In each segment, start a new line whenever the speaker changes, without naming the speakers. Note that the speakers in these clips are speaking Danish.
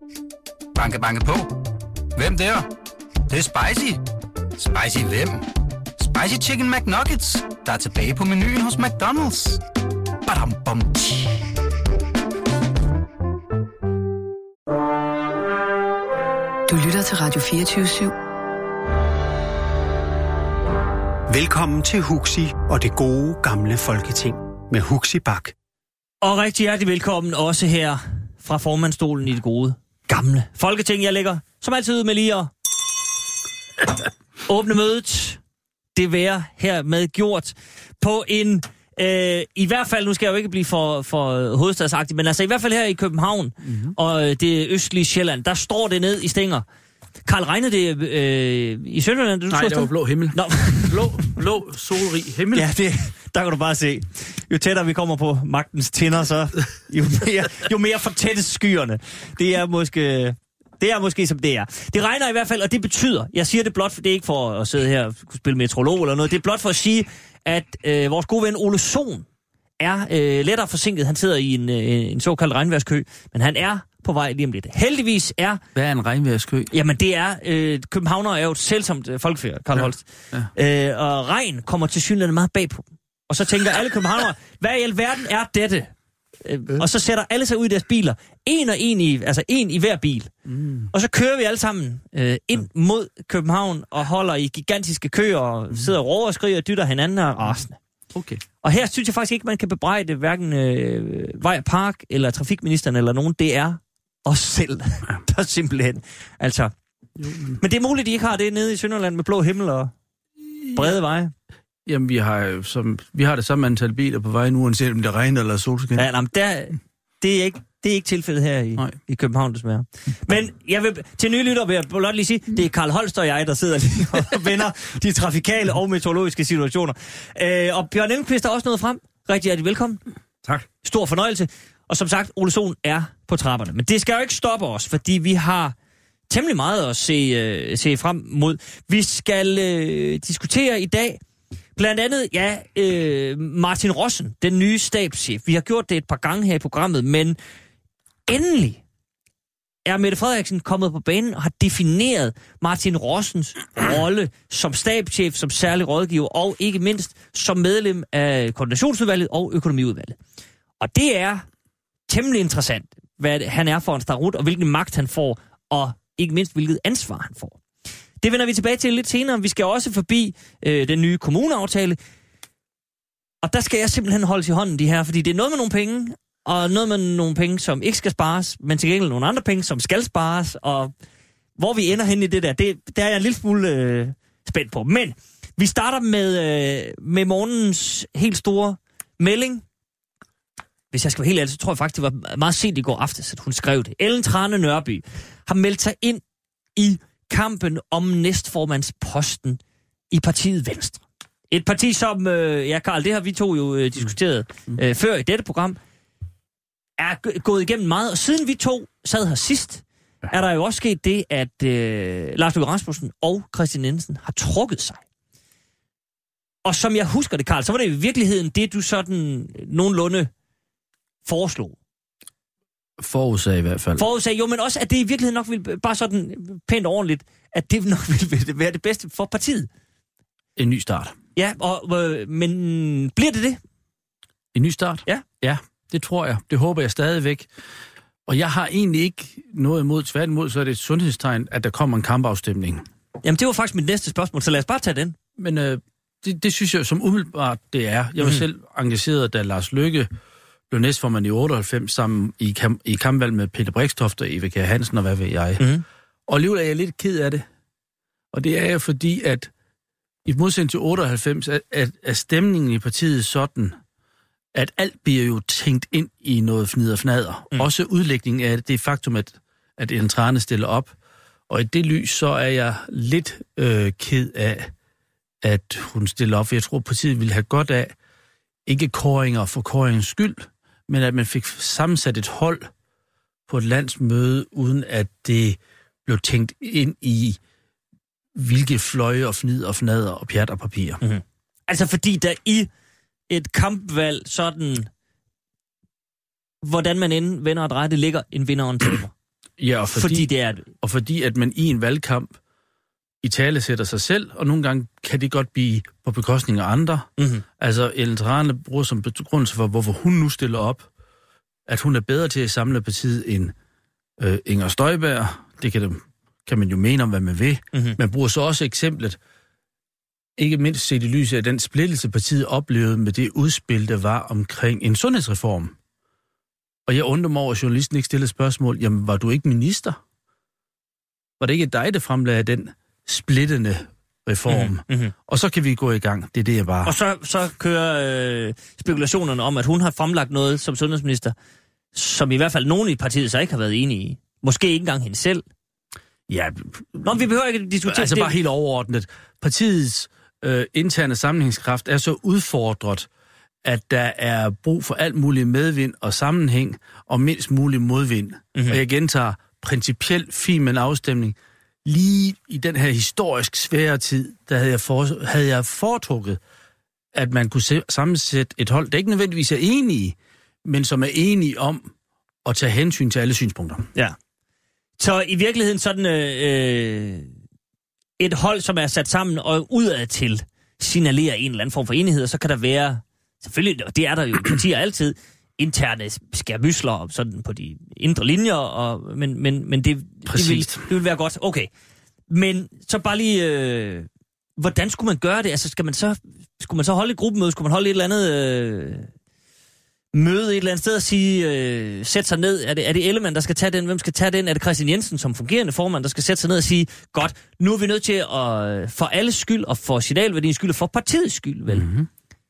Banke, banke på. Hvem der? Det er spicy. Spicy hvem? Spicy Chicken McNuggets, der er tilbage på menuen hos McDonald's. Badum, bom,
Du lytter til Radio 24/7.
Velkommen til Huxi og det gode gamle folketing med Huxi Bak.
Og rigtig hjertelig velkommen også her fra formandsstolen i det gode gamle folketing. Jeg lægger som altid ud med lige at åbne mødet. Det være hermed gjort på en, i hvert fald, nu skal jeg jo ikke blive for hovedstadsagtig, men altså i hvert fald her i København og det østlige Sjælland, der står det ned i stænger. Karl, regnede det i Sønderjylland?
Nej, det var blå himmel.
Nå.
blå, solrig himmel.
Ja, der kan du bare se. Jo tættere vi kommer på magtens tinder, så jo mere fortættes skyerne. Det er måske som det er. Det regner i hvert fald, og det betyder, jeg siger det blot, for det er ikke for at sidde her og spille meteorolog eller noget, det er blot for at sige, at vores gode ven Ole Sohn er lettere forsinket. Han sidder i en såkaldt regnvejrskø, men han er på vej lige om lidt. Heldigvis er...
Hvad er en regnvejrskø?
Jamen det er... Københavner er jo et selvsomt folkefærd, Karl Holst. Ja. Og regn kommer til synligheden meget bag på dem. Og så tænker alle københavnere, hvad i alverden er dette? Og så sætter alle sig ud i deres biler. En i hver bil. Og så kører vi alle sammen ind mod København og holder i gigantiske køer og sidder og råber og skriger og dytter hinanden og rasende.
Okay.
Og her synes jeg faktisk ikke, man kan bebrejde hverken Vej og Park eller trafikministeren eller nogen. Det er os selv, der simpelthen. Altså. Men det er muligt, de ikke har det nede i Sønderjylland med blå himmel og brede veje.
Jamen, vi har det samme antal biler på vej nu, uanset om det regner eller solskin.
Ja, det er ikke tilfældet her i København, desværre. Men jeg vil, til nye lytter vil jeg blot lige sige, det er Karl Holst og jeg, der sidder lige og vender de trafikale og meteorologiske situationer. Og Bjørn Elmqvist er også nået frem. Rigtig hjertelig velkommen.
Tak.
Stor fornøjelse. Og som sagt, Ole Sohn er på trapperne. Men det skal jo ikke stoppe os, fordi vi har temmelig meget at se frem mod. Vi skal diskutere i dag blandt andet, Martin Rossen, den nye stabschef. Vi har gjort det et par gange her i programmet, men endelig er Mette Frederiksen kommet på banen og har defineret Martin Rossens rolle som stabschef, som særlig rådgiver og ikke mindst som medlem af koordinationsudvalget og økonomiudvalget. Og det er temmelig interessant, hvad han er for en starut, og hvilken magt han får, og ikke mindst hvilket ansvar han får. Det vender vi tilbage til lidt senere. Vi skal også forbi den nye kommuneaftale. Og der skal jeg simpelthen holde i hånden de her, fordi det er noget med nogle penge, og noget med nogle penge, som ikke skal spares, men til gengæld nogle andre penge, som skal spares, og hvor vi ender hen i det der, der er jeg en lille smule spændt på. Men vi starter med morgens helt store melding. Hvis jeg skal være helt ærlig, så tror jeg faktisk, det var meget sent i går aftes, at hun skrev det. Ellen Trane Nørby har meldt sig ind i kampen om næstformandsposten i partiet Venstre. Et parti, som, Karl, det har vi to jo diskuteret før i dette program, er gået igennem meget. Og siden vi to sad her sidst, er der jo også sket det, at Lars Løkke Rasmussen og Christian Jensen har trukket sig. Og som jeg husker det, Karl, så var det i virkeligheden det, du sådan nogenlunde foreslog.
Forudsag i hvert fald.
Forudsag, jo, men også, at det i virkeligheden nok ville, bare sådan pænt ordentligt, at det nok ville være det bedste for partiet.
En ny start.
Ja, men bliver det?
En ny start?
Ja.
Ja, det tror jeg. Det håber jeg stadigvæk. Og jeg har egentlig ikke noget imod, tværtimod, så er det et sundhedstegn, at der kommer en kampafstemning.
Jamen, det var faktisk mit næste spørgsmål, så lad os bare tage den.
Men det synes jeg som umiddelbart, det er. Jeg var selv engageret, da Lars Løkke blev næstformand i 98 sammen i kampvalg med Peter Brixtoft og Eva Kjær Hansen og hvad ved jeg. Og alligevel er jeg lidt ked af det. Og det er jo fordi, at i modsætning til 98, er stemningen i partiet sådan, at alt bliver jo tænkt ind i noget fnid og fnader. Også udlægningen af det faktum, at Ellen Trane stiller op. Og i det lys, så er jeg lidt ked af, at hun stiller op. For jeg tror, partiet ville have godt af, ikke kåringer for kåringens skyld, men at man fik sammensat et hold på et landsmøde, uden at det blev tænkt ind i, hvilke fløje og fnid og fnader og pjat og papir.
Altså fordi der i et kampvalg sådan, hvordan man end vender og drejer, det ligger en vinder og en taber.
Ja, og
fordi det er...
Og fordi at man i en valgkamp i tale sætter sig selv, og nogle gange kan det godt blive på bekostning af andre. Mm-hmm. Altså, Ellen Trane bruger som begrundelse for, hvorfor hun nu stiller op, at hun er bedre til at samle partiet end Inger Støjberg. Det kan man jo mene om, hvad man vil. Mm-hmm. Man bruger så også eksemplet, ikke mindst set i lyset af den splittelse, partiet oplevede med det udspil, der var omkring en sundhedsreform. Og jeg undrer mig over, at journalisten ikke stillede spørgsmål, jamen, var du ikke minister? Var det ikke dig, der fremlagde den splittende reform? Mm-hmm. Og så kan vi gå i gang. Det er det, jeg bare...
Og så kører spekulationerne om, at hun har fremlagt noget som sundhedsminister, som i hvert fald nogen i partiet så ikke har været enige i. Måske ikke engang hende selv.
Ja...
Nå, vi behøver ikke diskutere
altså
det.
Bare helt overordnet. Partiets interne sammenhængskraft er så udfordret, at der er brug for alt muligt medvind og sammenhæng, og mindst mulig modvind. Mm-hmm. Og jeg gentager, principielt fin med en afstemning. Lige i den her historisk svære tid, der havde jeg foretrukket, at man kunne sammensætte et hold, der ikke nødvendigvis er enige, men som er enige om at tage hensyn til alle synspunkter.
Ja. Så i virkeligheden sådan et hold, som er sat sammen og udadtil signalerer en eller anden form for enighed, og så kan der være, selvfølgelig, og det er der jo partier altid, interne skærmysler sådan på de indre linjer, men det vil være godt. Okay. Men så bare lige, hvordan skulle man gøre det? Altså, skulle man så holde et gruppemøde? Skulle man holde et eller andet møde et eller andet sted og sige, sætte sig ned? Er det Ellemann, der skal tage den? Hvem skal tage den? Er det Christian Jensen som fungerende formand, der skal sætte sig ned og sige, godt, nu er vi nødt til at for alles skyld, og for signalværdiens skyld, og for partiets skyld, vel? Mm-hmm.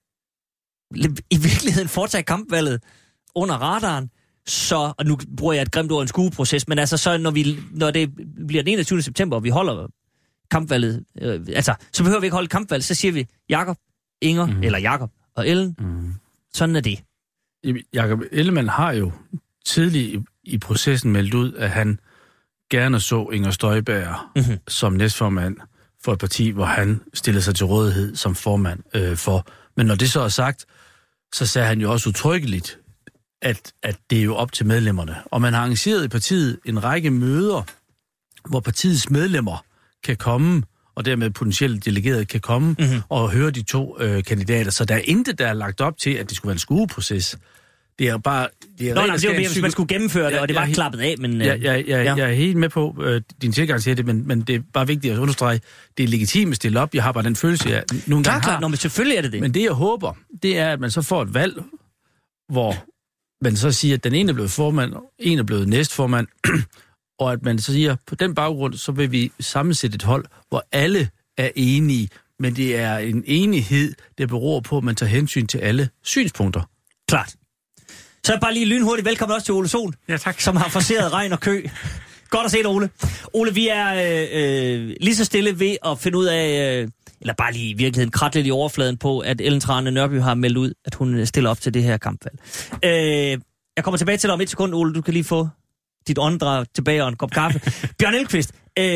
I virkeligheden foretage kampvalget under radaren, så, og nu bruger jeg et grimt ord, en skueproces, men altså så, når det bliver den 21. september, og vi holder kampvalget, så behøver vi ikke holde kampvalget, så siger vi Jakob, Inger, eller Jakob og Ellen. Sådan er det.
Jakob Ellemann har jo tidligt i processen meldt ud, at han gerne så Inger Støjberg som næstformand for et parti, hvor han stillede sig til rådighed som formand for. Men når det så er sagt, så sagde han jo også udtrykkeligt, at det er jo op til medlemmerne. Og man har arrangeret i partiet en række møder, hvor partiets medlemmer kan komme, og dermed potentielt delegerede kan komme og høre de to kandidater. Så der er intet, der er lagt op til, at det skulle være en skueproces. Det er bare... Det er
mere, hvis man skulle gennemføre det, og det var klappet af, men...
Jeg er helt med på din tilgang til det, men det er bare vigtigt at understrege, det er legitimt at stille op. Jeg har bare den følelse, jeg nogle gange har.
Nå, men selvfølgelig er det det.
Men det, jeg håber, det er, at man så får et valg, hvor man så siger, at den ene er blevet formand, og en er blevet næstformand, og at man så siger, på den baggrund, så vil vi sammensætte et hold, hvor alle er enige, men det er en enighed, der beror på, at man tager hensyn til alle synspunkter.
Klart. Så bare lige lynhurtigt velkommen også til Ole Sohn,
ja, tak.
Som har forceret regn og kø. Godt at se dig, Ole. Ole, vi er lige så stille ved at finde ud af, eller bare lige i virkeligheden kratte lidt i overfladen på, at Ellen Trane Nørby har meldt ud, at hun stiller op til det her kampvalg. Jeg kommer tilbage til dig om et sekund, Ole. Du kan lige få dit åndedrag tilbage og en kop kaffe. Bjørn Elkvist,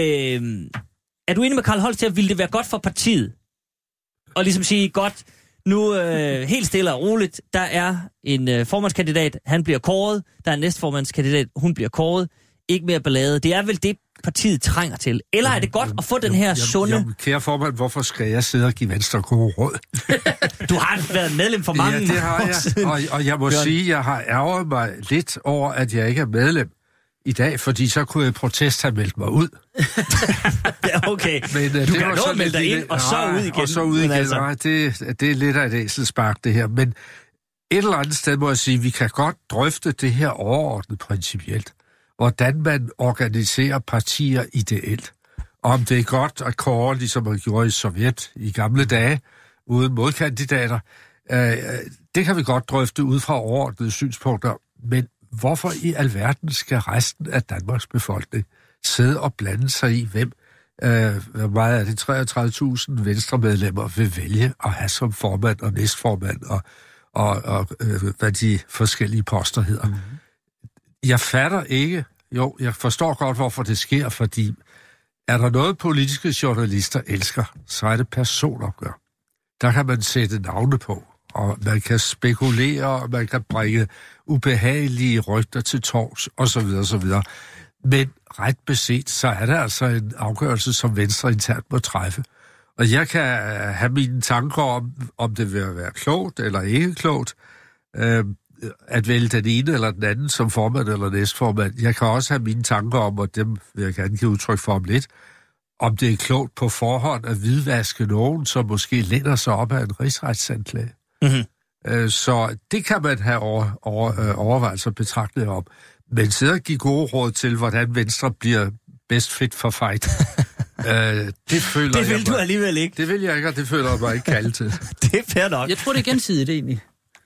er du enig med Carl Holst til, at ville det være godt for partiet? Og ligesom sige, godt, nu helt stille og roligt, der er en formandskandidat, han bliver kåret, der er en næstformandskandidat, hun bliver kåret, ikke mere ballade. Det er vel det, partiet trænger til. Eller er det godt at få den her sunde...
Kære formand, hvorfor skal jeg sidde og give Venstre gode råd?
Du har været medlem for mange år.
Ja, det har jeg. Og jeg må sige, at jeg har ærget mig lidt over, at jeg ikke er medlem i dag, fordi så kunne jeg protest have meldt mig ud.
Ja, okay.
Men,
du kan nå at melde dig ind, og så ud igen.
Og så ud igen. Altså... Nej, det er lidt af et æselspark, det her. Men et eller andet sted må jeg sige, at vi kan godt drøfte det her overordnet principielt. Hvordan man organiserer partier ideelt. Om det er godt at kåre, ligesom man gjorde i Sovjet i gamle dage, uden modkandidater. Det kan vi godt drøfte ud fra overordnede synspunkter. Men hvorfor i alverden skal resten af Danmarks befolkning sidde og blande sig i, hvem meget af de 33.000 venstremedlemmer vil vælge at have som formand og næstformand og hvad de forskellige poster hedder. Mm-hmm. Jeg fatter ikke, jeg forstår godt, hvorfor det sker, fordi er der noget, politiske journalister elsker, så er det personopgør. Der kan man sætte navne på, og man kan spekulere, og man kan bringe ubehagelige rygter til torvs, osv. osv. Men ret beset, så er der altså en afgørelse, som Venstre internt må træffe. Og jeg kan have mine tanker om det vil være klogt eller ikke klogt, at vælge den ene eller den anden som formand eller næstformand. Jeg kan også have mine tanker om, og dem vil jeg gerne give udtryk for om lidt, om det er klogt på forhånd at hvidvaske nogen, som måske lænder sig op af en rigsretsanklage. Mm-hmm. Så det kan man have overvejelser betragtet om. Men sidder og give gode råd til, hvordan Venstre bliver bedst fit for fight. Det føler
det vil du alligevel ikke.
Det vil jeg ikke, og det føler jeg mig ikke kaldt til.
Det er fair nok.
Jeg tror, det er gensidigt egentlig,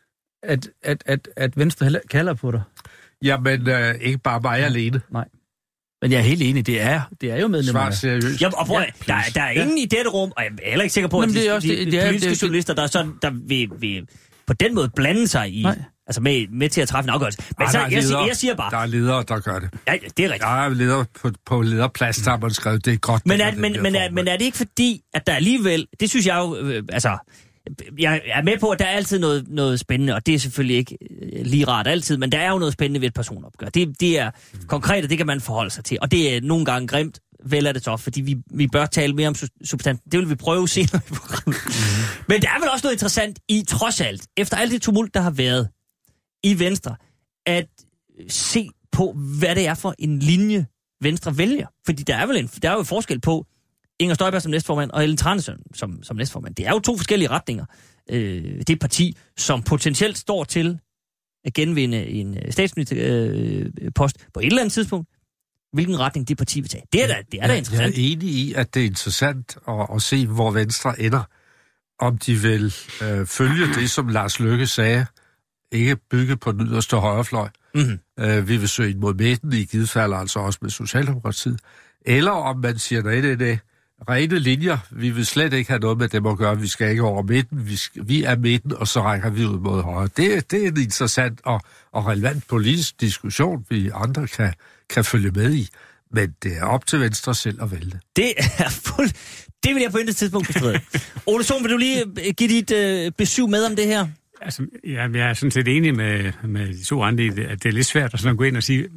at Venstre kalder på dig.
Jamen, ikke bare mig alene.
Nej. Men jeg er helt enig, det er jo medlemmer.
Svar seriøst.
Ja, og prøv, der er ingen i dette rum, og jeg er heller ikke sikker på, at de politiske journalister, der er sådan, der vil på den måde blande sig i... Nej. Altså med til at træffe en afgørelse. Men så, jeg siger bare...
Der er ledere, der gør det.
Ja, det er rigtigt.
Der er ledere på lederplads, der har man skrevet, det er godt.
Men er det ikke fordi, at der alligevel... Det synes jeg jo... jeg er med på, at der er altid noget spændende, og det er selvfølgelig ikke lige rart altid, men der er jo noget spændende ved et personopgør. Det er konkret, og det kan man forholde sig til. Og det er nogle gange grimt, vel er det så, fordi vi bør tale mere om substansen. Det vil vi prøve senere i programmet. Men der er vel også noget interessant i, trods alt, efter alt det tumult, der har været i Venstre, at se på, hvad det er for en linje, Venstre vælger. Fordi der er jo forskel på Inger Støjberg som næstformand og Ellen Trane som næstformand. Det er jo to forskellige retninger. Det er et parti, som potentielt står til at genvinde en statsministerpost på et eller andet tidspunkt. Hvilken retning det parti vil tage. Det er da interessant.
Jeg er enig i, at det er interessant at se, hvor Venstre ender. Om de vil følge det, som Lars Løkke sagde, ikke bygge på den yderste højrefløj. Mm-hmm. Vi vil søge ind mod midten, i givet fald altså også med Socialdemokratiet. Eller om man siger, nej, rene linjer, vi vil slet ikke have noget med dem at gøre, vi skal ikke over midten, vi er midten, og så rækker vi ud mod højre. Det er en interessant og relevant politisk diskussion, vi andre kan følge med i. Men det er op til Venstre selv at vælge.
Det er det vil jeg på intet tidspunkt bestride. Ole Sohn, vil du lige give dit besøg med om det her?
Altså, jeg er sådan set enig med de to andre, at det er lidt svært at sådan gå ind og sige,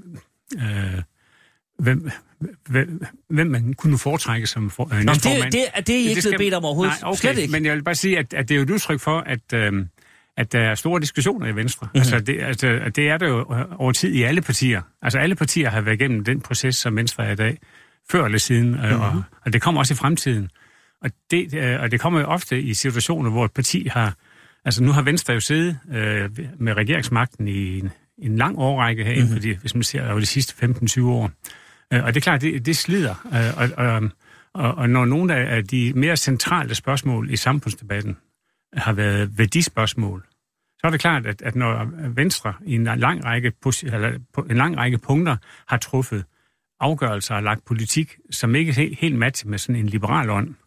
hvem man kunne foretrække som næstformand. Det
er ikke blevet bedt om overhovedet.
Nej, okay,
slet ikke.
Men jeg vil bare sige, at det er jo et udtryk for, at der er store diskussioner i Venstre. Mm-hmm. Det er der jo over tid i alle partier. Altså alle partier har været igennem den proces, som Venstre er i dag, før eller siden, mm-hmm. og det kommer også i fremtiden. Og det kommer jo ofte i situationer, hvor et parti har... Altså nu har Venstre jo siddet med regeringsmagten i en lang årrække herinde, fordi hvis man ser over de sidste 15-20 år. Og det er klart, det slider. Og når nogle af de mere centrale spørgsmål i samfundsdebatten har været værdispørgsmål, så er det klart, at når Venstre i en lang række punkter har truffet afgørelser og lagt politik, som ikke helt matcher med sådan en liberal ånd,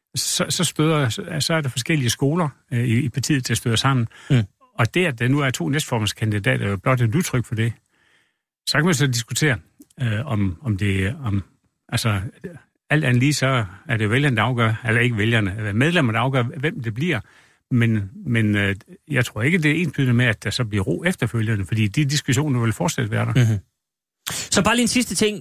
så er der forskellige skoler i partiet til at støde sammen. Mm. Og det, at der nu er to næstformandskandidater, er jo blot et udtryk for det. Så kan man så diskutere, altså alt andet lige, så er det vælgerne, der afgør, eller ikke vælgerne, medlemmerne, der afgør, hvem det bliver. Men jeg tror ikke, det er ensbydende med, at der så bliver ro efterfølgende, fordi de diskussioner vil fortsat være der. Mm-hmm.
Så bare lige en sidste ting.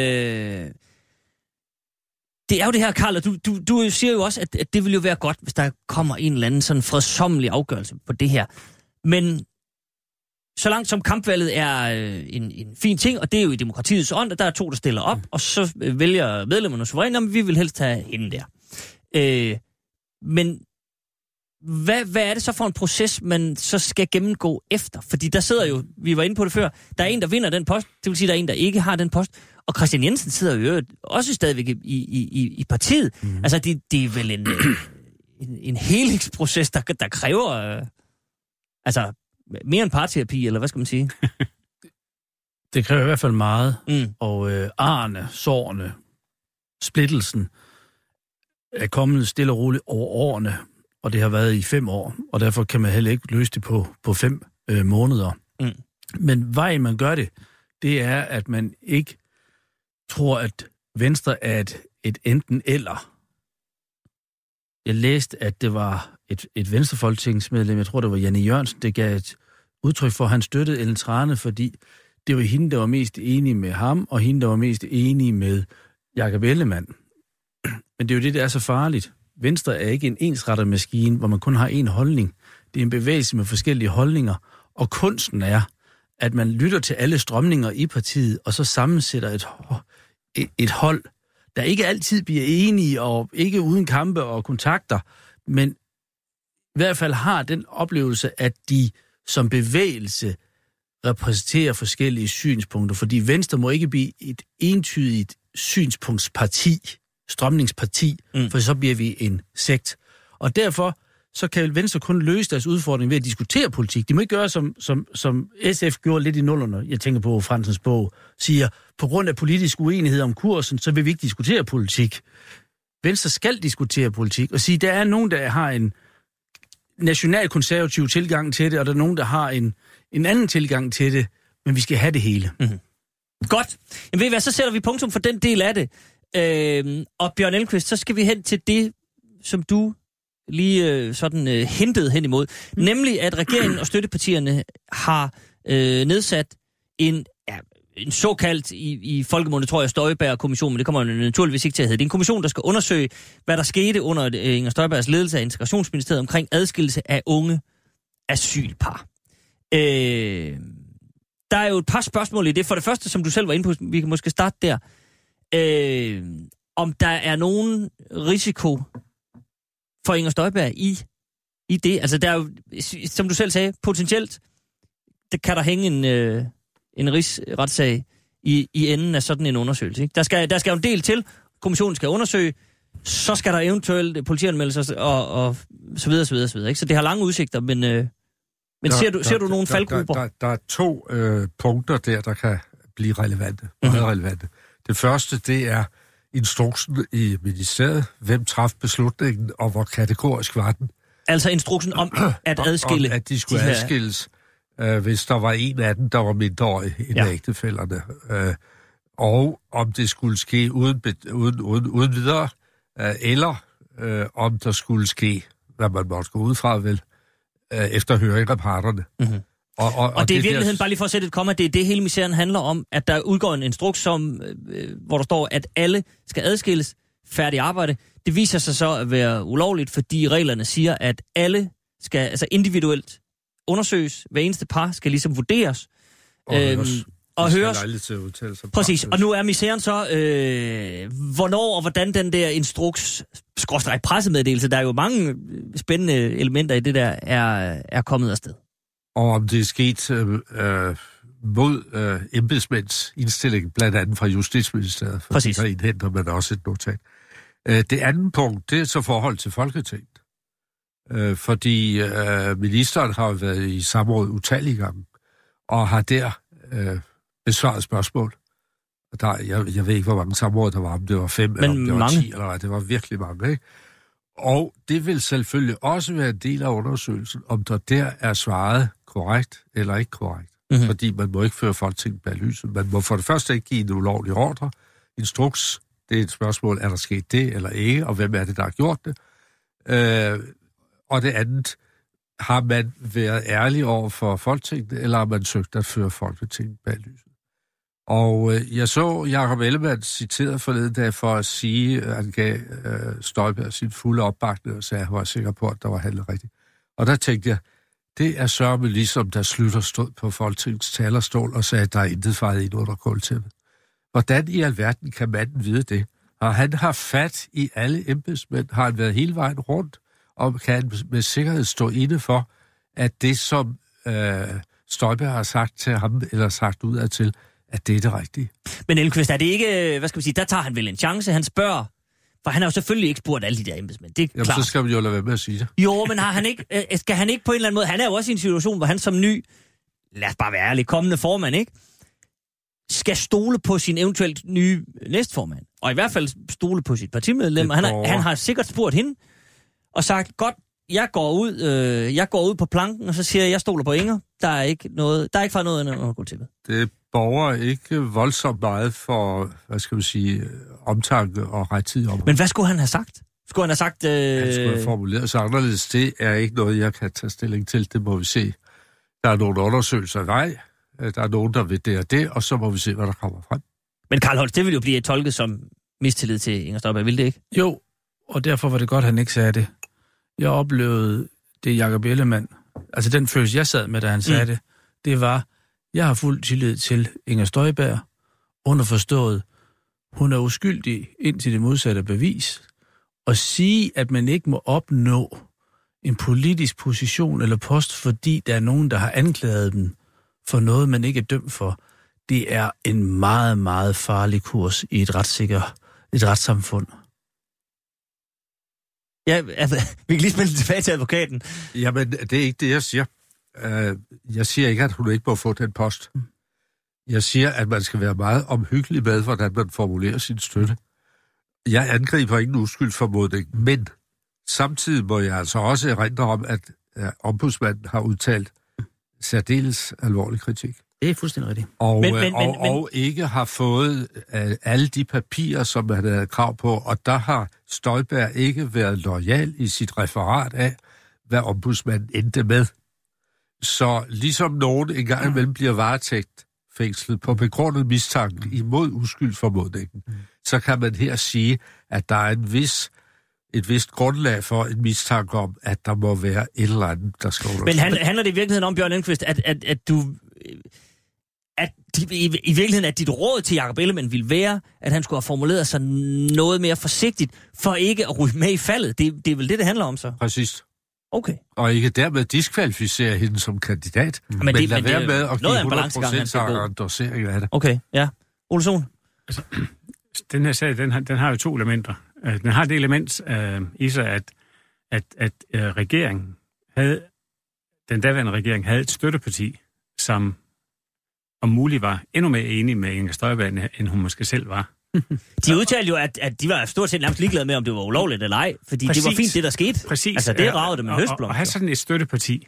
Det er jo det her, Karl, og du siger jo også, at det vil jo være godt, hvis der kommer en eller anden sådan fredsommelig afgørelse på det her. Men så langt som kampvalget er en fin ting, og det er jo i demokratiets ånd, at der er to, der stiller op, og så vælger medlemmerne suverænt, om vi vil helst have hende der. Men hvad er det så for en proces, man så skal gennemgå efter? Fordi der sidder jo, vi var inde på det før, der er en, der vinder den post, det vil sige, der er en, der ikke har den post, og Christian Jensen sidder jo også stadigvæk i partiet. Mm. Altså, det er vel en helingsproces, der kræver mere end parterapi, eller hvad skal man sige?
Det kræver i hvert fald meget, og arrene, sårene, splittelsen er kommet stille og roligt over årene, og det har været i 5 år, og derfor kan man heller ikke løse det på 5 måneder. Mm. Men vejen man gør det er, at man ikke tror, at Venstre er et enten eller. Jeg læste, at det var et Venstrefolketingsmedlem, jeg tror det var Janne Jørgensen, det gav et udtryk for, at han støttede Ellen Trane, fordi det var hende, der var mest enig med ham, og hende, der var mest enig med Jakob Ellemann. Men det er jo det, der er så farligt. Venstre er ikke en ensrettet maskine, hvor man kun har én holdning. Det er en bevægelse med forskellige holdninger, og kunsten er, at man lytter til alle strømninger i partiet, og så sammensætter et hold, der ikke altid bliver enige, og ikke uden kampe og kontakter, men i hvert fald har den oplevelse, at de som bevægelse repræsenterer forskellige synspunkter, fordi Venstre må ikke blive et entydigt synspunktsparti, strømningsparti, for så bliver vi en sekt. Og derfor så kan Venstre kun løse deres udfordring ved at diskutere politik. De må ikke gøre, som SF gjorde lidt i nullerne. Jeg tænker på Fransens bog, siger, på grund af politisk uenighed om kursen, så vil vi ikke diskutere politik. Venstre skal diskutere politik, og sige, der er nogen, der har en nationalkonservativ tilgang til det, og der er nogen, der har en anden tilgang til det, men vi skal have det hele.
Mm-hmm. Godt. Jamen ved I hvad, så sætter vi punktum for den del af det. Og Bjørn Elmquist, så skal vi hen til det, som du lige hentede hen imod. Nemlig, at regeringen og støttepartierne har nedsat en såkaldt, i folkemundet tror jeg, Støjberg-kommission, men det kommer naturligvis ikke til at hedde. Det er en kommission, der skal undersøge, hvad der skete under Inger Støjbergs ledelse af Integrationsministeriet omkring adskillelse af unge asylpar. Der er jo et par spørgsmål i det. For det første, som du selv var inde på, vi kan måske starte der. Om der er nogen risiko for Inger Støjberg i det. Altså, der er jo, som du selv sagde, potentielt, kan der hænge en rigsretssag i enden af sådan en undersøgelse. Ikke? Der skal jo en del til. Kommissionen skal undersøge. Så skal der eventuelt politianmeldelser og så videre, så videre, så videre. Ikke? Så det har lange udsigter, men ser du nogle faldgrupper?
Der er to punkter der kan blive relevante. Meget relevante. Det første, det er instruksen i ministeriet. Hvem traf beslutningen, og hvor kategorisk var den?
Altså instruksen om at adskille.
Om, at de skulle adskilles, hvis der var en af dem, der var mindreårig end ægtefællerne. Og om det skulle ske uden videre, eller om der skulle ske, hvad man måtte gå ud fra, vel, efter høring af parterne. Mm-hmm.
Og det er i virkeligheden, bare lige for at sætte et komma, det er det hele misæren handler om, at der udgår en instruks, hvor der står, at alle skal adskilles, færdig arbejde. Det viser sig så at være ulovligt, fordi reglerne siger, at alle skal altså individuelt undersøges. Hver eneste par skal ligesom vurderes. Og høres. Præcis, og nu er misæren så, hvornår og hvordan den der instruks, pressemeddelelse, der er jo mange spændende elementer i det der, er kommet afsted.
Og om det er sket mod embedsmænds indstilling, blandt andet fra Justitsministeriet, for så indhenter man også et notat. Det andet punkt, det er så forhold til Folketinget. Fordi ministeren har været i samråd utallige gange, og har der besvaret spørgsmål. Jeg ved ikke, hvor mange samråd der var, om det var 5 eller om det var 10, eller hvad. Det var virkelig mange, ikke? Og det vil selvfølgelig også være en del af undersøgelsen, om der er svaret korrekt eller ikke korrekt. Mm-hmm. Fordi man må ikke føre Folketinget bag lyset. Man må for det første ikke give en ulovlig ordre. Instruks, det er et spørgsmål, er der sket det eller ikke, og hvem er det, der har gjort det? Og det andet, har man været ærlig over for Folketinget, eller har man søgt at føre Folketinget bag lyset? Og jeg så Jakob Ellemann citeret forleden dag for at sige, at han gav Støjberg sin fulde opbakning, og sagde, at han var sikker på, at der var handlet rigtigt. Og der tænkte jeg, det er sørme ligesom, da Slytter stod på Folketingets talerstol og sagde, at der er intet fejret ind under gulvtæppet. Hvordan i alverden kan manden vide det? Og han har fat i alle embedsmænd, har han været hele vejen rundt, og kan med sikkerhed stå inde for, at det, som Støjberg har sagt til ham, eller sagt udad til, at det er det rigtige. Men
Elmquist, er det ikke, hvad skal man sige, der tager han vel en chance, han spørger, for han har jo selvfølgelig ikke spurgt alle de der embedsmænd, det er
Jamen,
klart.
Så skal man jo lade være med at sige det.
Jo, men har han ikke, skal han ikke på en eller anden måde, han er jo også i en situation, hvor han som ny, lad os bare være ærlig, kommende formand, ikke, skal stole på sin eventuelt nye næstformand, og i hvert fald stole på sit partimedlem, han har sikkert spurgt hende, og sagt, godt, jeg går ud på planken, og så siger jeg stoler på Inger. Der er ikke fra noget at gå til.
Det borger ikke voldsomt meget for, hvad skal man sige, omtanke og rettidig område.
Men hvad skulle han have sagt? Skulle han have sagt...
Han skulle have formuleret sig anderledes. Det er ikke noget, jeg kan tage stilling til. Det må vi se. Der er nogle undersøgelser i vej. der er nogen, der vil det og det, og så må vi se, hvad der kommer frem.
Men Carl Holst, det vil jo blive tolket som mistillid til Inger Støjberg, vil det ikke?
Jo, og derfor var det godt, han ikke sagde det. Jeg oplevede det Jakob Ellemann, altså den følelse, jeg sad med, da han sagde det var, jeg har fuld tillid til Inger Støjberg, underforstået, hun er uskyldig indtil det modsatte bevis, og sige, at man ikke må opnå en politisk position eller post, fordi der er nogen, der har anklaget dem for noget, man ikke er dømt for, det er en meget, meget farlig kurs i et retssamfund.
Ja, altså, vi kan lige spille tilbage til advokaten.
Jamen, det er ikke det, jeg siger. Jeg siger ikke, at hun ikke må få den post. Jeg siger, at man skal være meget omhyggelig med, hvordan man formulerer sin støtte. Jeg angriber ingen uskyldsformodning, men samtidig må jeg altså også erindre om, at ombudsmanden har udtalt særdeles alvorlig kritik.
Det er fuldstændig rigtigt.
Og ikke har fået alle de papirer, som man havde krav på, og der har Støjberg ikke været loyal i sit referat af, hvad ombudsmanden endte med. Så ligesom nogen engang imellem bliver varetægtsfængslet på begrundet mistanke imod uskyldsformodningen, så kan man her sige, at der er et vist grundlag for en mistanke om, at der må være et eller andet, der skal undersøges.
Men handler det i virkeligheden om, Bjørn Elmquist, at du... I virkeligheden, at dit råd til Jakob Ellemann ville være, at han skulle have formuleret sig noget mere forsigtigt, for ikke at ryge med i faldet. Det er vel det handler om så?
Præcis.
Okay.
Og ikke dermed diskvalificere hende som kandidat, men lad være med at give 100% endorsering af det.
Okay, ja. Ole Sohn?
Altså, den her sag, den har jo to elementer. Den har det element i sig, at regeringen den daværende regering havde et støtteparti, som om muligt var endnu mere enige med Inger Støjberg, end hun måske selv var.
De udtalte jo, at de var stort set nærmest ligeglade med, om det var ulovligt eller ej, fordi præcis, det var fint, det der skete.
Præcis.
Altså, det ragede det med høstblomster.
Og have sådan et støtteparti,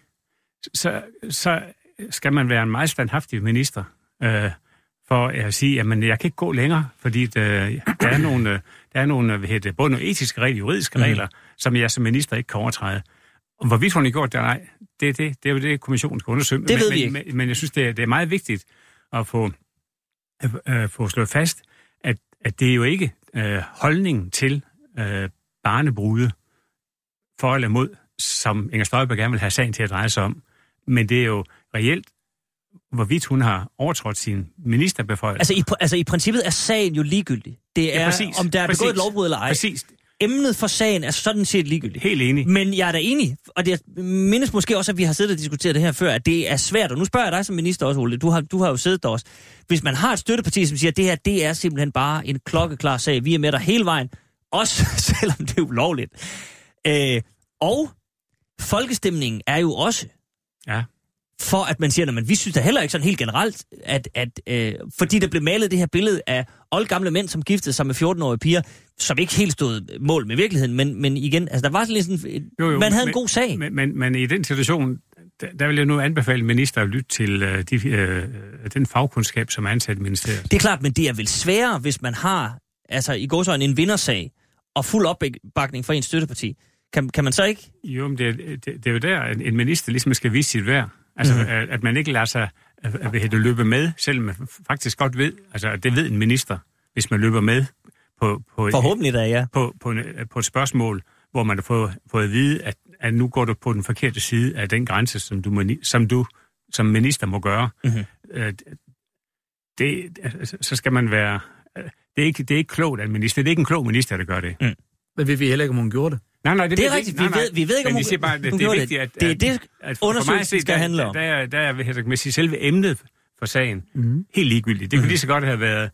så skal man være en meget standhaftig minister, for at sige, at jeg kan ikke gå længere, fordi der er nogle både nogle etiske regler, juridiske regler, som jeg som minister ikke kan overtræde. Og hvorvidt hun har gjort det, nej, det er jo det, kommissionen skal undersøge.
Det ved vi ikke.
Men jeg synes, det er meget vigtigt at få slået fast, at det er jo ikke holdningen til barnebrude for eller imod, som Inger Støjberg gerne vil have sagen til at dreje sig om. Men det er jo reelt, hvorvidt hun har overtrådt sin ministerbeføjelse.
Altså i princippet er sagen jo ligegyldig. Det er, ja, om der er begået et lovbrud eller ej.
Præcis.
Emnet for sagen er sådan set ligegyldigt.
Helt enig.
Men jeg er da enig, og det mindes måske også, at vi har siddet og diskuteret det her før, at det er svært, og nu spørger jeg dig som minister også, Ole, du har jo siddet der også. Hvis man har et støtteparti, som siger, at det her, det er simpelthen bare en klokkeklar sag, vi er med der hele vejen, også selvom det er ulovligt. Og folkestemningen er jo også, for at man siger, at vi synes da heller ikke sådan helt generelt, at fordi der blev malet det her billede af oldgamle mænd, som giftede sig med 14-årige piger, som ikke helt stod mål med virkeligheden, men igen, altså der var sådan man havde en god sag.
Men i den situation, der vil jeg nu anbefale minister at lytte til den fagkundskab, som er ansat i ministeriet.
Det er klart, men det er vel sværere, hvis man har, altså i gåseøjne, en vindersag og fuld opbakning fra en støtteparti. Kan man så ikke?
Jo, men det er jo der, en minister ligesom skal vise sit værd. Altså, at man ikke lader sig løbe med, selvom man faktisk godt ved, altså det ved en minister, hvis man løber med på
forhåbentlig da, ja.
På et spørgsmål, hvor man har fået at vide, at nu går du på den forkerte side af den grænse, som du som minister må gøre. Så skal man være... Det er ikke klogt af en minister. Det er ikke en klog minister, der gør det.
Men vi ved heller ikke, om hun gjorde det.
Nej,
det er rigtigt. Vi ved ikke, om hun gjorde det. Det er det, undersøgelsen skal handle om.
Der er med sig selve emnet for sagen helt ligegyldigt. Det kunne lige så godt have været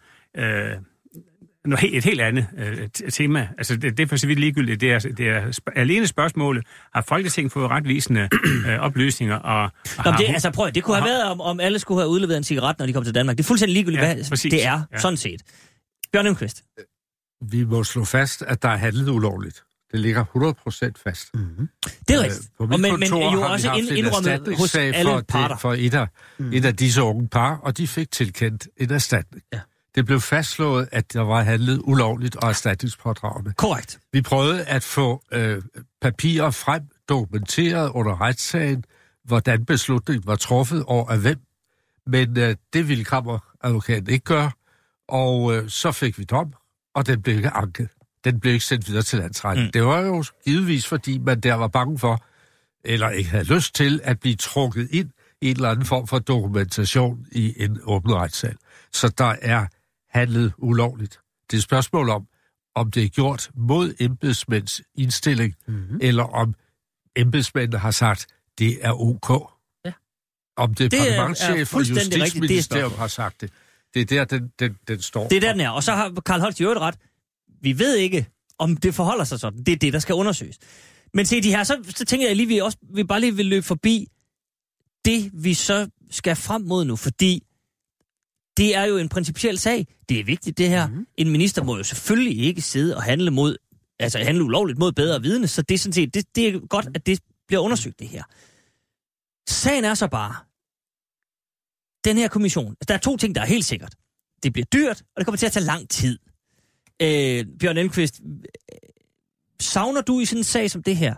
et helt andet tema. Altså, det er for så vidt ligegyldigt. Det er alene spørgsmålet, har Folketinget fået retvisende oplysninger?
Det kunne have været, om alle skulle have udleveret en cigaret, når de kom til Danmark. Det er fuldstændig ligegyldigt, hvad det er, sådan set. Bjørn Elmquist.
Vi må slå fast, at der er handlet ulovligt. Det ligger 100% fast.
Det er rigtigt. Men jo også indrømmet hos alle parter.
For et af disse unge par, og de fik tilkendt en erstatning. Ja. Det blev fastslået, at der var handlet ulovligt og erstatningspådragende.
Korrekt.
Vi prøvede at få papirer frem, dokumenteret under retssagen, hvordan beslutningen var truffet og af hvem. Men det ville kammeradvokaten ikke gøre, og så fik vi dom, og den blev ikke anket. Den blev ikke sendt videre til landsretten. Det var jo givetvis, fordi man der var bange for, eller ikke havde lyst til, at blive trukket ind i en eller anden form for dokumentation i en åben retssal. Så der er handlet ulovligt. Det er et spørgsmål om det er gjort mod embedsmænds indstilling, eller om embedsmændene har sagt, det er ok. Ja. Om departementschef og justitsministerium har sagt det. Det er der, den står.
Det er der, den er. Og så har Carl Holst i øvrigt ret. Vi ved ikke, om det forholder sig sådan. Det er det, der skal undersøges. Men se de her, så tænker jeg lige, vi bare lige vil løbe forbi det, vi så skal frem mod nu, fordi det er jo en principiel sag. Det er vigtigt, det her. En minister må jo selvfølgelig ikke sidde og handle ulovligt mod bedre vidne, så det er sådan set, det er godt, at det bliver undersøgt, det her. Sagen er så bare, den her kommission, der er 2 ting, der er helt sikkert. Det bliver dyrt, og det kommer til at tage lang tid. Bjørn Elmqvist, savner du i sådan en sag som det her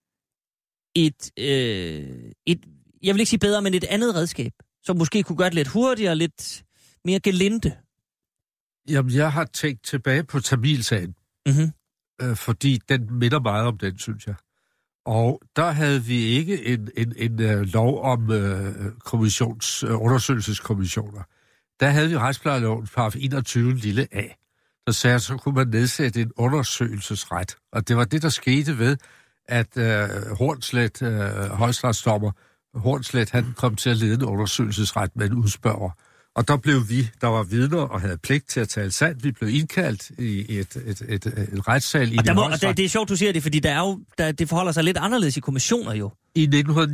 jeg vil ikke sige bedre, men et andet redskab, som måske kunne gøre det lidt hurtigere, lidt mere gelinde?
Jamen, jeg har tænkt tilbage på Tamilsagen, fordi den minder meget om den, synes jeg. Og der havde vi ikke en lov om undersøgelseskommissioner. Der havde vi retsplejelovens paragraf 21 lille a, der sagde, så kunne man nedsætte en undersøgelsesret. Og det var det, der skete ved, at Hornslet, højesteretsdommer Hornslet, han kom til at lede en undersøgelsesret med en udspørger. Og der blev vi, der var vidner og havde pligt til at tale sandt, vi blev indkaldt i et retssal i en højesteret.
Og det er sjovt, du siger det, fordi det forholder sig lidt anderledes i kommissioner jo.
I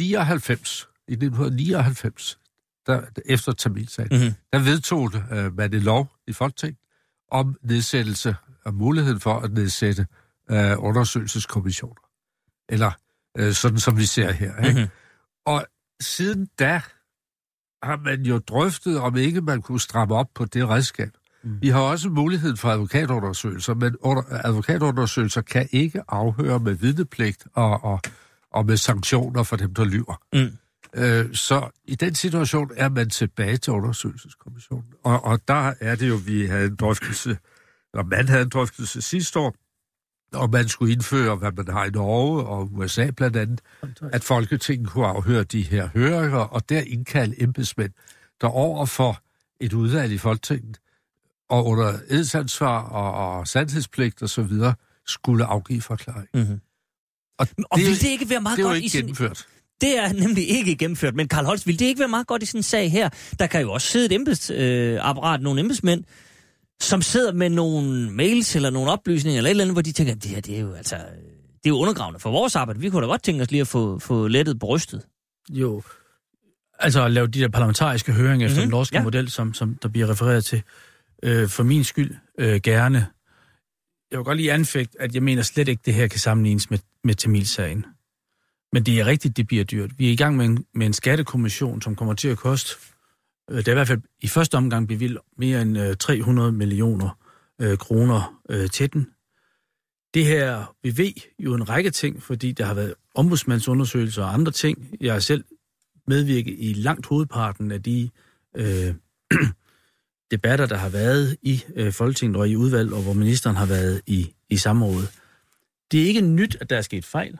1999, der, efter Tamilsagen, der vedtog man en lov i Folketinget om nedsættelse og muligheden for at nedsætte undersøgelseskommissioner. Eller sådan som vi ser her. Ikke? Og siden da har man jo drøftet, om ikke man kunne stramme op på det redskab. Vi har også muligheden for advokatundersøgelser, men advokatundersøgelser kan ikke afhøre med vidnepligt og med sanktioner for dem, der lyver. Så i den situation er man tilbage til undersøgelseskommissionen. Og der er det jo, man havde en drøftelse sidste år, og man skulle indføre, hvad man har i Norge og USA blandt andet, at Folketinget kunne afhøre de her høringer, og der indkalde embedsmænd, der over for et udvalg i Folketinget, og under edsansvar og sandhedspligt og så videre, skulle afgive forklaring.
Og vil det ikke være meget
det
godt
ikke gennemført?
Det er nemlig ikke gennemført, men Carl Holst, vil det ikke være meget godt i sådan en sag her? Der kan jo også sidde et embedsapparat, nogle embedsmænd, som sidder med nogle mails eller nogle oplysninger eller et eller andet, hvor de tænker, at det her, det er jo undergravende for vores arbejde. Vi kunne da godt tænke os lige at få lettet brystet. Jo,
altså at lave de der parlamentariske høringer efter den norske model, som der bliver refereret til. For min skyld gerne. Jeg vil godt lige anfægte, at jeg mener slet ikke, det her kan sammenlignes med Tamilsagen. Men det er rigtigt, det bliver dyrt. Vi er i gang med en skattekommission, som kommer til at koste, det er i hvert fald i første omgang bevilget mere end 300 millioner kroner til den. Det her, vi ved jo en række ting, fordi der har været ombudsmandsundersøgelser og andre ting. Jeg har selv medvirket i langt hovedparten af de debatter, der har været i Folketinget og i udvalg, og hvor ministeren har været i samråd. Det er ikke nyt, at der er sket fejl.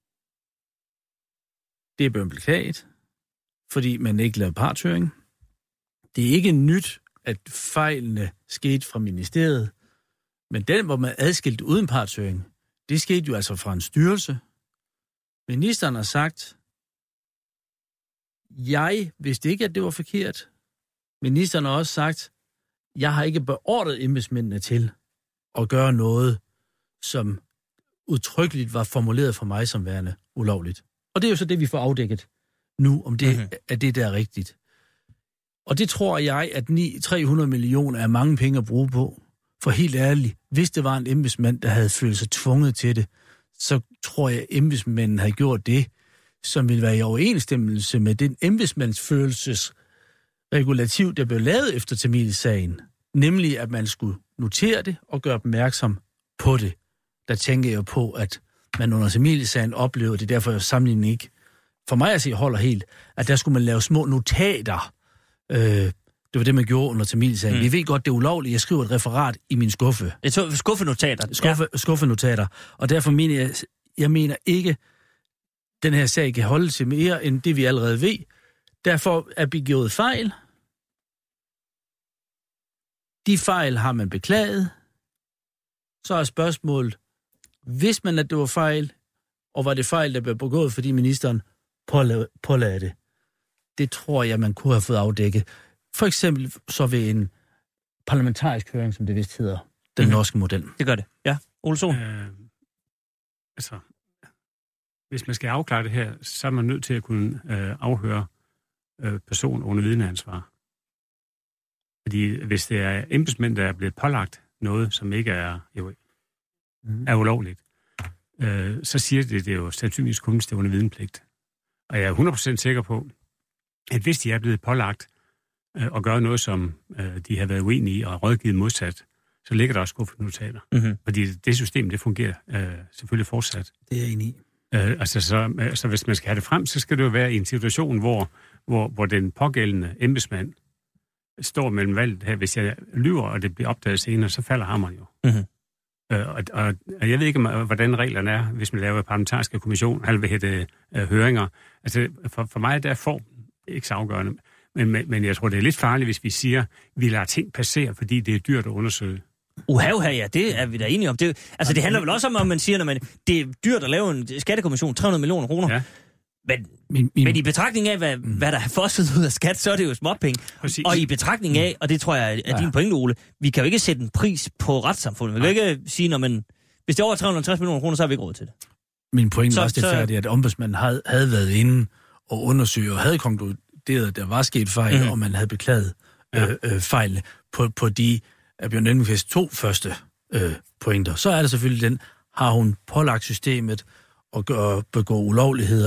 Det er blevet beklaget, fordi man ikke lavede partshøring. Det er ikke nyt, at fejlene skete fra ministeriet, men den, hvor man adskilt uden partshøring, det skete jo altså fra en styrelse. Ministeren har sagt, jeg vidste ikke, at det var forkert. Ministeren har også sagt, jeg har ikke beordret embedsmændene til at gøre noget, som udtrykkeligt var formuleret for mig som værende ulovligt. Og det er jo så det, vi får afdækket nu, om det er det, der er rigtigt. Og det tror jeg, at 300 millioner er mange penge at bruge på. For helt ærligt, hvis det var en embedsmand, der havde følt sig tvunget til det, så tror jeg, at embedsmanden havde gjort det, som ville være i overensstemmelse med den embedsmandsfølelsesregulativ, der blev lavet efter Tamilsagen. Nemlig, at man skulle notere det og gøre opmærksom på det. Der tænker jeg på, at man under Tamilsagen oplevede det, derfor sammenligningen ikke for mig at se holder helt, at der skulle man lave små notater Det var det, man gjorde under Tamilsagen. Vi ved godt, det er ulovligt. Jeg skriver et referat i min skuffe.
Skuffenotater.
Skuffenotater. Og derfor mener jeg mener ikke, den her sag kan holde til mere, end det vi allerede ved. Derfor er begået fejl. De fejl har man beklaget. Så er spørgsmålet, hvis man at det var fejl, og var det fejl, der blev begået, fordi ministeren pålagde det. Det tror jeg, man kunne have fået afdækket. For eksempel så ved en parlamentarisk høring, som det vist hedder, den norske model.
Det gør det, ja. Ole Sohn?
Hvis man skal afklare det her, så er man nødt til at kunne afhøre personen under vidneansvar. Fordi hvis det er embedsmænd, der er blevet pålagt noget, som ikke er ulovligt, så siger det er jo sandsynligvis kun, hvis det er under videnpligt. Og jeg er 100% sikker på, at hvis de er blevet pålagt at gøre noget, som de har været uenige i og rådgivet modsat, så ligger der også skuffenotater. Fordi det system, det fungerer selvfølgelig fortsat.
Det er jeg enig i.
Så hvis man skal have det frem, så skal det jo være i en situation, hvor den pågældende embedsmand står mellem valget her. Hvis jeg lyver, og det bliver opdaget senere, så falder hammeren jo. Og jeg ved ikke, hvordan reglerne er, hvis man laver parlamentariske kommission, eller høringer. Altså, for mig der er form ikke så afgørende. Men jeg tror, det er lidt farligt, hvis vi siger, at vi lader ting passere, fordi det er dyrt at undersøge.
Ja, det er vi da enige om. Det handler vel også om, at man siger, at det er dyrt at lave en skattekommission, 300 millioner kroner. Ja. Men i betragtning af, hvad der er fosset ud af skat, så er det jo småpenge. Præcis. Og i betragtning af, og det tror jeg er din pointe, Ole, vi kan jo ikke sætte en pris på retssamfundet. Vi kan jo ikke sige, hvis det er over 350 millioner kroner, så har vi ikke råd til det.
Min pointe er også det færdigt, at ombudsmanden havde været inde og undersøge, og havde konkluderet, at der var sket fejl, og man havde beklaget fejlene på de af Bjørn Elmqvist 2 første pointer. Så er det selvfølgelig den, har hun pålagt systemet og begå ulovligheder,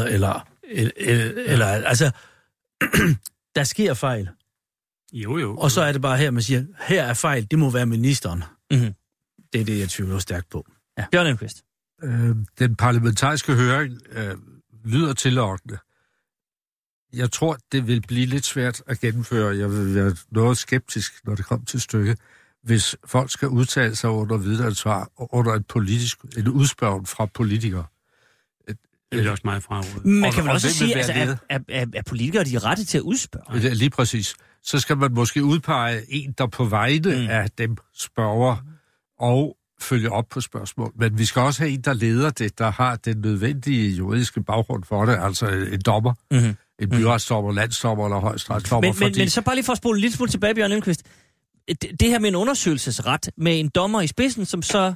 eller altså, der sker fejl.
Jo.
Og så er det bare her, man siger, her er fejl, det må være ministeren. Det er det, jeg tvivler stærkt på.
Ja. Bjørn Elmqvist.
Den parlamentariske høring lyder tillokkende. Jeg tror, det vil blive lidt svært at gennemføre. Jeg vil være noget skeptisk, når det kommer til stykket, hvis folk skal udtale sig under vidneansvar under en udspørgen fra politikere.
Det er også meget frarådet.
Man kan vel også sige, at politikere de er rette til at udspørge?
Lige præcis. Så skal man måske udpege en, der på vegne af dem spørger og følge op på spørgsmål. Men vi skal også have en, der leder det, der har den nødvendige juridiske baggrund for det, altså en dommer. En byretsdommer, landsdommer eller højesteretsdommer.
Men så bare lige for at spole lidt smule tilbage, Bjørn Elmqvist. Det her med en undersøgelsesret, med en dommer i spidsen, som så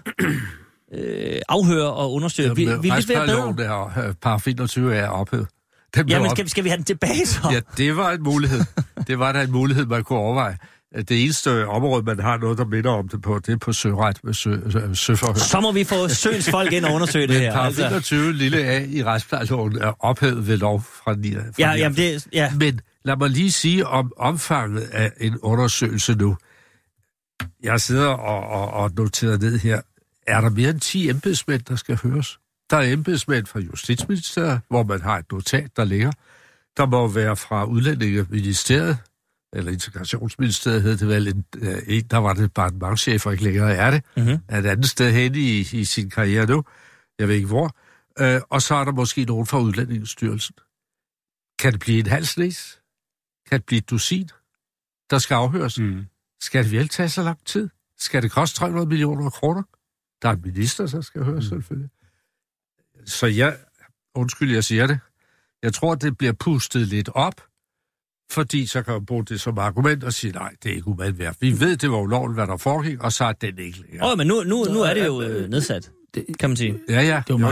afhører og undersøger, vil det være bedre?
Der par 24 er ophævet.
Men skal vi have den tilbage så?
Ja, det var en mulighed. Det var da en mulighed, man kunne overveje. Det eneste område, man har noget, der minder om det på, det er på søret med søforhør.
Så må vi få søens folk ind og undersøge det her.
Par 24 lille A i retsplejeloven er ophævet ved lov fra 9. Men lad mig lige sige om omfanget af en undersøgelse nu. Jeg sidder og noterer ned her. Er der mere end 10 embedsmænd, der skal høres? Der er embedsmænd fra Justitsministeriet, hvor man har et notat, der ligger. Der må være fra Udlændingeministeriet, eller Integrationsministeriet hed det vel, en, der var det departementschef, og ikke længere er det. Er et andet sted hen i sin karriere nu. Jeg ved ikke hvor. Og så er der måske nogen fra Udlændingestyrelsen. Kan det blive en halv snes? Kan det blive et dusin, der skal afhøres? Skal det virkelig tage så lang tid? Skal det koste 300 millioner kroner? Der er en minister, der skal høres selvfølgelig. Så jeg siger det. Jeg tror, det bliver pustet lidt op, fordi så kan man bruge det som argument og sige, nej, det er ikke umandt værd. Vi ved, det var ulovligt, hvad der foregik, og så er den ikke længere.
Men nu er det jo nedsat, kan man sige.
Ja.
Det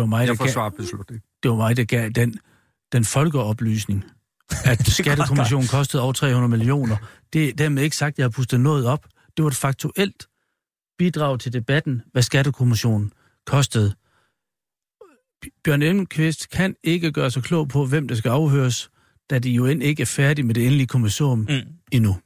var mig, der gav den folkeoplysning, at skattekommissionen kostede over 300 millioner. Det er dermed ikke sagt, at jeg har pustet noget op. Det var et faktuelt bidrag til debatten, hvad skattekommissionen kostede. Bjørn Elmqvist kan ikke gøre sig klog på, hvem der skal afhøres, da de jo end ikke er færdige med det endelige kommissorium endnu.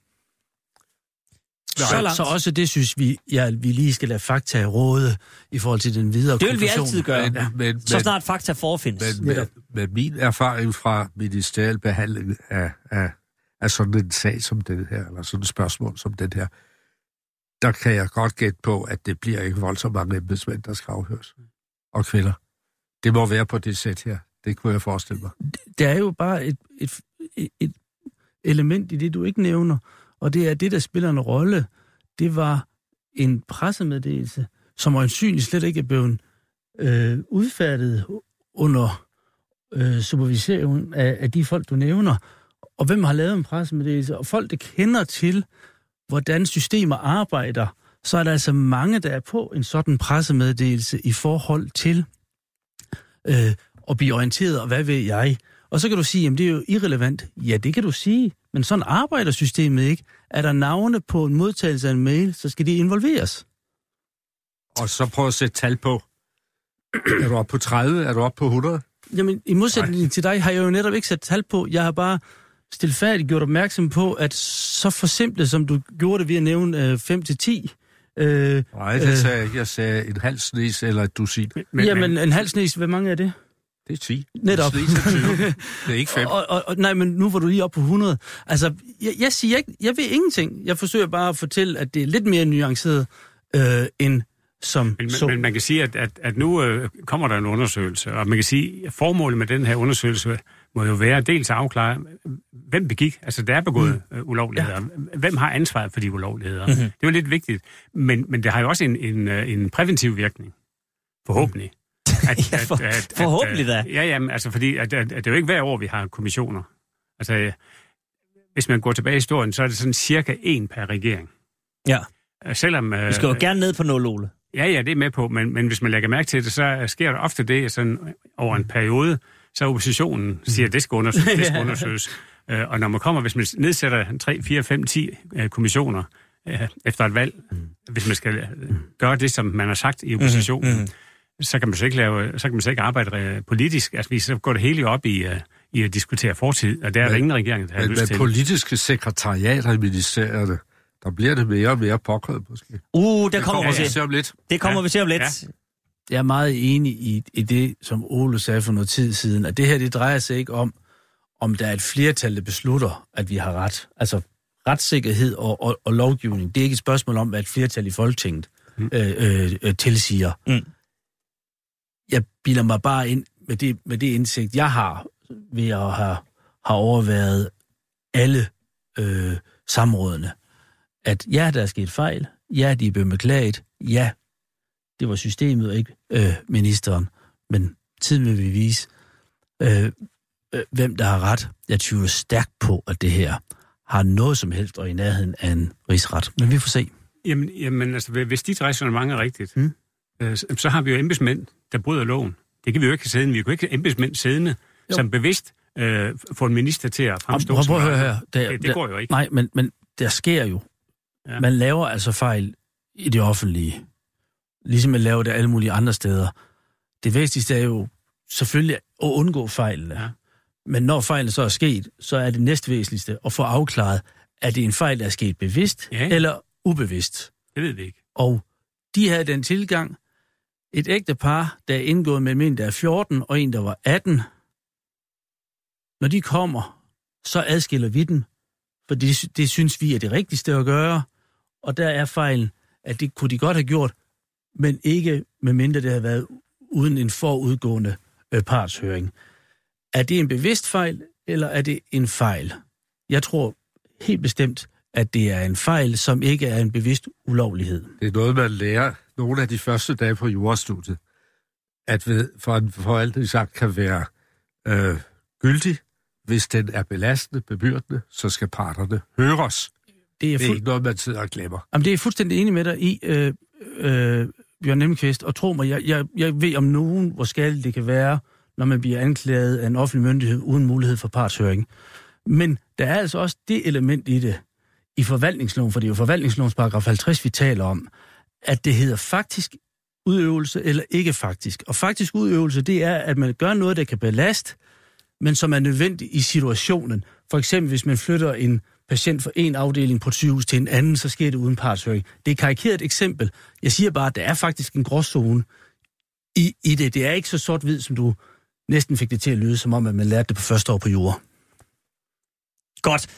Så også det synes vi lige skal lade fakta råde i forhold til den videre konklusion.
Det vil vi altid gøre, så snart fakta forefindes.
Men min erfaring fra ministeriel behandling af af sådan en sag som den her, eller sådan et spørgsmål som den her, der kan jeg godt gætte på, at det bliver ikke voldsomt mange embedsmænd, der skal afhøres. Og kvinder. Det må være på det sæt her. Det kunne jeg forestille mig.
Der er jo bare et element i det, du ikke nævner, og det er det, der spiller en rolle. Det var en pressemeddelelse, som øjensynligt slet ikke er blevet udfærdiget under supervision af de folk, du nævner. Og hvem har lavet en pressemeddelelse? Og folk, der kender til, hvordan systemer arbejder, så er der altså mange, der er på en sådan pressemeddelelse i forhold til at blive orienteret, og hvad ved jeg. Og så kan du sige, at det er jo irrelevant. Ja, det kan du sige, men sådan arbejder systemet ikke. Er der navne på en modtagelse af en mail, så skal de involveres.
Og så prøv at sætte tal på. Er du oppe på 30? Er du oppe på 100?
Jamen, i modsætning til dig har jeg jo netop ikke sat tal på. Jeg har bare stilfærdigt gjort opmærksom på, at så forsimplet, som du gjorde det ved at nævne 5-10.
Nej, det sagde jeg ikke. Jeg sagde en halv snes eller et dusin.
Jamen, en halv snes, hvor mange er det?
Det er 10.
Netop.
Det er ikke 5.
Nej, men nu var du lige oppe på 100. Altså, jeg siger ikke, jeg ved ingenting. Jeg forsøger bare at fortælle, at det er lidt mere nuanceret end som så.
Men man kan sige, at nu kommer der en undersøgelse, og man kan sige, at formålet med den her undersøgelse må jo være dels at afklare, hvem begik, altså der er begået ulovligheder. Ja. Hvem har ansvaret for de ulovligheder? Mm-hmm. Det er jo lidt vigtigt, men det har jo også en præventiv virkning. Forhåbentlig.
Forhåbentlig da.
Ja, altså fordi at det er jo ikke hver år, vi har kommissioner. Altså, hvis man går tilbage i historien, så er det sådan cirka 1 per regering.
Ja.
Selvom,
vi skal jo gerne ned på 0, Ole.
Ja, det er med på, men hvis man lægger mærke til det, så sker der ofte det sådan over en periode, så oppositionen siger, at det skal undersøges, og når man kommer, hvis man nedsætter 3, 4, 5, 10 kommissioner efter et valg, hvis man skal gøre det, som man har sagt i oppositionen, så kan man så ikke arbejde politisk. Altså, så går det hele op i at diskutere fortid, og der er der ingen regering, der har lyst til.
Men politiske sekretariater i ministerierne, der bliver det mere og mere påkrævet, måske.
Det kommer vi til om lidt. Det kommer vi til om lidt. Ja.
Jeg er meget enig i det, som Ole sagde for noget tid siden, at det her, det drejer sig ikke om der er et flertal, der beslutter, at vi har ret. Altså, retssikkerhed og lovgivning, det er ikke et spørgsmål om, hvad et flertal i Folketinget tilsiger. Jeg bilder mig bare ind med det indsigt, jeg har ved at have overværet alle samrådene, at ja, der er sket fejl, ja, de er blevet beklaget, ja, det var systemet og ikke ministeren, men tiden vil vi vise, hvem der har ret. Jeg tvivler stærkt på, at det her har noget som helst og i nærheden af en rigsret. Men vi får se.
Jamen altså, hvis dit ræsonnement er rigtigt, så har vi jo embedsmænd, der bryder loven. Det kan vi jo ikke siddende. Vi kan ikke embedsmænd siddende, som bevidst får en minister til at fremstå.
Prøv at høre her.
Det går jo ikke.
Nej, men der sker jo. Ja. Man laver altså fejl i det offentlige. Ligesom man laver det alle mulige andre steder. Det væsentligste er jo selvfølgelig at undgå fejlene. Ja. Men når fejlen så er sket, så er det næstvæsentligste at få afklaret, er det en fejl, der er sket bevidst eller ubevidst.
Det ved vi ikke.
Og de havde den tilgang, et ægte par, der er indgået med en, der er 14, og en, der var 18. Når de kommer, så adskiller vi dem, for det synes vi er det rigtigste at gøre. Og der er fejlen, at det kunne de godt have gjort, men ikke medmindre det havde været uden en forudgående partshøring. Er det en bevidst fejl, eller er det en fejl? Jeg tror helt bestemt, at det er en fejl, som ikke er en bevidst ulovlighed.
Det er noget, man lærer nogle af de første dage på jurastudiet, at for en forvaltningsakt kan være gyldig, hvis den er belastende, bebyrdende, så skal parterne høres. Det er ikke noget, man sidder og glemmer.
Jamen, det er fuldstændig enig med dig i, Bjørn Nemqvist, og tro mig, jeg ved om nogen, hvor skadeligt det kan være, når man bliver anklaget af en offentlig myndighed uden mulighed for partshøring. Men der er altså også det element i det, i forvaltningsloven, for det er jo forvaltningslovens paragraf 50, vi taler om, at det hedder faktisk udøvelse eller ikke faktisk. Og faktisk udøvelse, det er, at man gør noget, der kan belaste, men som er nødvendigt i situationen. For eksempel, hvis man flytter en patient fra en afdeling på et sygehus til en anden, så sker det uden partshøring. Det er et karikeret eksempel. Jeg siger bare, at der er faktisk en gråzone i det. Det er ikke så sort-hvid, som du næsten fik det til at lyde, som om, at man lærte det på første år på jura.
Godt.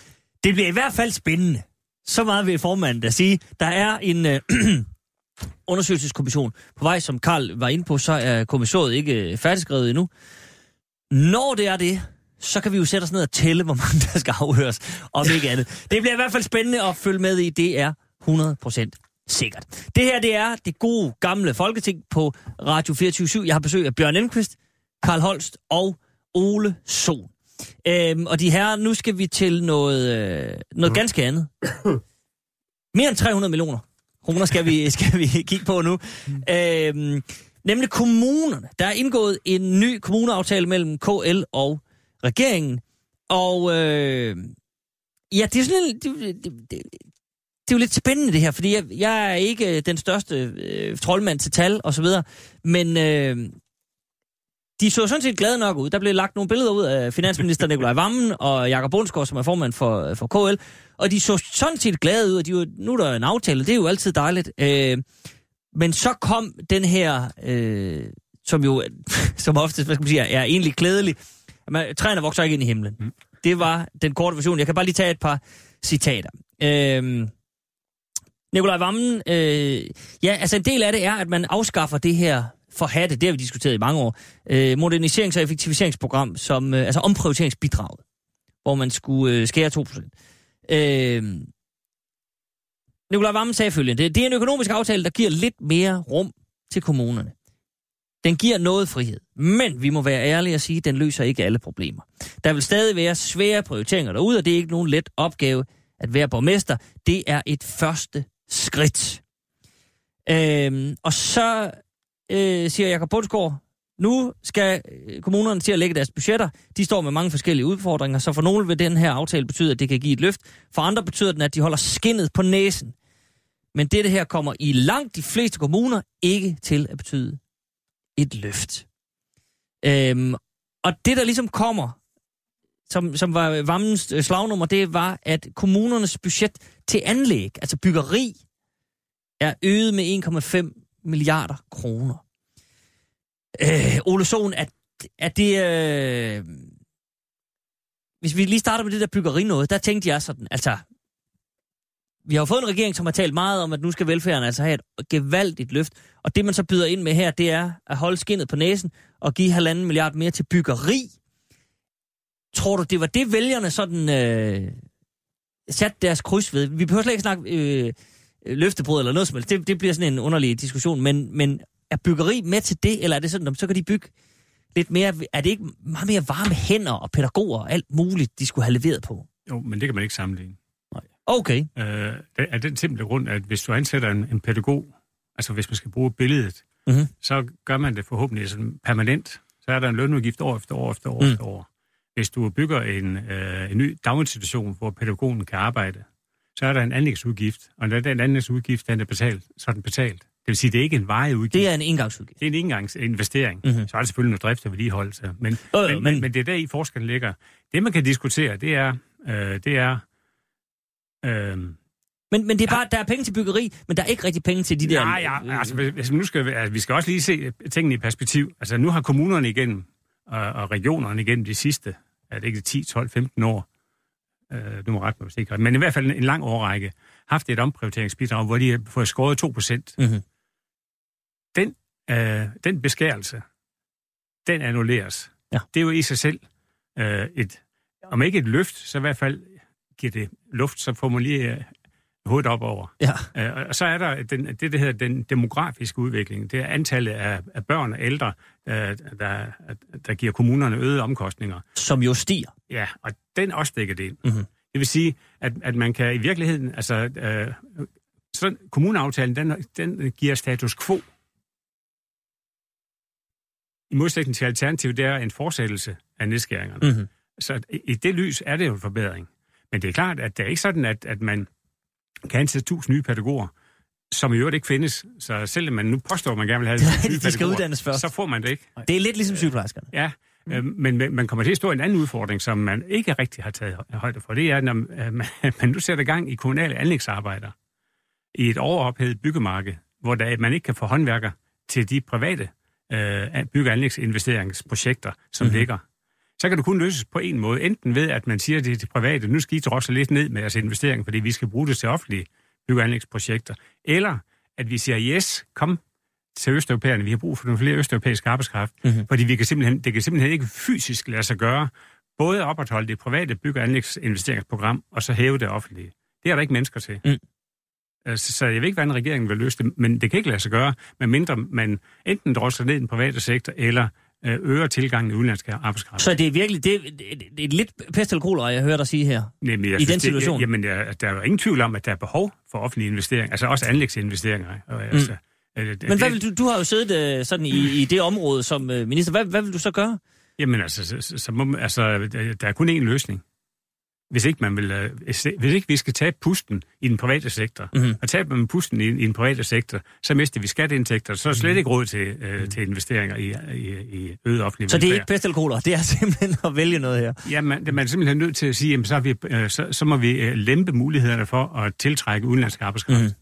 Det bliver i hvert fald spændende. Så meget vil formanden at sige. Der er en undersøgelseskommission på vej, som Karl var inde på, så er kommissoriet ikke færdigskrevet endnu. Når det er det, så kan vi jo sætte os ned og tælle, hvor mange der skal afhøres, om ikke andet. Det bliver i hvert fald spændende at følge med i. Det er 100% sikkert. Det her, det er det gode, gamle Folketing på Radio 24/7. Jeg har besøg af Bjørn Elmquist, Carl Holst og Ole Sohn. Og de her, nu skal vi til noget ganske andet. Mere end 300 millioner kroner skal vi kigge på nu. Nemlig kommunerne. Der er indgået en ny kommuneaftale mellem KL og regeringen. Og ja, det er sådan det er jo lidt spændende det her, fordi jeg er ikke den største troldmand til tal og så videre, men de så sådan set glade nok ud. Der blev lagt nogle billeder ud af finansminister Nikolaj Wammen og Jakob Bundsgaard, som er formand for KL, og de så sådan set glade ud, og nu er der en aftale, det er jo altid dejligt. Men så kom den her, som jo som oftest, hvad skal man sige, er egentlig klædelig. Træerne vokser ikke ind i himlen. Det var den korte version. Jeg kan bare lige tage et par citater. Nikolaj Wammen, ja, altså en del af det er, at man afskaffer det her forhatte, det har vi diskuteret i mange år, moderniserings- og effektiviseringsprogram, som, altså omprioriteringsbidraget, hvor man skulle skære 2%. Nikolaj Wammen sagde følgende, det er en økonomisk aftale, der giver lidt mere rum til kommunerne. Den giver noget frihed, men vi må være ærlige og sige, at den løser ikke alle problemer. Der vil stadig være svære prioriteringer derude, og det er ikke nogen let opgave at være borgmester. Det er et første skridt. Og så siger Jakob Bundsgaard, nu skal kommunerne til at lægge deres budgetter. De står med mange forskellige udfordringer, så for nogle vil den her aftale betyde, at det kan give et løft. For andre betyder den, at de holder skindet på næsen. Men det her kommer i langt de fleste kommuner ikke til at betyde et løft. Og det, der ligesom kommer, som var Wammens slagnummer, det var, at kommunernes budget til anlæg, altså byggeri, er øget med 1,5 milliarder kroner. Ole Sohn, er det... Hvis vi lige starter med det der byggeri noget, der tænkte jeg sådan, altså... Vi har jo fået en regering, som har talt meget om, at nu skal velfærden altså have et gevaldigt løft. Og det, man så byder ind med her, det er at holde skindet på næsen og give 1,5 milliard mere til byggeri. Tror du, det var det, vælgerne sådan satte deres kryds ved? Vi behøver slet ikke snakke løftebrud eller noget som helst. Det bliver sådan en underlig diskussion. Men er byggeri med til det, eller er det sådan, så kan de bygge lidt mere? Er det ikke meget mere varme hænder og pædagoger og alt muligt, de skulle have leveret på?
Jo, men det kan man ikke sammenligne.
Okay.
Af den simple grund, at hvis du ansætter en pædagog, altså hvis man skal bruge billedet, så gør man det forhåbentlig sådan permanent. Så er der en lønudgift år efter år efter år efter år. Hvis du bygger en ny daginstitution, hvor pædagogen kan arbejde, så er der en anlægsudgift, og når den anlægsudgift den er betalt, så er den betalt. Det vil sige, det er ikke en varig udgift.
Det er en engangsudgift.
Det er en engangsinvestering. Så er det selvfølgelig noget drift og vedligeholdelse. Men det er der i forskellen ligger. Det, man kan diskutere, det er Men det er bare, der er penge til byggeri, men der er ikke rigtig penge til de der... Nej, altså hvis nu vi skal også lige se tingene i perspektiv. Altså nu har kommunerne igennem, og regionerne igennem de sidste, er det ikke 10, 12, 15 år, du må rette mig hvis ikke, men i hvert fald en lang årrække, haft et omprioriteringsbidrag, hvor de har fået skåret 2%. Den beskærelse, den annulleres. Ja. Det er jo i sig selv om ikke et løft, så i hvert fald giver det luft, så får man lige hovedet op over. Ja. Og så er der det hedder den demografiske udvikling. Det er antallet af børn og ældre, der giver kommunerne øgede omkostninger. Som jo stiger. Ja, og den også dækker det ind. Det vil sige, at man kan i virkeligheden, altså sådan, kommuneaftalen, den giver status quo. I modsætning til alternativ, det er en fortsættelse af nedskæringerne. Så i det lys er det jo en forbedring. Men det er klart, at det er ikke sådan, at man kan ansætte 1000 nye pædagoger, som i øvrigt ikke findes. Så selvom man nu påstår, at man gerne vil have nye
de skal uddannes først.
Så får man det ikke.
Det er lidt ligesom sygeplejerskerne.
Ja, men man kommer til at stå en anden udfordring, som man ikke rigtig har taget højde for. Det er, når man nu sætter gang i kommunale anlægsarbejder i et overophedet byggemarked, hvor man ikke kan få håndværker til de private bygge- og anlægsinvesteringsprojekter, som ligger. så kan det kun løses på en måde. Enten ved, at man siger det til private, nu skal I drosle lidt ned med jeres investeringer, fordi vi skal bruge det til offentlige bygge- og anlægsprojekter. Eller at vi siger, yes, kom til østeuropæerne, vi har brug for nogle flere østeuropæiske arbejdskraft, fordi det kan simpelthen ikke fysisk lade sig gøre, både at opretholde det private bygge- og anlægsinvesteringsprogram, og så hæve det offentlige. Det er der ikke mennesker til. Så jeg ved ikke, hvordan regeringen vil løse det, men det kan ikke lade sig gøre, medmindre man enten drosler ned i den private sektor, eller øger tilgangen af udenlandske arbejdskraft.
Så det er virkelig, det er lidt pest eller kolera, jeg hører dig sige her, i den situation?
Der er jo ingen tvivl om, at der er behov for offentlige investeringer, altså også anlægsinvesteringer. Altså,
men hvad vil du har jo siddet sådan i det område som minister, hvad vil du så gøre?
Jamen der er kun én løsning. Hvis ikke vi skal tabe pusten i den private sektor, og taber man pusten i den private sektor, så mister vi skatteindtægter, så er slet ikke råd til investeringer i øget offentlig velfærd.
Så det er ikke pest eller kolera, det er simpelthen at vælge noget her?
Ja, man er simpelthen nødt til at sige, jamen, så må vi lempe mulighederne for at tiltrække udenlandsk arbejdskraft.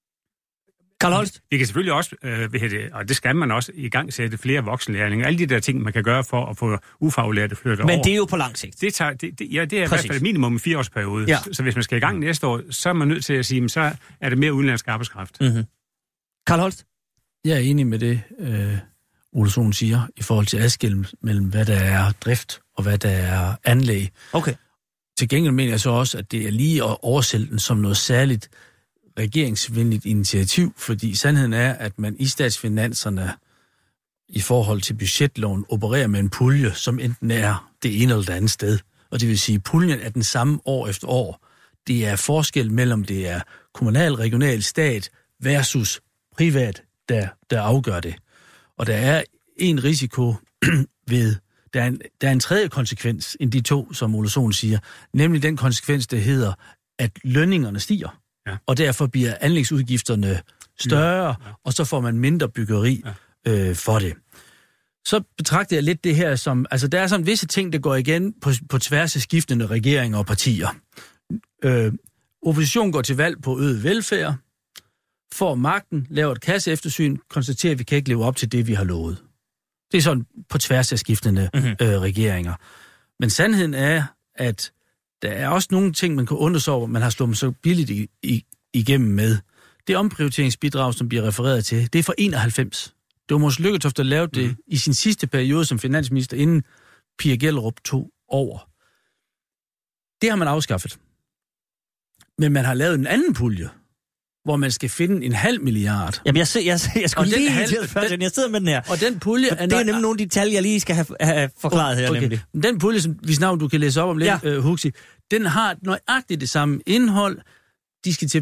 Karl Holst?
Vi kan selvfølgelig også, og det skal man også, i gang sætte flere voksenlærlinge. Alle de der ting, man kan gøre for at få ufaglærte flyttet over.
Men det er jo på lang sigt.
Det er i hvert fald minimum en 4-årsperiode. Ja. Så hvis man skal i gang næste år, så er man nødt til at sige, så er det mere udenlandsk arbejdskraft.
Karl Holst?
Jeg er enig med det, Ole Sohn siger, i forhold til adskillelse mellem, hvad der er drift og hvad der er anlæg.
Okay.
Til gengæld mener jeg så også, at det er lige at oversætte den som noget særligt regeringsvenligt initiativ, fordi sandheden er, at man i statsfinanserne i forhold til budgetloven opererer med en pulje, som enten er det ene eller det andet sted. Og det vil sige, at puljen er den samme år efter år. Det er forskel mellem det er kommunal, regional, stat versus privat, der afgør det. Og der er en risiko ved, der er en tredje konsekvens end de to, som Ole Sohn siger, nemlig den konsekvens, der hedder, at lønningerne stiger. Ja. Og derfor bliver anlægsudgifterne større, og så får man mindre byggeri for det. Så betragter jeg lidt det her som, altså der er sådan visse ting, der går igen på tværs af skiftende regeringer og partier. Oppositionen går til valg på øget velfærd, får magten, laver et kasseeftersyn, konstaterer, at vi kan ikke leve op til det, vi har lovet. Det er sådan på tværs af skiftende regeringer. Men sandheden er, at der er også nogle ting, man kan undre sig over, man har slået så billigt igennem med. Det omprioriteringsbidrag, som bliver refereret til, det er fra 91. Det var Mogens Lykketoft, der lavede det i sin sidste periode som finansminister, inden Pia Gellerup tog over. Det har man afskaffet. Men man har lavet en anden pulje, hvor man skal finde 0,5 milliard.
Jamen, jeg skulle lige jeg sidder med den her.
Og den pulje
er det er nemlig nogle af de tal, jeg lige skal have forklaret her, nemlig.
Den pulje, som vi snart du kan læse op om lidt, Huxi, den har nøjagtigt det samme indhold. De skal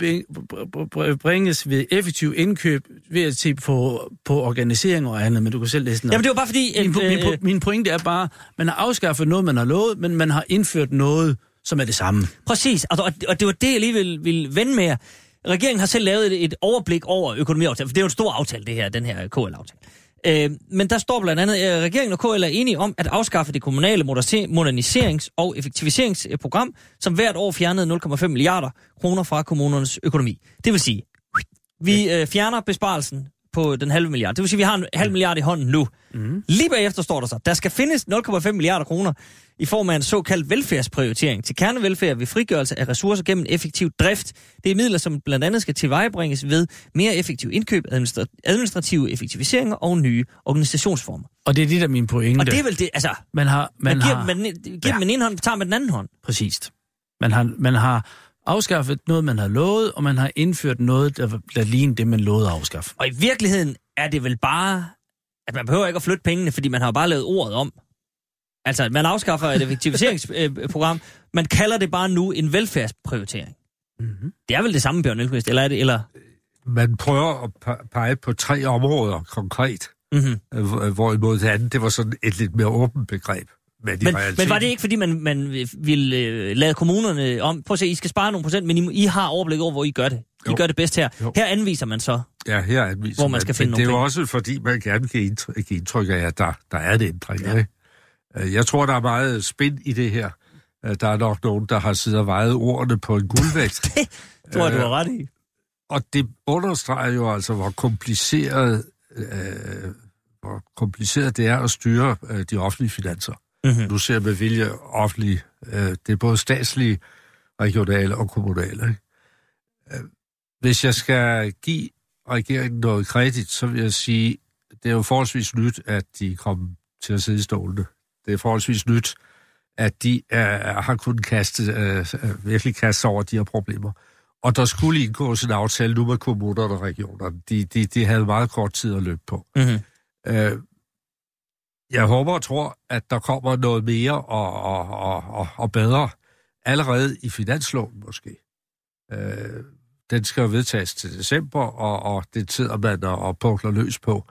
tilbage-bringes ved effektiv indkøb, ved at se på organisering og andet, men du kan selv læse den op.
Jamen, det var bare fordi...
Min pointe er bare, man har afskaffet noget, man har lovet, men man har indført noget, som er det samme.
Præcis, og det var det, jeg lige ville vende med jer. Regeringen har selv lavet et overblik over økonomiaftalen, for det er jo en stor aftale, det her, den her KL-aftale. Men der står blandt andet, at regeringen og KL er enige om at afskaffe det kommunale moderniserings- og effektiviseringsprogram, som hvert år fjernede 0,5 milliarder kroner fra kommunernes økonomi. Det vil sige, vi fjerner besparelsen på den halve milliard. Det vil sige, vi har en halv milliard i hånden nu. Lige bagefter står der så, der skal findes 0,5 milliarder kroner i form af en såkaldt velfærdsprioritering til kernevelfærd ved frigørelse af ressourcer gennem effektiv drift. Det er midler, som blandt andet skal tilvejebringes ved mere effektiv indkøb, administrative effektiviseringer og nye organisationsformer.
Og det er det, der er min pointe.
Og det er vel det, altså... Man giver dem en ene hånd, tager med den anden hånd.
Præcist. Man har afskaffet noget, man har lovet, og man har indført noget, der ligner det, man lovede at afskaffe.
Og i virkeligheden er det vel bare, at man behøver ikke at flytte pengene, fordi man har bare lavet ordet om. Altså, man afskaffer et effektiviseringsprogram, man kalder det bare nu en velfærdsprioritering. Det er vel det samme, Bjørn Elkvist, eller er det, eller...
Man prøver at pege på 3 områder konkret, hvorimod det andet, det var sådan et lidt mere åbent begreb. Men
var det ikke, fordi man ville lade kommunerne om, prøv at se, I skal spare nogle procent, men I har overblik over, hvor I gør det. I gør det bedst her. Jo. Her anviser man så,
her anviser
hvor man skal finde nogle
penge. Det er
jo
også fordi, man gerne give indtryk af, at der er det ændring. Ja. Jeg tror, der er meget spænd i det her. Der er nok nogen, der har siddet og vejet ordene på en guldvægt.
Det tror jeg, du har ret i.
Og det understreger jo altså, hvor kompliceret det er at styre de offentlige finanser. Nu ser jeg med vilje offentlige. Det er både statslige, regionale og kommunale. Ikke? Hvis jeg skal give regeringen noget kredit, så vil jeg sige, det er jo forholdsvis nyt, at de kom til at sidde i stolene. Det er forholdsvis nyt, at de har kunnet virkelig kaste over de her problemer. Og der skulle indgås en aftale nu med kommunerne og regionerne. De havde meget kort tid at løbe på. Mm-hmm. Jeg håber og tror, at der kommer noget mere og bedre allerede i finansloven måske. Den skal jo vedtages til december, og det sidder man og pukler løs på.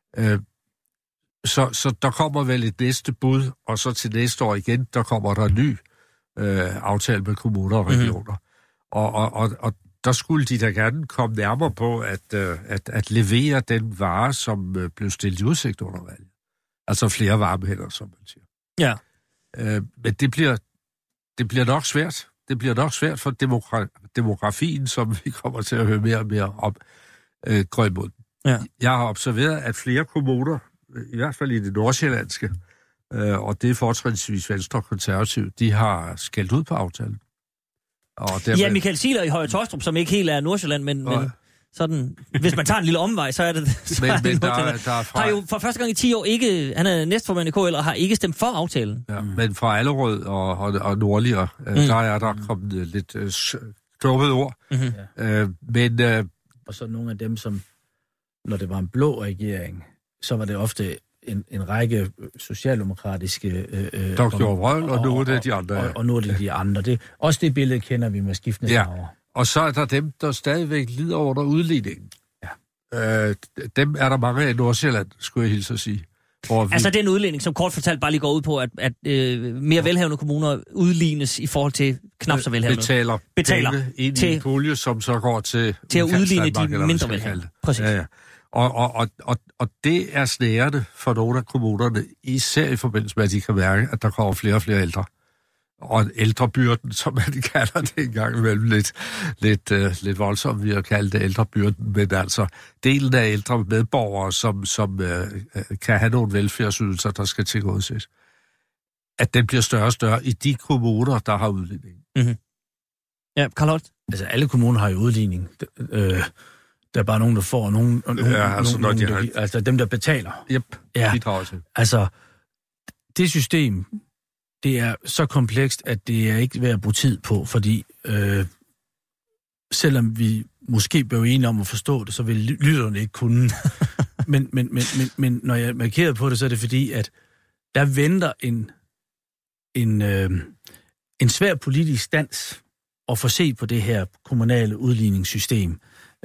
Så der kommer vel et næste bud, og så til næste år igen, der kommer der en ny aftale med kommuner og regioner. Mm. Og der skulle de da gerne komme nærmere på at levere den vare, som blev stillet i udsigt under valget. Altså flere varmehænder, som man siger.
Ja.
Men det bliver nok svært. Det bliver nok svært for demografien, som vi kommer til at høre mere og mere om, går imod. Ja. Jeg har observeret, at flere kommuner, i hvert fald i det nordsjællandske, og det er fortrinsvis Venstre og Konservative, de har skældt ud på aftalen. Og dermed... Ja,
Michael Ziegler i Høje Taastrup, som ikke helt er Nordsjælland, men sådan, hvis man tager en lille omvej, så er det...
Men der
har jo for første gang i 10 år ikke... Han er næstformand i KL og har ikke stemt for aftalen.
Ja, men fra Allerød og nordligere, der er der kommet lidt klubbede ord. Mm-hmm.
Og så nogle af dem, som... Når det var en blå regering, så var det ofte en række socialdemokratiske...
Der gjorde vrøvl, og nu er det de andre.
Og nu er det de andre. Også det billede kender vi med skiftende farver.
Og så er der dem, der stadigvæk lider under udligningen. Ja. Dem er der mange af i Nordsjælland, skulle jeg hilse at sige.
Altså den udligning, som kort fortalt bare lige går ud på, at mere velhavende kommuner udlignes i forhold til knap så velhavende.
Betaler ind i en pulje, som så går til
at udligne de mindre velhavende. Præcis.
Ja. Og det er snærende for nogle af kommunerne, især i forbindelse med, at de kan mærke, at der kommer flere og flere ældre. Og ældrebyrden, som man kalder det engang imellem, lidt voldsomt ved at kalde det ældrebyrden, men altså delen af ældre medborgere, som kan have nogle velfærdsydelser, der skal tilgodeses, at den bliver større og større i de kommuner, der har udligning.
Mm-hmm. Ja, Karl Holt?
Altså alle kommuner har jo udligning. Der er bare nogen, der får, og nogen, altså dem, der betaler.
Bidrager til.
Altså, det system, det er så komplekst, at det er ikke værd at bruge tid på, fordi selvom vi måske blev enige om at forstå det, så vil lytterne ikke kunne. men når jeg markerer på det, så er det fordi, at der venter en svær politisk stans at få set på det her kommunale udligningssystem.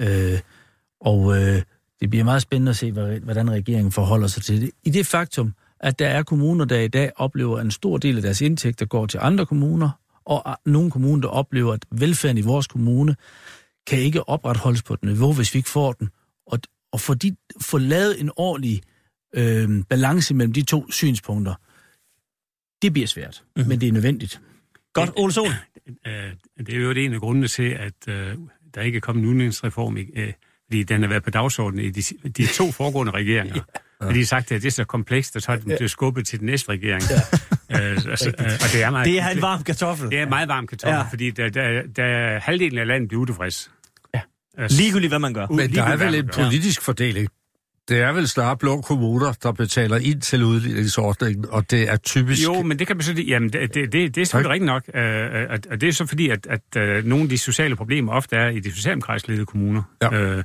Det bliver meget spændende at se, hvordan regeringen forholder sig til det. I det faktum, at der er kommuner, der i dag oplever, at en stor del af deres indtægter går til andre kommuner, og nogle kommuner, der oplever, at velfærden i vores kommune kan ikke opretholdes på et niveau, hvis vi ikke får den. Og få lavet en ordentlig balance mellem de to synspunkter, det bliver svært, men det er nødvendigt.
Godt, Ole Sohn.
Det er jo en af grundene til, at der ikke er kommet en udligningsreform, fordi den har været på dagsordenen i de to foregående regeringer. Fordi de har sagt, at det er så komplekst, og så har den blevet skubbet til den næste regering. Og det er meget...
Det er en varm kartoffel.
Det er en meget varm kartoffel, fordi der halvdelen af landet bliver utilfreds.
Ja. Ligegyldigt, hvad man gør.
Men der er vel en politisk fordeling. Det er vel snarere blå kommuner, der betaler ind til udligningsordningen, og det er typisk...
Jo, men det kan man så... Jamen, det er selvfølgelig rigtigt nok. Og det er så fordi, at nogle af de sociale problemer ofte er i de socialdemokratisk ledede kommuner. Ja.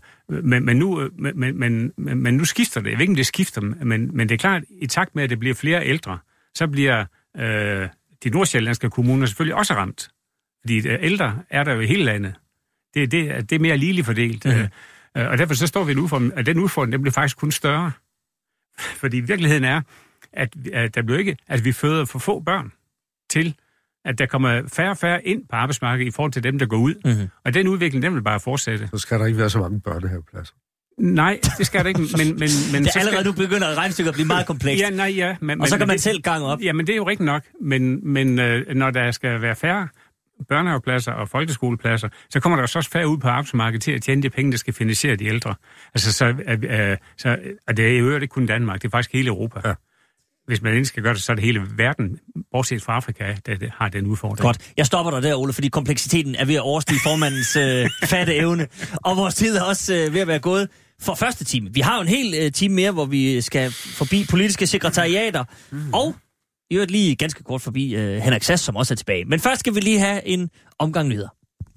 Men nu skifter det. Jeg ved ikke, om det skifter, men det er klart, i takt med, at det bliver flere ældre, så bliver de nordsjællandske kommuner selvfølgelig også ramt. Fordi ældre er der jo i hele landet. Det er mere ligeligt fordelt. Mm-hmm. Og derfor så står vi nu for, at den udfordring, den bliver faktisk kun større. Fordi virkeligheden er, at der bliver ikke, at vi føder for få børn til, at der kommer færre og færre ind på arbejdsmarkedet i forhold til dem, der går ud. Mm-hmm. Og den udvikling, den vil bare fortsætte.
Så skal der ikke være så mange børnehavepladser.
Nej, det skal der ikke, men
det er allerede, nu begynder regnestykket at blive meget komplekst. Og så kan man selv gange op.
Jamen, det er jo rigtigt nok, men når der skal være færre børnehavepladser og folkeskolepladser, så kommer der også færre ud på arbejdsmarkedet til at tjene de penge, der skal finansiere de ældre. Altså, og det er jo ikke kun Danmark, det er faktisk hele Europa. Ja. hvis man endelig skal gøre det, så er det hele verden, bortset fra Afrika, der har den udfordring.
Godt. Jeg stopper dig der, Ole, fordi kompleksiteten er ved at overstige formandens fatte evne, og vores tid er også ved at være gået for første time. Vi har jo en hel time mere, hvor vi skal forbi politiske sekretariater, og i øvrigt lige ganske kort forbi Henrik Sass, som også er tilbage. Men først skal vi lige have en omgang nyheder.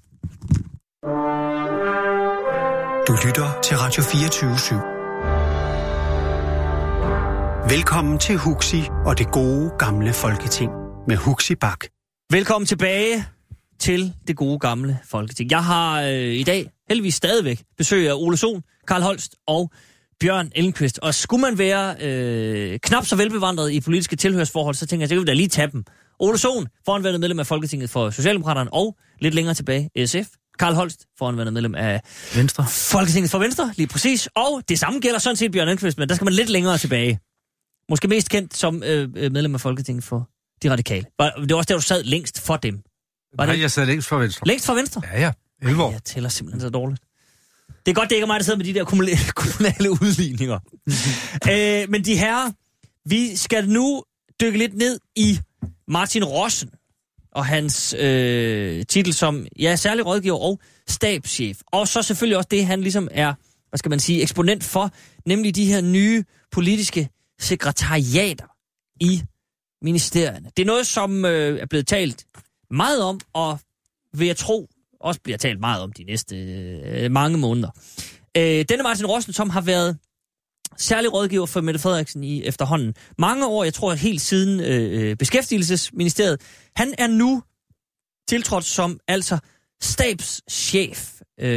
Du lytter til Radio 24/7. Velkommen til Huxi og det gode gamle Folketing med Huxi Bak.
Velkommen tilbage til det gode gamle Folketing. Jeg har i dag heldigvis stadigvæk besøg af Ole Sohn, Carl Holst og Bjørn Ellenqvist. Og skulle man være knap så velbevandret i politiske tilhørsforhold, så tænker jeg, så kan vi da lige tage dem. Ole Sohn, foranværende medlem af Folketinget for Socialdemokraterne, og lidt længere tilbage SF. Carl Holst, foranværende medlem af
Venstre.
Folketinget for Venstre, lige præcis. Og det samme gælder sådan set Bjørn Ellenqvist, men der skal man lidt længere tilbage. Måske mest kendt som medlem af Folketinget for De Radikale. Det var også der, du sad længst for dem.
Nej, jeg sad længst for Venstre.
Længst for Venstre?
Ja. 11 år.
Jeg tæller simpelthen så dårligt. Det er godt, det ikke er mig, der sidder med de der kommunale udligninger. Men de herrer, vi skal nu dykke lidt ned i Martin Rossen og hans titel som særlig rådgiver og stabschef. Og så selvfølgelig også det, han ligesom er, hvad skal man sige, eksponent for, nemlig de her nye politiske sekretariater i ministerierne. Det er noget, som er blevet talt meget om, og vil jeg tro, også bliver talt meget om de næste mange måneder. Denne Martin Rossen, som har været særlig rådgiver for Mette Frederiksen i efterhånden mange år, jeg tror helt siden Beskæftigelsesministeriet, han er nu tiltrådt som altså stabschef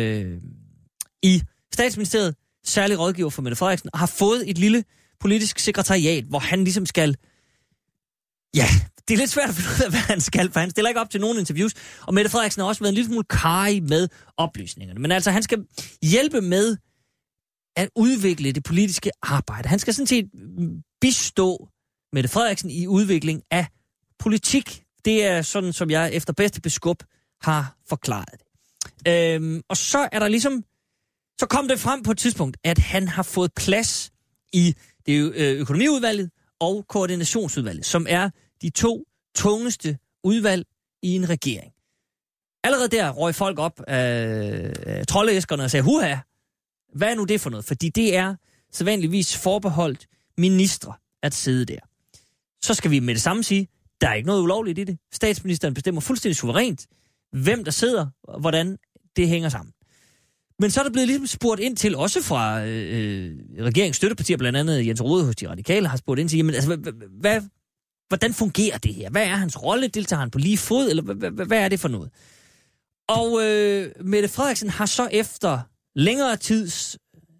i Statsministeriet, særlig rådgiver for Mette Frederiksen, og har fået et lille politisk sekretariat, hvor han ligesom skal... Ja, det er lidt svært at finde ud af, hvad han skal, for han stiller ikke op til nogen interviews, og Mette Frederiksen har også været en lille smule karrig med oplysningerne. Men altså, han skal hjælpe med at udvikle det politiske arbejde. Han skal sådan set bistå Mette Frederiksen i udvikling af politik. Det er sådan, som jeg efter bedste beskub har forklaret det. Og så er der ligesom... Så kom det frem på et tidspunkt, at han har fået plads i det økonomiudvalget og koordinationsudvalget, som er de to tungeste udvalg i en regering. Allerede der røg folk op af troldeæskerne og sagde, huha, hvad er nu det for noget? Fordi det er sædvanligvis forbeholdt ministre at sidde der. Så skal vi med det samme sige, der er ikke noget ulovligt i det. Statsministeren bestemmer fuldstændig suverænt, hvem der sidder, og hvordan det hænger sammen. Men så er der blevet ligesom spurgt ind til, også fra regeringsstøttepartier, blandt andet Jens Rohde hos De Radikale, har spurgt ind til, jamen, altså, hvordan fungerer det her? Hvad er hans rolle? Deltager han på lige fod? Eller hvad er det for noget? Og Mette Frederiksen har så efter længere tids,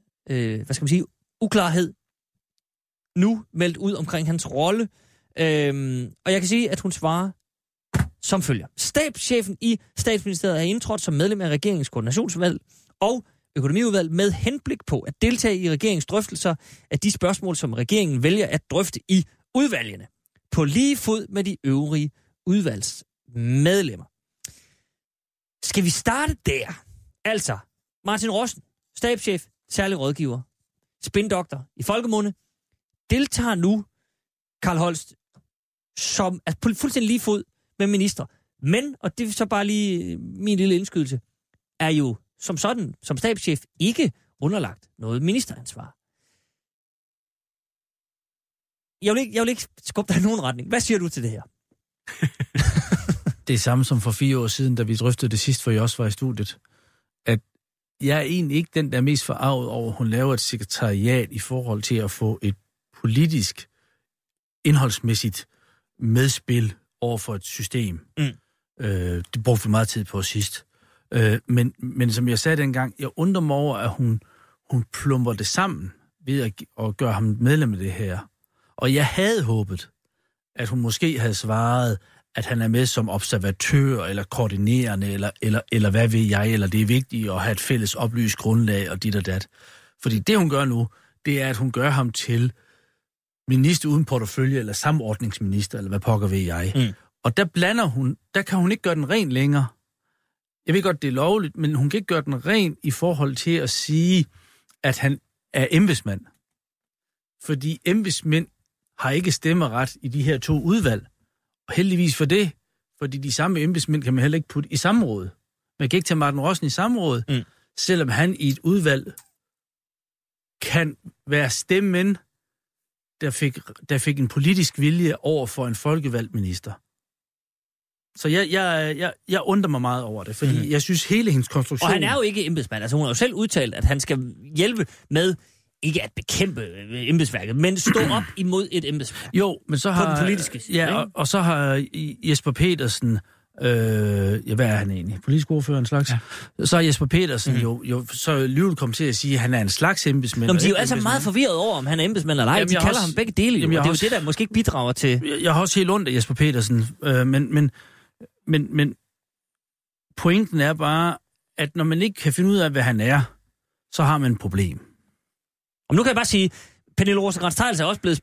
uklarhed, nu meldt ud omkring hans rolle. Og jeg kan sige, at hun svarer som følger. Stabschefen i Statsministeriet er indtrådt som medlem af regeringens koordinationsudvalg og økonomiudvalg med henblik på at deltage i regeringens drøftelser af de spørgsmål, som regeringen vælger at drøfte i udvalgene, på lige fod med de øvrige udvalgsmedlemmer. Skal vi starte der? Altså, Martin Rossen, stabschef, særlig rådgiver, spindoktor i folkemunde, deltager nu Carl Holst som er på fuldstændig lige fod med minister. Men, og det er så bare lige min lille indskydelse, er jo som sådan, som stabschef, ikke underlagt noget ministeransvar. Jeg vil ikke skubbe dig i nogen retning. Hvad siger du til det her?
Det er samme som for 4 år siden, da vi drøftede det sidst, for jeg også var i studiet. At jeg er egentlig ikke den, der er mest forarvet over, at hun laver et sekretariat i forhold til at få et politisk, indholdsmæssigt medspil over for et system. Det brugte vi meget tid på sidst. Men som jeg sagde dengang, jeg undrer mig over, at hun plumper det sammen ved at gøre ham medlem af det her. Og jeg havde håbet, at hun måske havde svaret, at han er med som observatør, eller koordinerende, eller hvad ved jeg, eller det er vigtigt at have et fælles oplyst grundlag, og dit og dat. Fordi det, hun gør nu, det er, at hun gør ham til minister uden portefølje, eller samordningsminister, eller hvad pokker ved jeg. Og der kan hun ikke gøre den ren længere. Jeg ved godt, det er lovligt, men hun kan ikke gøre den ren i forhold til at sige, at han er embedsmand. Fordi embedsmænd har ikke stemmeret i de her 2 udvalg. Og heldigvis for det, fordi de samme embedsmænd kan man heller ikke putte i samråd. Man kan ikke tage Martin Rossen i samråd, selvom han i et udvalg kan være stemmen, der fik en politisk vilje over for en folkevalgt minister. Så jeg undrer mig meget over det, fordi jeg synes hele hendes konstruktion...
Og han er jo ikke embedsmand. Altså hun har jo selv udtalt, at han skal hjælpe med ikke at bekæmpe embedsværket, men stå op imod et embedsværk.
Jo, men så har...
På den politiske side,
ja, og så har Jesper Petersen... hvad er han egentlig? Politisk ordfører en slags? Ja. Så har Jesper Petersen jo så lyvet kom til at sige, at han er en slags embedsmand.
Nå, men de er jo altså meget forvirret over, om han er embedsmand eller ej. De kalder ham begge dele, og det er jo det, der måske ikke bidrager til...
Jeg har også helt ondt af Jesper Petersen, men pointen er bare, at når man ikke kan finde ud af, hvad han er, så har man et problem.
Og nu kan jeg bare sige, Pernille Rosenkrantz-Theil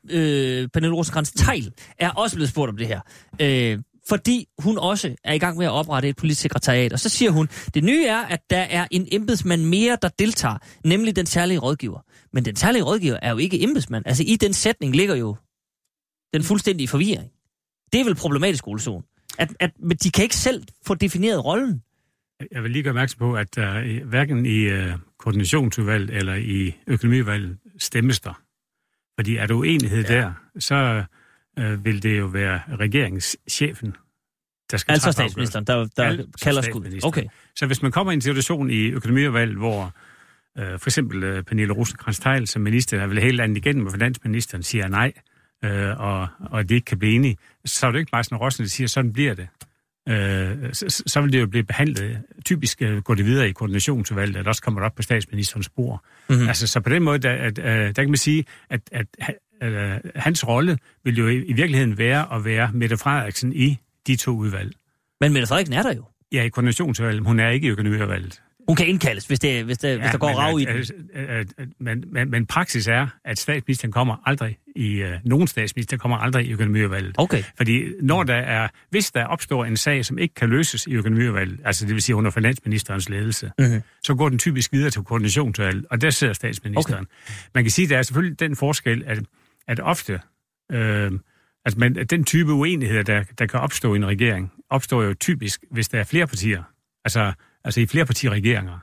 er også blevet spurgt om det her. Fordi hun også er i gang med at oprette et politisk sekretariat. Og så siger hun, det nye er, at der er en embedsmand mere, der deltager, nemlig den særlige rådgiver. Men den særlige rådgiver er jo ikke embedsmand. Altså i den sætning ligger jo den fuldstændige forvirring. Det er vel problematisk, Ole Sohn. At de kan ikke selv få defineret rollen.
Jeg vil lige gøre opmærksom på, at hverken i koordinationsudvalget eller i økonomiudvalget stemmes der. Fordi er der uenighed der, så vil det jo være regeringschefen, der skal
altså statsministeren, der kalder skud. Okay.
Så hvis man kommer i en situation i økonomiudvalget, hvor for eksempel Pernille Rosenkrantz-Theil som minister, der vil hele landet igennem, og finansministeren siger nej, og de ikke kan blive enige, så er det ikke bare sådan, at Rossen siger, sådan bliver det. Så vil det jo blive behandlet. Typisk går det videre i koordinationsudvalget, at også kommer op på statsministerens bord. Mm-hmm. Altså, så på den måde, der kan man sige, at hans rolle vil jo i virkeligheden være at være Mette Frederiksen i de 2 udvalg.
Men Mette Frederiksen er der jo.
Ja, i koordinationsudvalget. Hun er ikke i økonomiudvalget.
Hun kan indkaldes, hvis der går rav i den.
Men praksis er, at statsministeren kommer aldrig nogen statsminister kommer aldrig i økonomiudvalget.
Okay.
Fordi hvis der opstår en sag, som ikke kan løses i økonomiudvalget, altså det vil sige under finansministerens ledelse, så går den typisk videre til koordinationsudvalget, og der sidder statsministeren. Okay. Man kan sige, at der er selvfølgelig den forskel, at ofte den type uenigheder, der kan opstå i en regering, opstår jo typisk, hvis der er flere partier. Altså i flerpartiregeringer,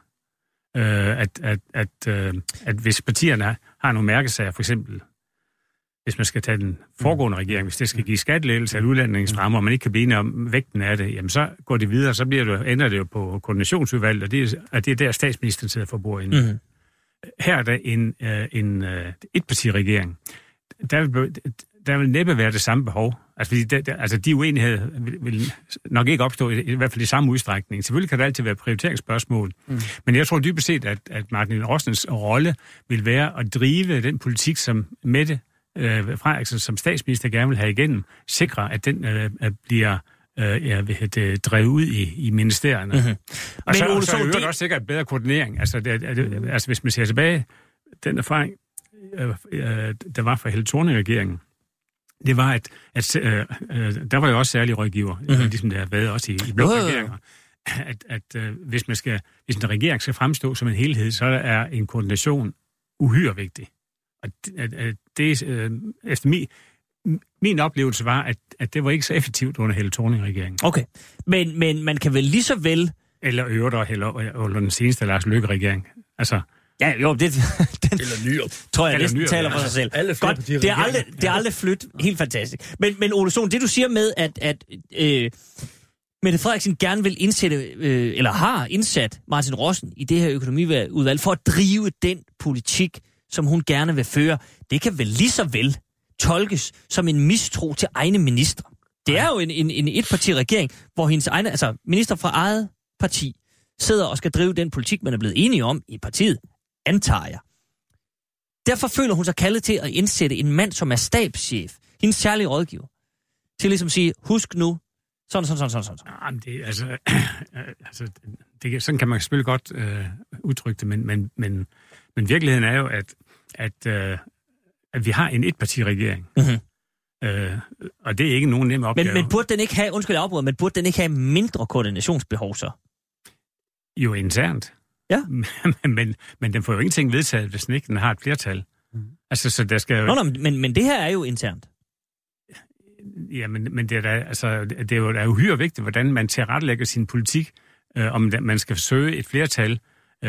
at hvis partierne har nogle mærkesager, for eksempel, hvis man skal tage den foregående regering, hvis det skal give skattelættelse eller udlandningsrammer, og man ikke kan blive enige om vægten af det, jamen så går det videre, så ender det jo på koordinationsudvalget, og det er der statsministeren sidder for bordenden. Mm-hmm. Her er der en etpartiregering. Der vil næppe være det samme behov. Altså, de uenigheder vil nok ikke opstå, i hvert fald i samme udstrækning. Selvfølgelig kan det altid være prioriteringsspørgsmål. Men jeg tror dybest set, at Martin Rossens rolle vil være at drive den politik, som Mette Frederiksen som statsminister gerne vil have igennem, sikre, at den bliver drevet ud i ministerierne. Mm-hmm. Og så er det også sikkert bedre koordinering. Altså, hvis man ser tilbage, den erfaring, der var for Helle Thorning-regeringen, det var, at der var jo også særlige rådgiver, ligesom der har været også i blokregeringer, hvis en regering skal fremstå som en helhed, så er en koordination uhyre vigtig. Og det efter min oplevelse var, at det var ikke så effektivt under Helle Thorning-regeringen.
Okay, men man kan vel lige så vel...
Eller under den seneste Lars Løkke-regering. Altså...
Ja, jo,
eller Nyrup.
Tror jeg næsten taler for sig selv. Godt, det er aldrig flyt. Helt fantastisk. Men Ole Sohn, det du siger med, at Mette Frederiksen gerne vil indsætte, eller har indsat Martin Rossen i det her økonomiudvalg for at drive den politik, som hun gerne vil føre, det kan vel lige så vel tolkes som en mistro til egne ministre. Det er jo en etpartiregering, hvor hendes egne, altså minister fra eget parti, sidder og skal drive den politik, man er blevet enige om i partiet, antager jeg. Derfor føler hun sig kaldet til at indsætte en mand, som er stabschef, hendes særlige rådgiver, til ligesom at sige, husk nu, sådan.
Jamen, sådan kan man selvfølgelig godt udtrykke det, men virkeligheden er jo, at vi har en etpartiregering. Mm-hmm. Og det er ikke nogen nem opgave.
Men burde den ikke have, men burde den ikke have mindre koordinationsbehov så?
Jo, internt.
Ja.
men den får jo ingenting vedtaget, hvis den ikke har et flertal. Altså, så der skal jo...
Men det her er jo internt.
Ja, men det er da, altså, det er jo da uhyre vigtigt, hvordan man tilrettelægger sin politik, om man skal forsøge et flertal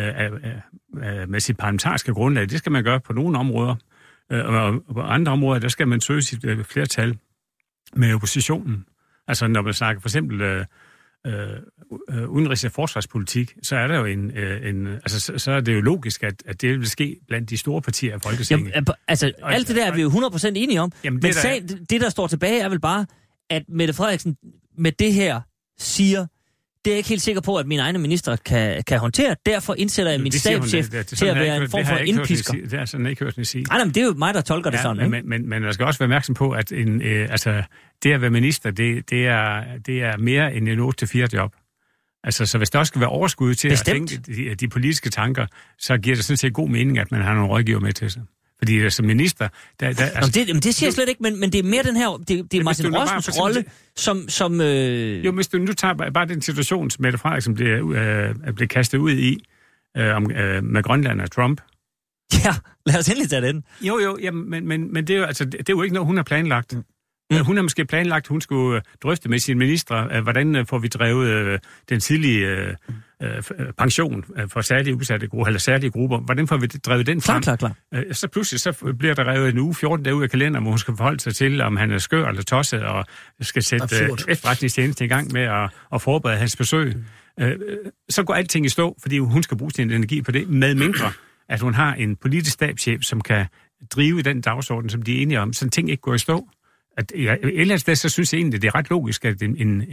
med sit parlamentariske grundlag. Det skal man gøre på nogle områder, og på andre områder, der skal man søge sit flertal med oppositionen. Altså, når man snakker for eksempel udenrigs- og forsvarspolitik, så er der jo så er det jo logisk, at det vil ske blandt de store partier af Folketinget.
Jamen, altså, alt det der er vi jo 100% enige om. Jamen, men det, der står tilbage, er vel bare, at Mette Frederiksen med det her siger, det er jeg ikke helt sikker på, at mine egne ministre kan håndtere. Derfor indsætter jeg min stabschef til at være en form for indpisker.
Det er sådan ikke hørt hende sige.
Nej, men det er jo mig, der tolker det sådan. Ikke?
Men man skal også være opmærksom på, at det at være minister, det er mere end en 8-4 job. Altså, så hvis der også skal være overskud til
Bestemt.
at tænke de politiske tanker, så giver det sådan set god mening, at man har nogle rådgiver med til sig. Fordi som minister...
det siger jeg slet ikke, men det er mere den her... Det er Martin Rossens rolle, som
Jo, hvis du nu tager bare den situation, som Mette Frederiksen blev kastet ud i med Grønland og Trump.
Ja, lad os endelig tage den.
Jo, men det er jo, altså, det er jo ikke noget, hun har planlagt. Hun har måske planlagt, hun skulle drøfte med sine ministre, hvordan får vi drevet den tidlige pension for særlige udsatte grupper, eller særlige grupper. Hvordan får vi drevet den frem?
Klar.
Så pludselig så bliver der revet en uge, 14 dage ud af kalenderen, hvor hun skal forholde sig til, om han er skør eller tosset, og skal sætte efterretningstjeneste i gang med at forberede hans besøg. Så går alting i stå, fordi hun skal bruge sin energi på det, med mindre, at hun har en politisk stabschef, som kan drive den dagsorden, som de er enige om. Sådan ting ikke går i stå. Et eller andet sted, så synes jeg egentlig, det er ret logisk, at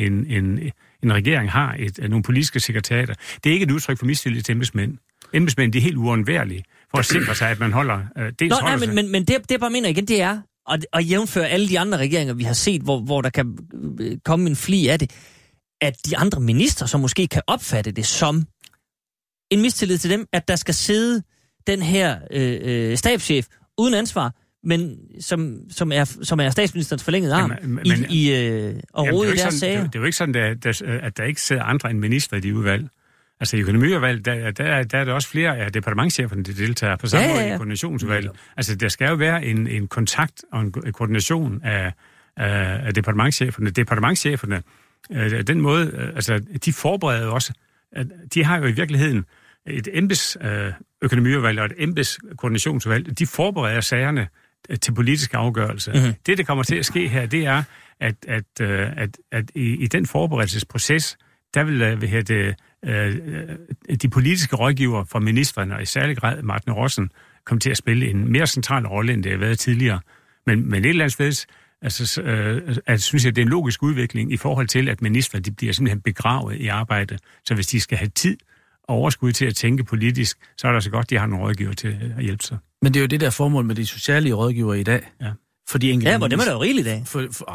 en regering har nogle politiske sekretariater. Det er ikke et udtryk for mistillid til embedsmænd. Embedsmænd, de er helt uundværlige for at sikre sig, at man holder...
Men det bare mener igen, det er at jævnføre alle de andre regeringer, vi har set, hvor der kan komme en fli af det, at de andre ministre, som måske kan opfatte det som en mistillid til dem, at der skal sidde den her stabschef uden ansvar, men som er statsministerens forlængede arm og rode i deres sager.
Det er jo ikke sådan, at der ikke sidder andre end minister i de udvalg. Altså i økonomiudvalg, der er der også flere af departementscheferne, der deltager på samme måde i koordinationsudvalget. Altså der skal jo være en kontakt og en koordination af departementscheferne. Departementscheferne, den måde, altså de forbereder også, de har jo i virkeligheden et embedsøkonomiudvalg og et embedskoordinationsudvalg. De forbereder sagerne til politiske afgørelser. Mm-hmm. Det, der kommer til at ske her, det er, at i den forberedelsesproces, der vil de politiske rådgiver fra ministrene, og i særlig grad Martin Rossen, komme til at spille en mere central rolle, end det har været tidligere. Men et eller andet sted, synes jeg, det er en logisk udvikling i forhold til, at ministre de bliver simpelthen begravet i arbejde. Så hvis de skal have tid og overskud til at tænke politisk, så er det så godt, de har nogle rådgiver til at hjælpe sig.
Men det er jo det der formål med de sociale rådgivere i dag.
Ja.
Fordi
hvor det er der jo rigeligt i dag.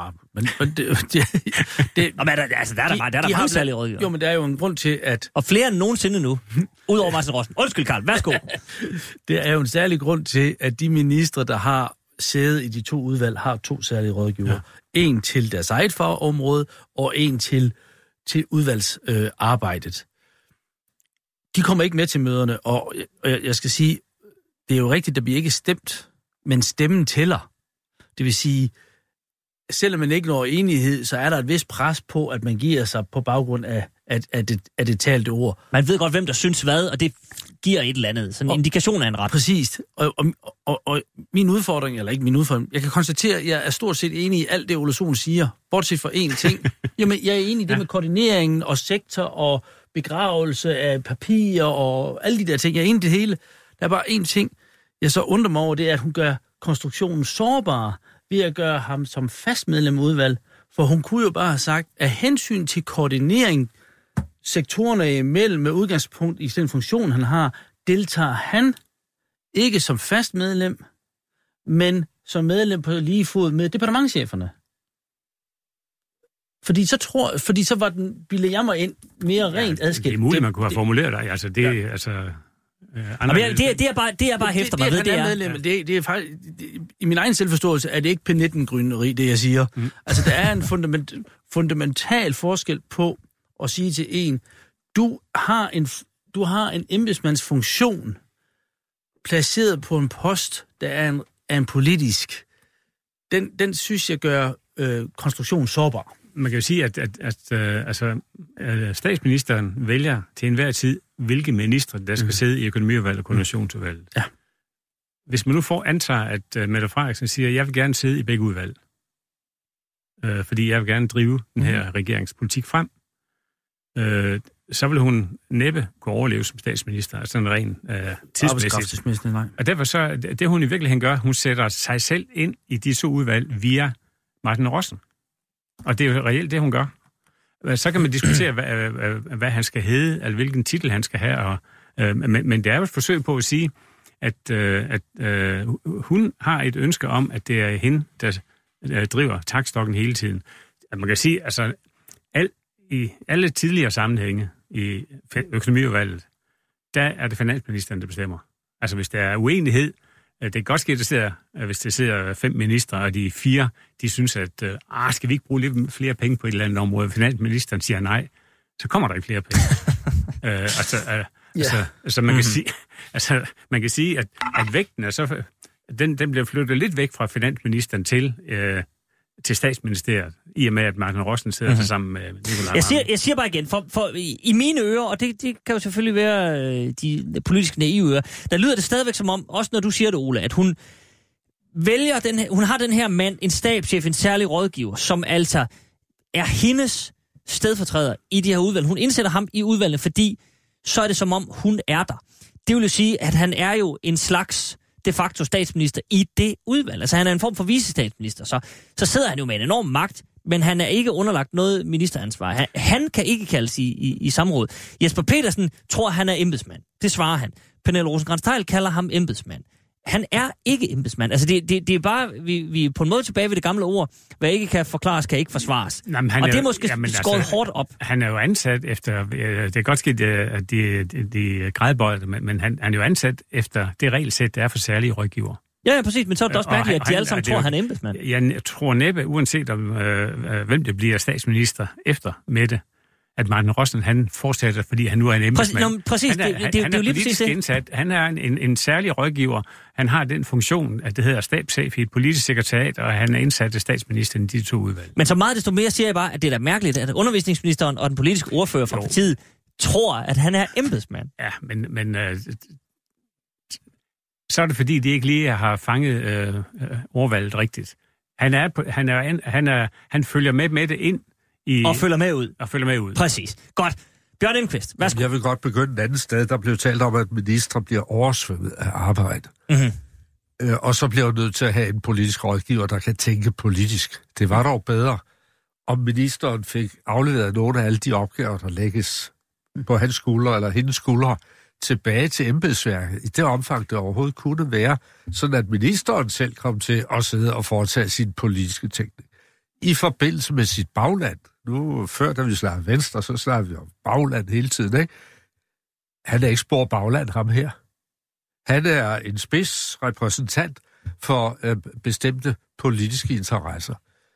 Der er mange særlige rådgivere.
Jo, men der er jo en grund til, at...
Og flere end nogensinde nu, udover Martin Rossen. Undskyld, Karl, værsgo.
Det er jo en særlig grund til, at de ministre, der har sæde i de to udvalg, har to særlige rådgivere. Ja. En til deres eget fagområde, og en til udvalgsarbejdet. De kommer ikke med til møderne, og jeg skal sige, det er jo rigtigt, der bliver ikke stemt, men stemmen tæller. Det vil sige, selvom man ikke når enighed, så er der et vist pres på, at man giver sig på baggrund af det talte ord.
Man ved godt, hvem der synes hvad, og det giver et eller andet. Sådan en indikation af en ret.
Præcis. Og min udfordring, eller ikke min udfordring, jeg kan konstatere, at jeg er stort set enig i alt det, Ole Sohn siger, bortset fra én ting. Jamen, jeg er enig i det med koordineringen og sektor og begravelse af papirer og alle de der ting. Jeg er enig i det hele. Der er bare én ting, jeg så undrer mig over, det er, at hun gør konstruktionen sårbar ved at gøre ham som fast medlem af udvalg. For hun kunne jo bare have sagt, at hensyn til koordinering sektorerne imellem med udgangspunkt i den funktion, han har, deltager han ikke som fast medlem, men som medlem på lige fod med departementscheferne. Fordi så var den, bilder jeg mig ind, mere rent adskilt. Det
er muligt, man kunne have formuleret det. Altså, det er altså...
Det er bare hæfter mig ved,
det er faktisk... I min egen selvforståelse er det ikke P19-gryneri, det jeg siger. Mm. Altså, der er en fundamental forskel på at sige til en, du har en embedsmandsfunktion placeret på en post, der er en politisk. Den synes jeg gør konstruktion sårbar.
Man kan jo sige, at statsministeren vælger til enhver tid, hvilke ministre, der skal sidde i økonomiudvalget og koordinationsudvalget.
Ja.
Hvis man nu antager, at Mette Frederiksen siger, at jeg vil gerne sidde i begge udvalg, fordi jeg vil gerne drive den her regeringspolitik frem, så vil hun næppe kunne overleve som statsminister, altså en ren tidsmæssigt.
Nej.
Og derfor så, det hun i virkeligheden gør, hun sætter sig selv ind i de to udvalg via Martin Rossen. Og det er jo reelt det, hun gør. Så kan man diskutere, hvad han skal hedde, eller hvilken titel han skal have. Men det er jo et forsøg på at sige, at hun har et ønske om, at det er hende, der driver taktstokken hele tiden. At man kan sige, altså i alle tidligere sammenhænge i økonomiudvalget, der er det finansministeren, der bestemmer. Altså hvis der er uenighed, det kan godt ske, hvis der sidder 5 ministre, og de 4, de synes, at skal vi ikke bruge lidt flere penge på et eller andet område? Finansministeren siger nej, så kommer der ikke flere penge. Man kan sige, at vægten er så, den bliver flyttet lidt væk fra finansministeren til statsministeriet, i og med, at Martin Rossen sidder sammen med Nicolai.
Jeg siger bare igen, for i mine ører, og det kan jo selvfølgelig være de politiske naive ører, der lyder det stadigvæk som om, også når du siger det, Ole, at hun vælger hun har den her mand, en stabschef, en særlig rådgiver, som altså er hendes stedfortræder i de her udvalg. Hun indsætter ham i udvalgene, fordi så er det som om, hun er der. Det vil jo sige, at han er jo en slags de facto statsminister i det udvalg. Altså han er en form for vicestatsminister. Så sidder han jo med en enorm magt, men han er ikke underlagt noget ministeransvar. Han kan ikke kaldes i samråd. Jesper Petersen tror, han er embedsmand. Det svarer han. Pernille Rosenkrantz-Theil kalder ham embedsmand. Han er ikke embedsmand. Altså det er bare, vi er på en måde tilbage ved det gamle ord, hvad ikke kan forklares, kan ikke forsvares. Og det er måske skåret hårdt op.
Han er jo ansat efter, det er godt skidt, at de grædbøjede, men han er jo ansat efter det regelsæt, der er for særlige rådgiver.
Ja, præcis, men så er det også mærkeligt, at de alle sammen tror, han er embedsmand.
Jeg tror næppe, uanset om, hvem det bliver statsminister efter Mette, at Martin Rossen, han fortsætter, fordi han nu er en embedsmand.
Præcis,
han er
jo lige præcis det.
Indsat. Han er en særlig rådgiver. Han har den funktion, at det hedder stabschef i et politisk sekretariat, og han er indsat af statsministeren i de to udvalg.
Men så meget desto mere siger jeg bare, at det er da mærkeligt, at undervisningsministeren og den politiske ordfører fra partiet tror, at han er embedsmand. Ja,
men så er det fordi, de ikke lige har fanget ordvalget rigtigt. Han følger med det ind,
og følger med ud.
Og følger med ud.
Præcis. Godt. Bjørn Elmqvist, værsgo.
Jeg vil godt begynde et andet sted. Der blev talt om, at ministre bliver oversvømmet af arbejde. Mm-hmm. Og så bliver jo nødt til at have en politisk rådgiver, der kan tænke politisk. Det var dog bedre, om ministeren fik afleveret nogle af alle de opgaver, der lægges på hans skuldre eller hendes skuldre, tilbage til embedsværket. I det omfang, det overhovedet kunne være, sådan at ministeren selv kom til at sidde og foretage sin politiske tænkning. I forbindelse med sit bagland. Nu, før da vi snakkede Venstre, så snakkede vi om bagland hele tiden, ikke? Han er ikke spor bagland, ham her. Han er en spids repræsentant for bestemte politiske interesser.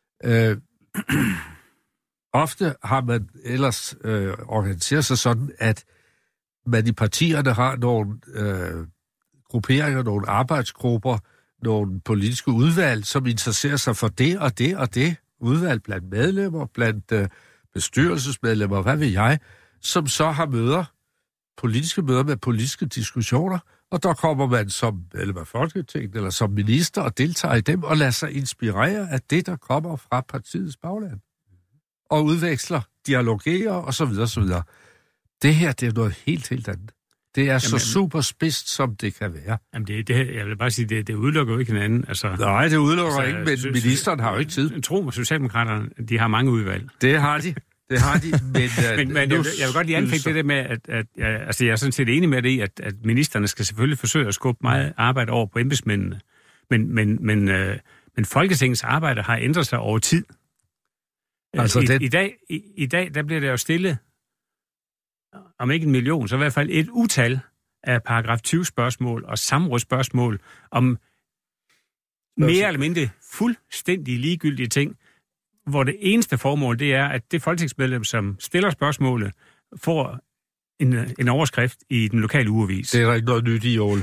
Ofte har man ellers organiseret sig sådan, at man i partierne har nogle grupperinger, nogle arbejdsgrupper, nogle politiske udvalg, som interesserer sig for det og det og det. Udvalg blandt medlemmer, blandt bestyrelsesmedlemmer, hvad ved jeg, som så har politiske møder med politiske diskussioner, og der kommer man som medlem af Folketinget eller som minister og deltager i dem og lader sig inspirere af det, der kommer fra partiets bagland. Og udveksler, dialogerer osv. osv. Det her, det er noget helt andet. Det er så super spidst, som det kan være.
Jamen jeg vil bare sige, det udelukker jo ikke hinanden. Altså,
nej, det udelukker ikke, men ministeren har jo ikke tid.
Tro mig, Socialdemokraterne, de har mange udvalg.
Det har de.
Men jeg vil godt lige anfægte det der med, at jeg er sådan set enig med det i, at ministerne skal selvfølgelig forsøge at skubbe meget arbejde over på embedsmændene. Men Folketingets arbejde har ændret sig over tid. Altså I dag, der bliver det jo stille, om ikke 1 million, så i hvert fald et utal af paragraf 20-spørgsmål og samrådsspørgsmål om mere eller mindre fuldstændig ligegyldige ting, hvor det eneste formål, det er, at det folketingsmedlem, som stiller spørgsmålet, får en overskrift i den lokale ugeavis.
Det er der ikke noget nyt i, Ole.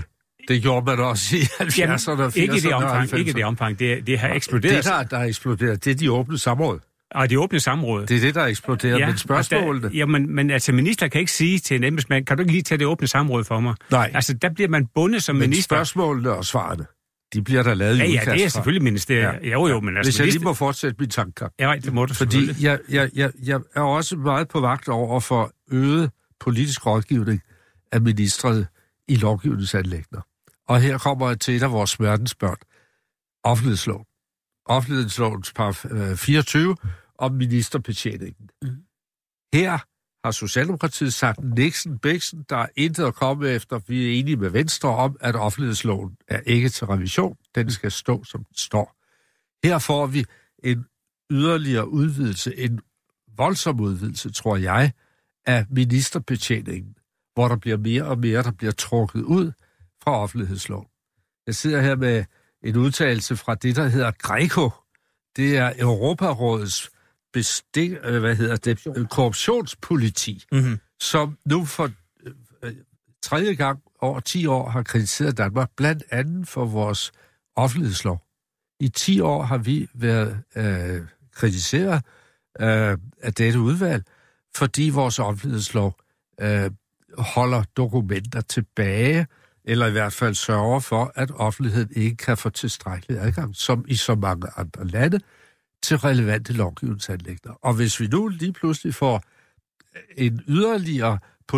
Det gjorde man også i 70'erne og 80'erne.
Ikke i det omfang. Det har eksploderet.
Det, der er eksploderet, det er de åbne samråd.
Og de åbne samråd.
Det er det, der er eksploderet. Men spørgsmålene...
Men altså, minister kan ikke sige til en embedsmand, kan du ikke lige tage det åbne samråd for mig?
Nej.
Altså, der bliver man bundet som minister.
Men spørgsmålene og svarene, de bliver der lavet i udkast.
Ja, det er selvfølgelig ministeriet. Ja. Jo, men altså...
Hvis jeg lige må fortsætte min tanker.
Ja, det må du
fordi jeg er også meget på vagt over for øget politisk rådgivning af ministre i lovgivningsanliggender. Og her kommer jeg til et af vores smertensbørn. Offentlighedsloven. Offentlighedslovens paragraf 24 om ministerbetjeningen. Her har Socialdemokratiet sagt Nixon, Bixen, der er intet at komme efter. Vi er enige med Venstre om, at offentlighedsloven er ikke til revision. Den skal stå, som den står. Her får vi en yderligere udvidelse, en voldsom udvidelse, tror jeg, af ministerbetjeningen, hvor der bliver mere og mere, der bliver trukket ud fra offentlighedsloven. Jeg sidder her med en udtalelse fra det, der hedder Greco. Det er Europarådets korruptionspoliti, som nu for tredje gang over 10 år har kritiseret Danmark, blandt andet for vores offentlighedslov. I 10 år har vi været kritiseret af dette udvalg, fordi vores offentlighedslov holder dokumenter tilbage, eller i hvert fald sørger for, at offentligheden ikke kan få tilstrækkelig adgang, som i så mange andre lande, til relevante lovgivningsanliggender. Og hvis vi nu lige pludselig får en yderligere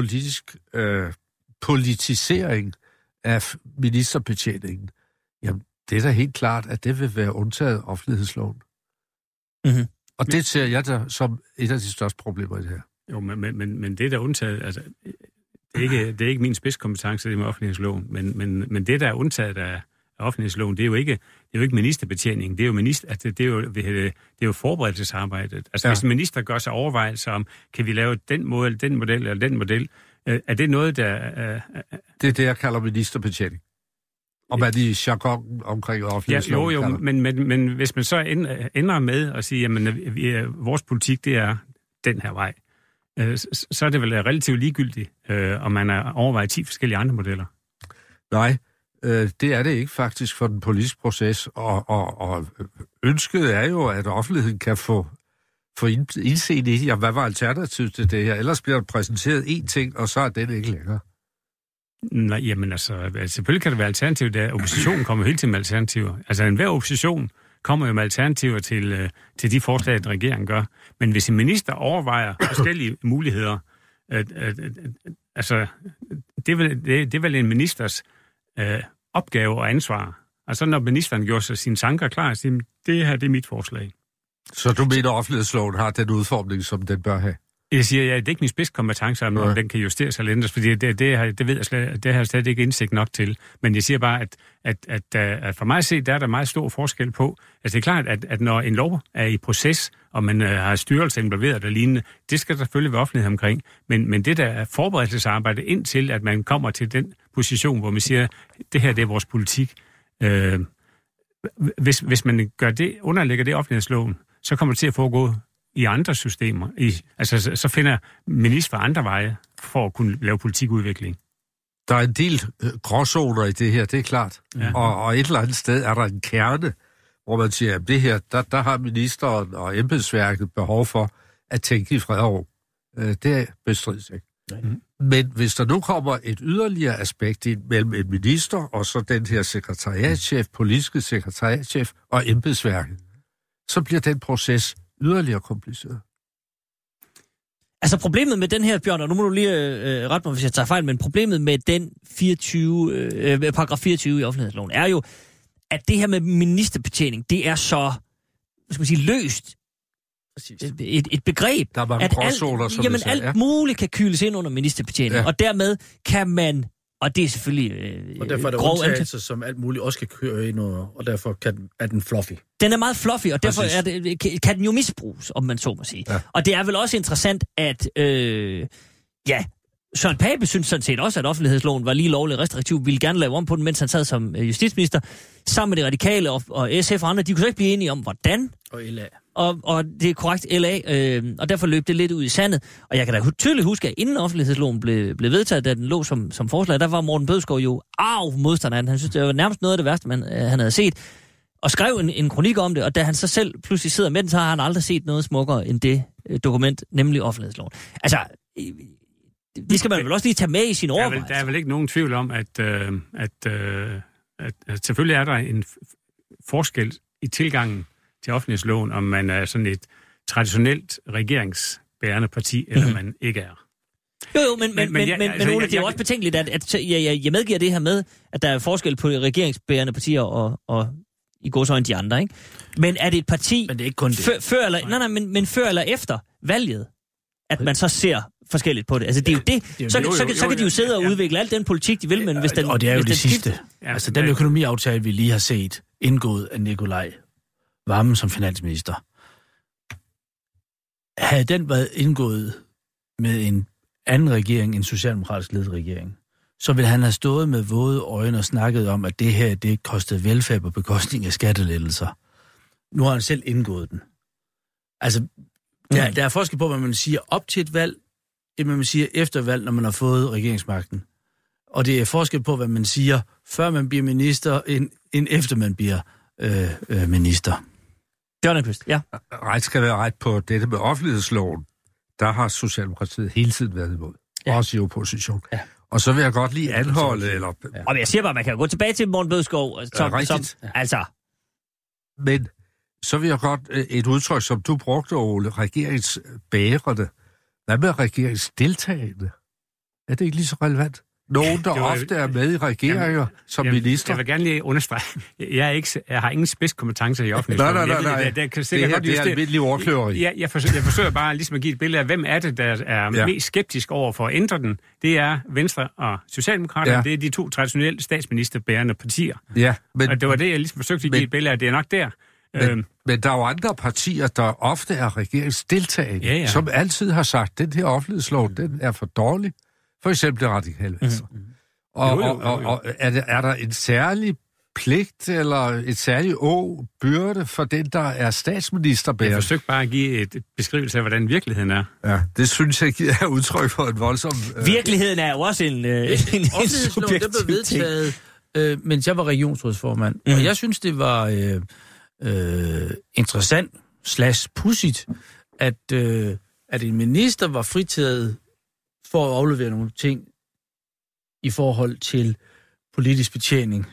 politisering af ministerbetjeningen, jamen det er da helt klart, at det vil være undtaget offentlighedsloven. Mm-hmm. Og det ser jeg da som et af de største problemer i det her.
Jo, men det er da undtaget, altså det er ikke min spidskompetence, det med offentlighedsloven, men det, der er undtaget af offentlighedsloven, det er jo ikke ministerbetjening, det er jo forberedelsesarbejdet. Altså hvis en minister gør sig overvejelser om, kan vi lave den model eller den model, er det noget, der...
Det er det, jeg kalder ministerbetjening. Og hvad de jargon omkring offentlighedsloven
jo, men hvis man så ender med at sige, jamen vores politik, det er den her vej, så er det vel relativt ligegyldigt, om man har overvejet 10 forskellige andre modeller.
Nej, det er det ikke faktisk for den politiske proces, og ønsket er jo, at offentligheden kan få indset i, hvad var alternativet til det her? Ellers bliver der præsenteret én ting, og så er den ikke længere.
Nej, jamen altså, selvfølgelig kan det være alternativ, der oppositionen kommer hele tiden med alternativer. Altså enhver opposition kommer jo med alternativer til de forslag, at regeringen gør. Men hvis en minister overvejer forskellige muligheder, altså, det er vel en ministers opgave og ansvar. Altså når ministeren gjorde sig sine tanker klar, så siger, det her det er mit forslag.
Så du mener, at offentlighedsloven har den udformning, som den bør have?
Jeg siger, det er ikke min spidskompetence, om den kan justeres eller ændres, fordi det ved jeg slet, det har jeg slet ikke indsigt nok til. Men jeg siger bare, at for mig at se, der er der meget stor forskel på. Altså det er klart, at når en lov er i proces, og man har styrelse involveret og lignende, det skal der selvfølgelig være offentlighed omkring. Men det der er forberedelsesarbejde indtil, at man kommer til den position, hvor man siger, det her det er vores politik. Hvis man gør det, underlægger det offentlighedsloven, så kommer det til at foregå i andre systemer. Altså, så finder minister andre veje for at kunne lave politikudvikling.
Der er en del gråzoner i det her, det er klart. Ja. Og et eller andet sted er der en kerne, hvor man siger, at det her, der har ministeren og embedsværket behov for at tænke i fred og ro. Det bestrides ikke. Mm-hmm. Men hvis der nu kommer et yderligere aspekt ind mellem en minister og så den her sekretariatschef, politiske sekretariatschef og embedsværket, så bliver den proces yderligere kompliceret.
Altså problemet med den her, Bjørn, og nu må du lige rette mig, hvis jeg tager fejl, men problemet med den paragraf 24 i offentlighedsloven er jo, at det her med ministerbetjening, det er så, hvad skal man sige, løst et begreb.
Der er mange gråzoner, som
jamen, alt muligt kan kyles ind under ministerbetjening, og dermed kan man, og det er selvfølgelig
og derfor er der undtagelser, som alt muligt også kan køre ind under, og derfor er den fluffy. Den
er meget fluffy, og derfor kan den jo misbruges, om man så må sige. Ja. Og det er vel også interessant, at Søren Pape synes sådan set også, at offentlighedsloven var lige lovlig restriktiv, ville gerne lave om på den, mens han sad som justitsminister, sammen med de radikale og SF og andre. De kunne så ikke blive enige om, hvordan.
Og LA.
og det er korrekt LA, og derfor løb det lidt ud i sandet. Og jeg kan da tydeligt huske, at inden offentlighedsloven blev vedtaget, da den lå som forslag, der var Morten Bødskov jo modstander. Han synes, det var nærmest noget af det værste, han havde set. Og skrev en kronik om det, og da han så selv pludselig sidder med den, så har han aldrig set noget smukkere end det dokument, nemlig offentlighedsloven. Altså, det skal man vel også lige tage med i sin overvejelse.
Der er vel ikke nogen tvivl om, at selvfølgelig er der en forskel i tilgangen til offentlighedsloven, om man er sådan et traditionelt regeringsbærende parti, eller man ikke er.
Jo, men Ole, det er jo også betænkeligt, at jeg medgiver det her med, at der er forskel på regeringsbærende partier og i godsøjne de andre, ikke? Men er det et parti,
men det er ikke kun det.
Før eller efter valget, at man så ser forskelligt på det? Altså, det er jo det. Så kan de jo sidde og udvikle alt den politik, de vil, men hvis den...
Og det er jo det sidste.
Ja,
altså, den økonomiaftale, vi lige har set, indgået af Nikolaj Wammen som finansminister, havde den været indgået med en anden regering, en socialdemokratisk ledet regering, så ville han have stået med våde øjne og snakket om, at det her, det kostede velfærd på bekostning af skattelettelser. Nu har han selv indgået den. Altså, der er forskel på, hvad man siger op til et valg, det man siger efter valg, når man har fået regeringsmagten. Og det er forskel på, hvad man siger, før man bliver minister, end efter man bliver minister.
Ja.
Ret skal være ret på dette med offentlighedsloven. Der har Socialdemokratiet hele tiden været imod. Ja. Også i opposition. Ja. Og så vil jeg godt lige anholde, eller...
Ja. Og jeg siger bare, man kan gå tilbage til Morten Bødskov, altså...
Men så vil jeg godt et udtryk, som du brugte, Ole, regeringsbærende. Hvad med regeringsdeltagende? Er det ikke lige så relevant? Nogen, der ofte er med i regeringer som minister.
Jeg vil gerne lige understrege, jeg har ingen spidskompetencer i offentligheden.
Nej. Det er almindelig ordkløveri.
Jeg forsøger bare ligesom at give et billede af, hvem er det, der er mest skeptisk over for at ændre den. Det er Venstre og Socialdemokraterne. Ja. Det er de to traditionelle statsministerbærende partier.
Ja,
og det var det, jeg ligesom forsøgte at give et billede af. Det er nok der.
Men der er jo andre partier, der ofte er regeringsdeltagende, som altid har sagt, at den her offentlighedslov, den er for dårlig. For eksempel det radikale Venstre. Og er der en særlig pligt eller et særligt byrde for den, der er statsministerbærer?
Jeg forsøgte bare at give et beskrivelse af, hvordan virkeligheden er.
Ja, det synes jeg er udtryk for en voldsom...
Virkeligheden er jo også en
offentlighedsloven, det blev vedtaget, mens jeg var regionsrådsformand. Og jeg synes, det var interessant / pudsigt, at en minister var fritaget for at aflevere nogle ting i forhold til politisk betjening,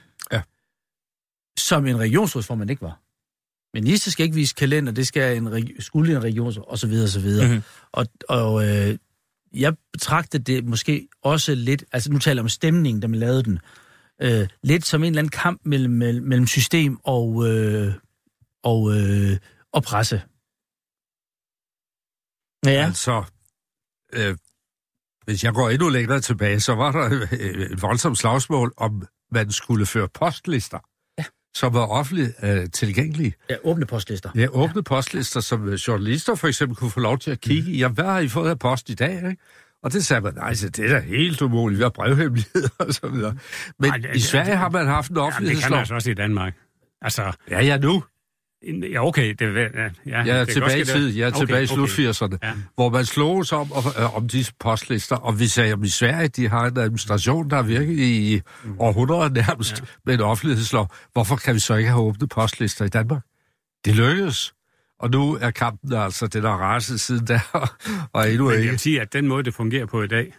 som en regionsrådsformand ikke var. Minister skal ikke vise kalender, det skal skulle en regionsråd, og så videre, og så videre. Mm-hmm. Og jeg betragter det måske også lidt, altså nu taler jeg om stemningen, da man lavede den, lidt som en eller anden kamp mellem system og presse.
Ja. Altså... Hvis jeg går endnu længere tilbage, så var der et voldsomt slagsmål, om man skulle føre postlister, som var offentligt tilgængelige.
Ja, åbne postlister.
Ja, åbne postlister, som journalister for eksempel kunne få lov til at kigge i. Hvad har I fået af post i dag? Ikke? Og det sagde man, nej, det er da helt umuligt, vi har brevhemmeligheder og så videre. Men i Sverige har man haft en offentlighedslov.
Det kan man altså også i Danmark. Altså...
Ja, nu.
Ja, okay.
Jeg er tilbage i tid. Jeg er tilbage i slut-80'erne, hvor man slog sig om disse postlister, og vi sagde, at i Sverige, de har en administration, der har virket i århundreder nærmest med en offentlighedslov. Hvorfor kan vi så ikke have åbnet postlister i Danmark? Det lykkedes. Og nu er kampen altså, den har raset siden der, og endnu ikke.
Jeg vil sige, at den måde, det fungerer på i dag,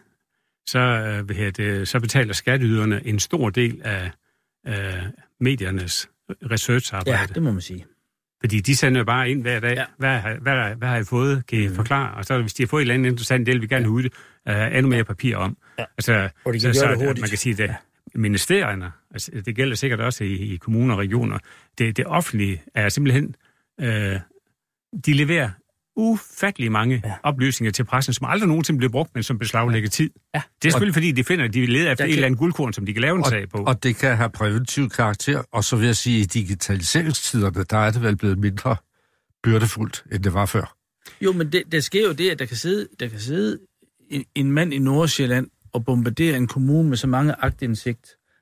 så betaler skatteyderne en stor del af mediernes researcharbejde.
Ja, det må man sige.
Fordi de sender jo bare ind hver dag, hvad har I fået, kan I forklare? Og så hvis de har fået et eller andet interessant del, vi gerne vil endnu mere papir om. Ja. Altså,
og de kan gøre det hurtigt.
Man kan sige, at ministerierne, altså, det gælder sikkert også i kommuner og regioner, det offentlige er simpelthen, de leverer ufattelig mange oplysninger til pressen, som aldrig nogensinde bliver brugt, men som beslaglægger tid. Ja. Det er selvfølgelig, fordi de finder, at de leder efter et eller andet guldkorn, som de kan lave en sag på.
Og det kan have præventiv karakter, og så vil jeg sige, at i digitaliseringstiderne, der er det vel blevet mindre byrdefuldt, end det var før.
Jo, men der sker jo det, at der kan sidde en mand i Nordsjælland og bombardere en kommune med så mange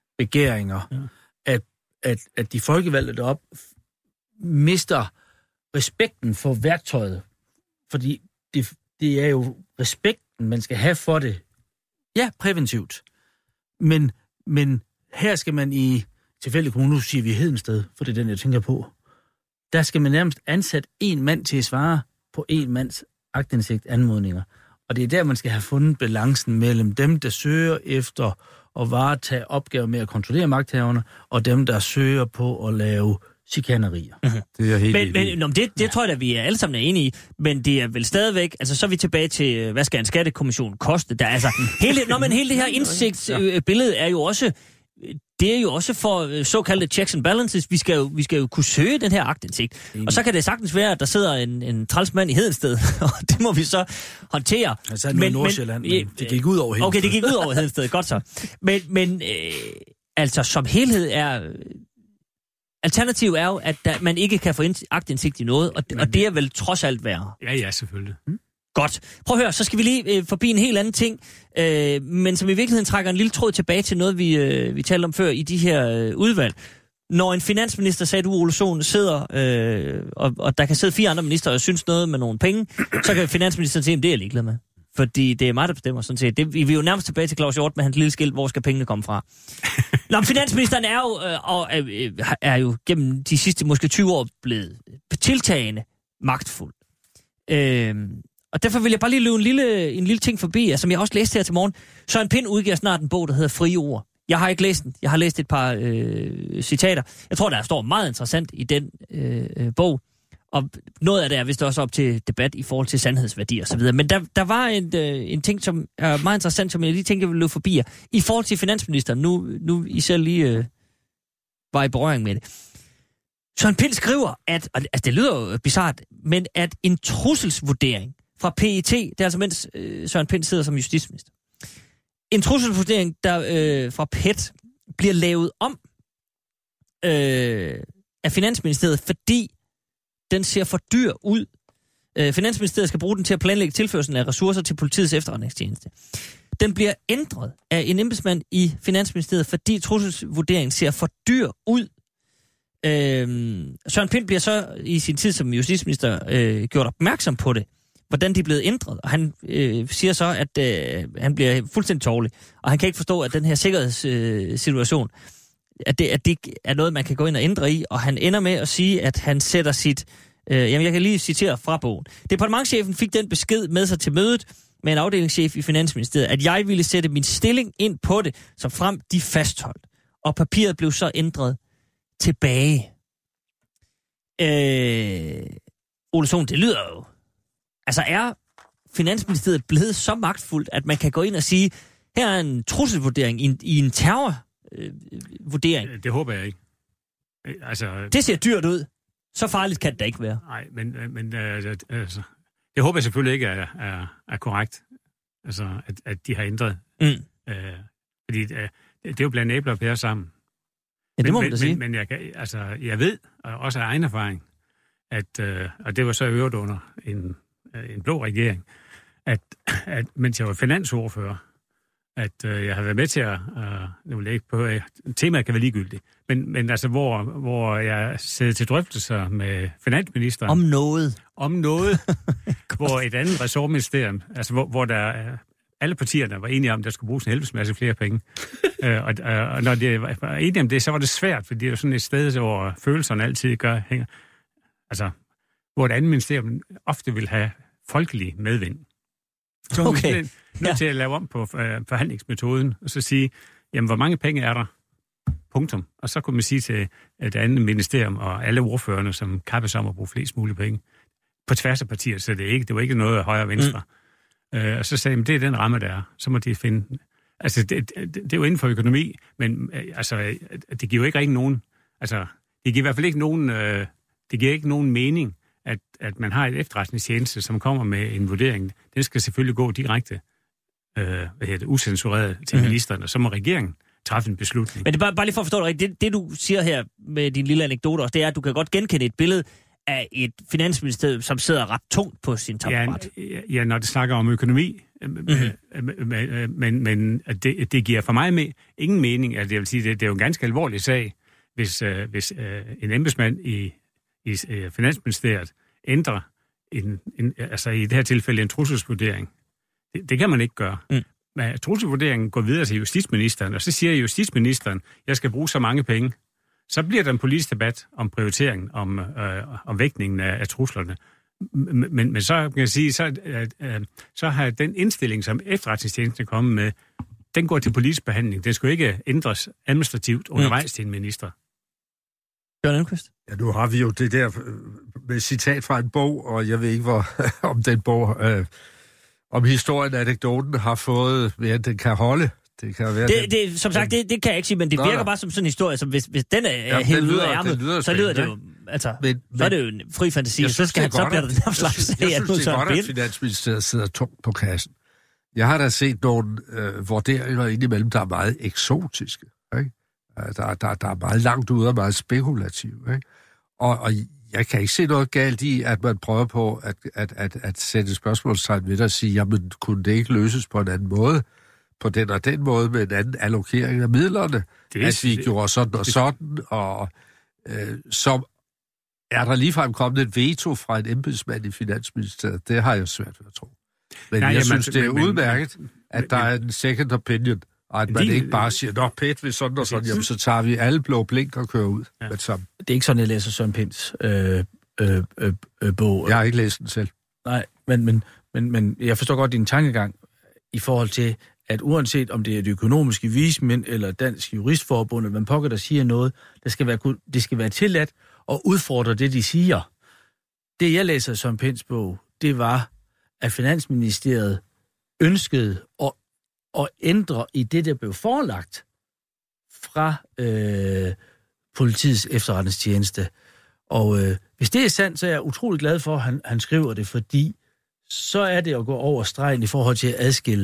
aktindsigtbegæringer, at de folkevalgte deroppe mister respekten for værktøjet. Fordi det er jo respekten, man skal have for det. Ja, præventivt. Men her skal man i tilfældig kommune, nu siger vi Hedensted, for det er den, jeg tænker på. Der skal man nærmest ansætte en mand til at svare på en mands aktindsigt anmodninger. Og det er der, man skal have fundet balancen mellem dem, der søger efter at varetage opgaver med at kontrollere magthaverne, og dem, der søger på at lave chikanerier.
Mm-hmm. Det er helt men det tror jeg da, vi er alle sammen er enige i, men det er vel stadigvæk, altså så er vi tilbage til, hvad skal en skattekommission koste? Der, altså, hele det her indsigtsbillede er jo også, det er jo også for såkaldte checks and balances. Vi skal jo kunne søge den her aktindsigt. Og så kan det sagtens være, at der sidder en trælsmand i Hedensted, og det må vi så håndtere.
Altså nu i Nordsjælland, men det gik ud over Hedensted.
Okay, det gik ud over Hedensted, godt så. Men altså som helhed er... Alternativ er jo, at man ikke kan få aktindsigt i noget, og det er vel trods alt værre.
Ja, selvfølgelig.
Godt. Prøv at høre, så skal vi lige forbi en helt anden ting, men som i virkeligheden trækker en lille tråd tilbage til noget, vi talte om før i de her udvalg. Når en finansminister, sagde du, Ole Sohn, sidder, og der kan sidde 4 andre minister og synes noget med nogle penge, så kan finansministeren sige, at det er jeg ligeglad med. Fordi det er mig, der bestemmer sådan set. Vi er jo nærmest tilbage til Claus Hjort med hans lille skilt, hvor skal pengene komme fra. Nå, finansministeren er jo gennem de sidste måske 20 år blevet tiltagende magtfuld. Og derfor vil jeg bare lige løbe en lille ting forbi, som jeg også læste her til morgen. Søren Pind udgiver snart en bog, der hedder Frie Ord. Jeg har ikke læst den. Jeg har læst et par citater. Jeg tror, der står meget interessant i den bog. Og noget af det er vist også op til debat i forhold til sandhedsværdier og så videre. Men der var en ting, som er meget interessant, som jeg lige tænkte, jeg ville løbe forbi. I forhold til finansministeren, nu I selv lige var i berøring med det. Søren Pind skriver, at, altså det lyder jo bizarrt, men at en trusselsvurdering fra PET, det er altså mens Søren Pind sidder som justitsminister, en trusselsvurdering der fra PET bliver lavet om af Finansministeriet, fordi den ser for dyr ud. Finansministeriet skal bruge den til at planlægge tilførslen af ressourcer til politiets efterretningstjeneste. Den bliver ændret af en embedsmand i Finansministeriet, fordi trusselsvurderingen ser for dyr ud. Søren Pind bliver så i sin tid som justitsminister gjort opmærksom på det, hvordan de er blevet ændret. Og han siger så, at han bliver fuldstændig tårlig, og han kan ikke forstå, at den her sikkerhedssituation, at det er noget, man kan gå ind og ændre i, og han ender med at sige, at han sætter sit... jamen, jeg kan lige citere fra bogen. Departementschefen fik den besked med sig til mødet med en afdelingschef i Finansministeriet, at jeg ville sætte min stilling ind på det, så frem de fastholdt. Og papiret blev så ændret tilbage. Ole Sohn, det lyder jo... Altså, er Finansministeriet blevet så magtfuldt, at man kan gå ind og sige, her er en trusselsvurdering i en terrorvurdering?
Det håber jeg ikke. Altså,
det ser dyrt ud. Så farligt kan det da ikke være.
Nej, men altså, det håber jeg selvfølgelig ikke er korrekt. Altså, at de har ændret. Fordi det er jo blandt æbler og pærer sammen.
Ja, det må man da sige.
Men jeg ved, og også af egen erfaring, at, og det var så øvrigt under en blå regering, at mens jeg var finansordfører, at jeg har været med til at, nu vil jeg ikke på, temaet kan være ligegyldigt, men altså, hvor jeg sidder til drøftelser med finansministeren. Om noget, hvor et andet ressortministerium, altså hvor der alle partierne var enige om, at der skulle bruges en helvedes masse flere penge. Og når det var enige om det, så var det svært, fordi det er sådan et sted, hvor følelserne altid hænger. Altså, hvor et andet ministerium ofte vil have folkelig medvind. Så okay. Nødt til at lave om på forhandlingsmetoden, og så sige, jamen, hvor mange penge er der? Punktum. Og så kunne man sige til et andet ministerium og alle ordførerne, som kappes om at bruge flest mulige penge, på tværs af partier, så det var ikke noget højre og venstre. Og så sagde jeg, det er den ramme, der er. Så må de finde... Altså, det er jo inden for økonomi, men altså, det giver jo ikke rigtig nogen... Altså, det giver i hvert fald ikke nogen... det giver ikke nogen mening, at man har et efterretningstjeneste, som kommer med en vurdering. Den skal selvfølgelig gå direkte usensureret til ministeren, og så må regeringen træffe en beslutning. Men
det er bare lige for at forstå det rigtigt. Det du siger her med din lille anekdote også, det er, at du kan godt genkende et billede af et finansministerium, som sidder ret tungt på sin taburet.
Ja, når det snakker om økonomi, men det giver for mig med ingen mening, at jeg vil sige, det er jo en ganske alvorlig sag, hvis en embedsmand i Finansministeriet ændre altså i det her tilfælde en trusselsvurdering. Det kan man ikke gøre. Men trusselsvurderingen går videre til justitsministeren, og så siger justitsministeren, jeg skal bruge så mange penge. Så bliver der en politisk debat om prioriteringen, om vægtningen af truslerne. Men så kan jeg sige, så har den indstilling, som efterretningstjenesten er kommet med, den går til politisk behandling. Det skal jo ikke ændres administrativt undervejs til en minister.
Bjørn Elmquist?
Ja, nu har vi jo det der med citat fra en bog, og jeg ved ikke, om den bog, om historien, anekdoten har fået, hvad den kan holde. Det kan være
som sagt, det kan jeg ikke sige, men det virker bare som sådan en historie, som hvis den er helt ud af ærmet, så lyder det jo, altså, så er det jo en fri fantasi, så bliver der den her slags sag.
Jeg synes, det er godt, at Finansministeriet sidder tungt på kassen. Jeg har da set nogle vurderinger indimellem, der er meget eksotiske, ikke? Der er meget langt ude og meget spekulative, ikke? Og jeg kan ikke se noget galt i, at man prøver på at sætte spørgsmålstegn ved og sige, jamen, kunne det ikke løses på en anden måde? På den og den måde med en anden allokering af midlerne, at vi gjorde sådan og sådan, og så er der ligefrem kommet et veto fra en embedsmand i Finansministeriet. Det har jeg svært ved at tro. Men jeg synes, det er udmærket, at der er en second opinion, og at man ikke bare siger, nå, pæt ved sådan og sådan, jamen, så tager vi alle blå blink og kører ud. Ja.
Det er ikke sådan, jeg læser Søren Pinds bog.
Jeg har ikke læst den selv.
Nej, men jeg forstår godt din tankegang i forhold til, at uanset om det er det økonomiske vismænd eller Dansk Juristforbund, eller man pokker, der siger noget, det skal være tilladt at udfordre det, de siger. Det, jeg læser som Pinds bog, det var, at Finansministeriet ønskede at ændre i det, der blev forelagt fra politiets efterretningstjeneste. Og hvis det er sandt, så er jeg utrolig glad for, at han skriver det, fordi så er det at gå over stregen i forhold til at adskille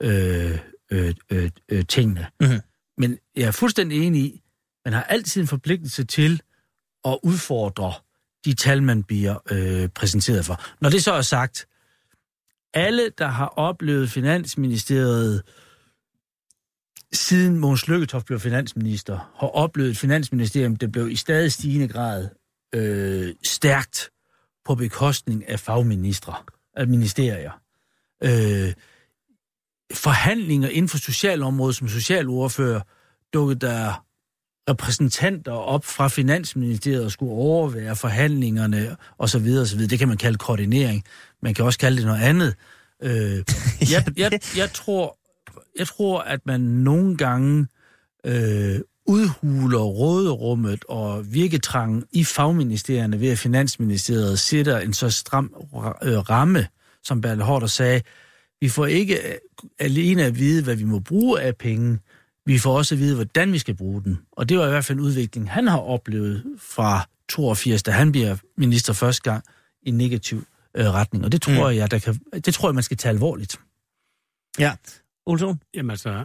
tingene. Mm-hmm. Men jeg er fuldstændig enig i, man har altid en forpligtelse til at udfordre de tal, man bliver præsenteret for. Når det så er sagt, alle, der har oplevet Finansministeriet, siden Mogens Lykketoft blev finansminister, har oplevet et finansministerium, der blev i stadig stigende grad stærkt på bekostning af ministerier. Forhandlinger inden for socialområdet som socialordfører dukkede der repræsentanter op fra Finansministeriet og skulle overvære forhandlingerne osv. osv. Det kan man kalde koordinering. Man kan også kalde det noget andet. Jeg tror, at man nogle gange udhuler råderummet og virketrangen i fagministerierne ved, at Finansministeriet sætter en så stram ramme, som Bertel Haarder sagde. Vi får ikke alene at vide, hvad vi må bruge af penge. Vi får også at vide, hvordan vi skal bruge den. Og det var i hvert fald en udvikling, han har oplevet fra 82, da han bliver minister første gang i negativ retning. Og det tror jeg, man skal tage alvorligt.
Ja. Olsson?
Jamen altså,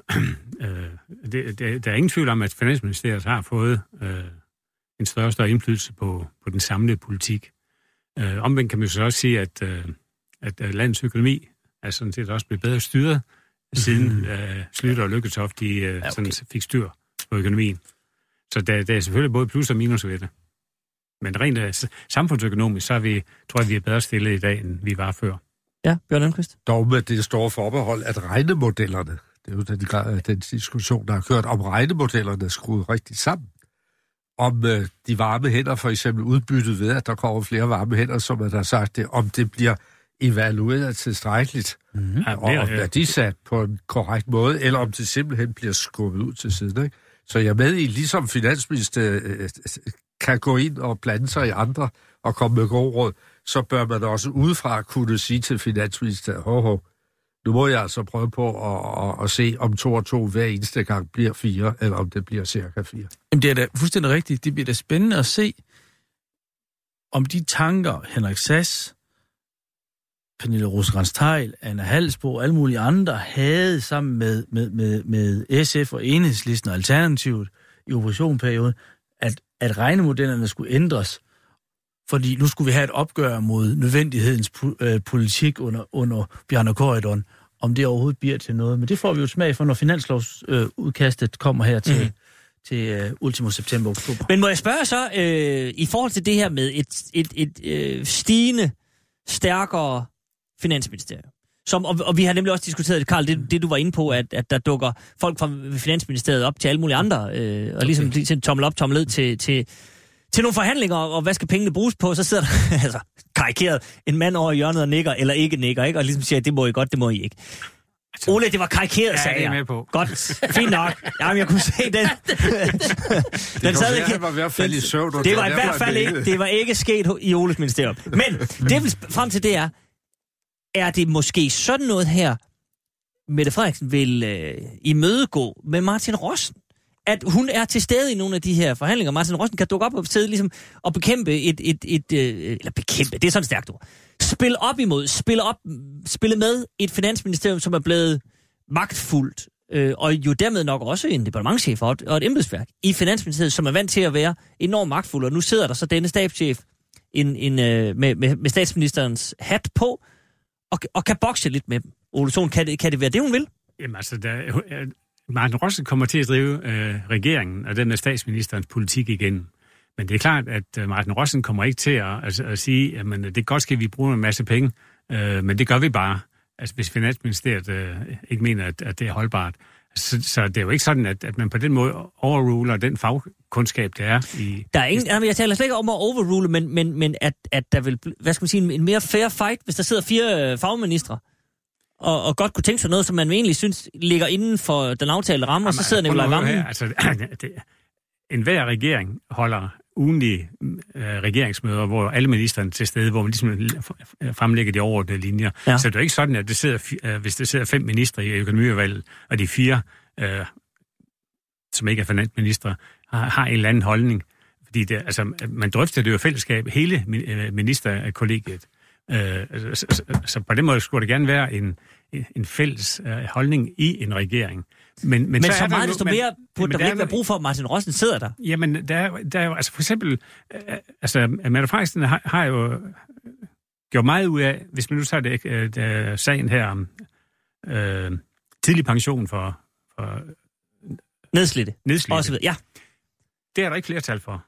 der er ingen tvivl om, at Finansministeriet har fået en større og større indflydelse på den samlede politik. Omvendt kan man så også sige, at landets økonomi er sådan set også blevet bedre styret, siden Schlüter og Lykketoft sådan fik styr på økonomien. Så der er selvfølgelig både plus og minus ved det. Men rent samfundsøkonomisk, så tror jeg, vi er bedre stillet i dag, end vi var før.
Ja, Bjørn Elmquist.
Dog med det store forbehold, at regnemodellerne, det er jo den diskussion, der har kørt, om regnemodellerne er skruet rigtigt sammen. Om de varme hænder, for eksempel udbyttet ved, at der kommer flere varme hænder, som man har sagt det, om det bliver evalueret tilstrækkeligt og værdisat på en korrekt måde, eller om det simpelthen bliver skubbet ud til siden. Ikke? Så jeg er med i, ligesom Finansministeriet kan gå ind og blande sig i andre og komme med gode råd, så bør man også udefra kunne sige til Finansministeriet, nu må jeg altså prøve på at se, om 2 og 2 hver eneste gang bliver 4, eller om det bliver cirka 4.
Jamen, det er da fuldstændig rigtigt. Det bliver da spændende at se, om de tanker, Henrik Sass, Pernille Rosenkrantz-Theil, Anna Halsbo og alle mulige andre havde sammen med SF og Enhedslisten og Alternativet i oppositionperioden, at regnemodellerne skulle ændres, fordi nu skulle vi have et opgør mod nødvendighedens politik under Bjarne Corydon, om det overhovedet bliver til noget. Men det får vi jo smag for, når finanslovsudkastet kommer her ultimo september-oktober.
Men må jeg spørge så, i forhold til det her med et stigende, stærkere finansministerium, og vi har nemlig også diskuteret det, Karl, det du var inde på, at der dukker folk fra Finansministeriet op til alle mulige andre, og ligesom tommel op, tommel ned til nogle forhandlinger, og hvad skal pengene bruges på, så sidder der, altså karikeret, en mand over i hjørnet og nikker, eller ikke nikker, ikke? Og ligesom siger, det må I godt, det må I ikke. Ole, det var karikeret, sagde jeg.
Ja, det er med på.
Godt, fint nok. Jamen, jeg kunne se den.
Den sad ikke. Det var i hvert fald i søvn.
Det var i hvert fald ikke, det var ikke sket i Oles ministerium. Men det vi frem til det er det måske sådan noget her, Mette Frederiksen vil imødegå med Martin Rossen? At hun er til stede i nogle af de her forhandlinger. Martin Rossen kan dukke op og sidde ligesom og bekæmpe eller bekæmpe, det er sådan et stærkt ord. Spille med et finansministerium, som er blevet magtfuldt, og jo dermed nok også en departementschef og et embedsværk i Finansministeriet, som er vant til at være enormt magtfuld, og nu sidder der så denne stabschef med statsministerens hat på, og kan bokse lidt med dem. Ole Sohn, kan det være det, hun vil?
Jamen altså, Martin Rossen kommer til at drive regeringen og den med statsministerens politik igen. Men det er klart, at Martin Rossen kommer ikke til at sige, at det er godt, skal vi bruge en masse penge, men det gør vi bare, altså, hvis Finansministeriet ikke mener, at det er holdbart. Så det er jo ikke sådan, at man på den måde overruler den fagkundskab, der er i...
Der er ingen, jeg taler slet ikke om at overrule, men at der vil, hvad skal man sige, en mere fair fight, hvis der sidder 4 fagministre, og godt kunne tænke sig noget, som man egentlig synes ligger inden for den aftalte ramme, og så sidder Nicolai Wammen.
Enhver regering holder ugenlige regeringsmøder, hvor alle ministerne er til stede, hvor man ligesom fremlægger de overordnede linjer. Ja. Så det er jo ikke sådan, at hvis der sidder 5 ministre i økonomiudvalget, og de 4, som ikke er finansministre, har en eller anden holdning. Fordi man drøfter det jo i fællesskab, hele ministerkollegiet. Så på den måde skulle det gerne være en fælles holdning i en regering. Men
så meget desto mere burde der ikke være brug for, at Martin Rossen sidder der.
Jamen, der er jo, altså for eksempel, Mette Frederiksen har jo gjort meget ud af, hvis man nu tager sagen her om tidlig pension for
nedslidte.
Nedslidte.
Ja.
Det er der ikke flertal for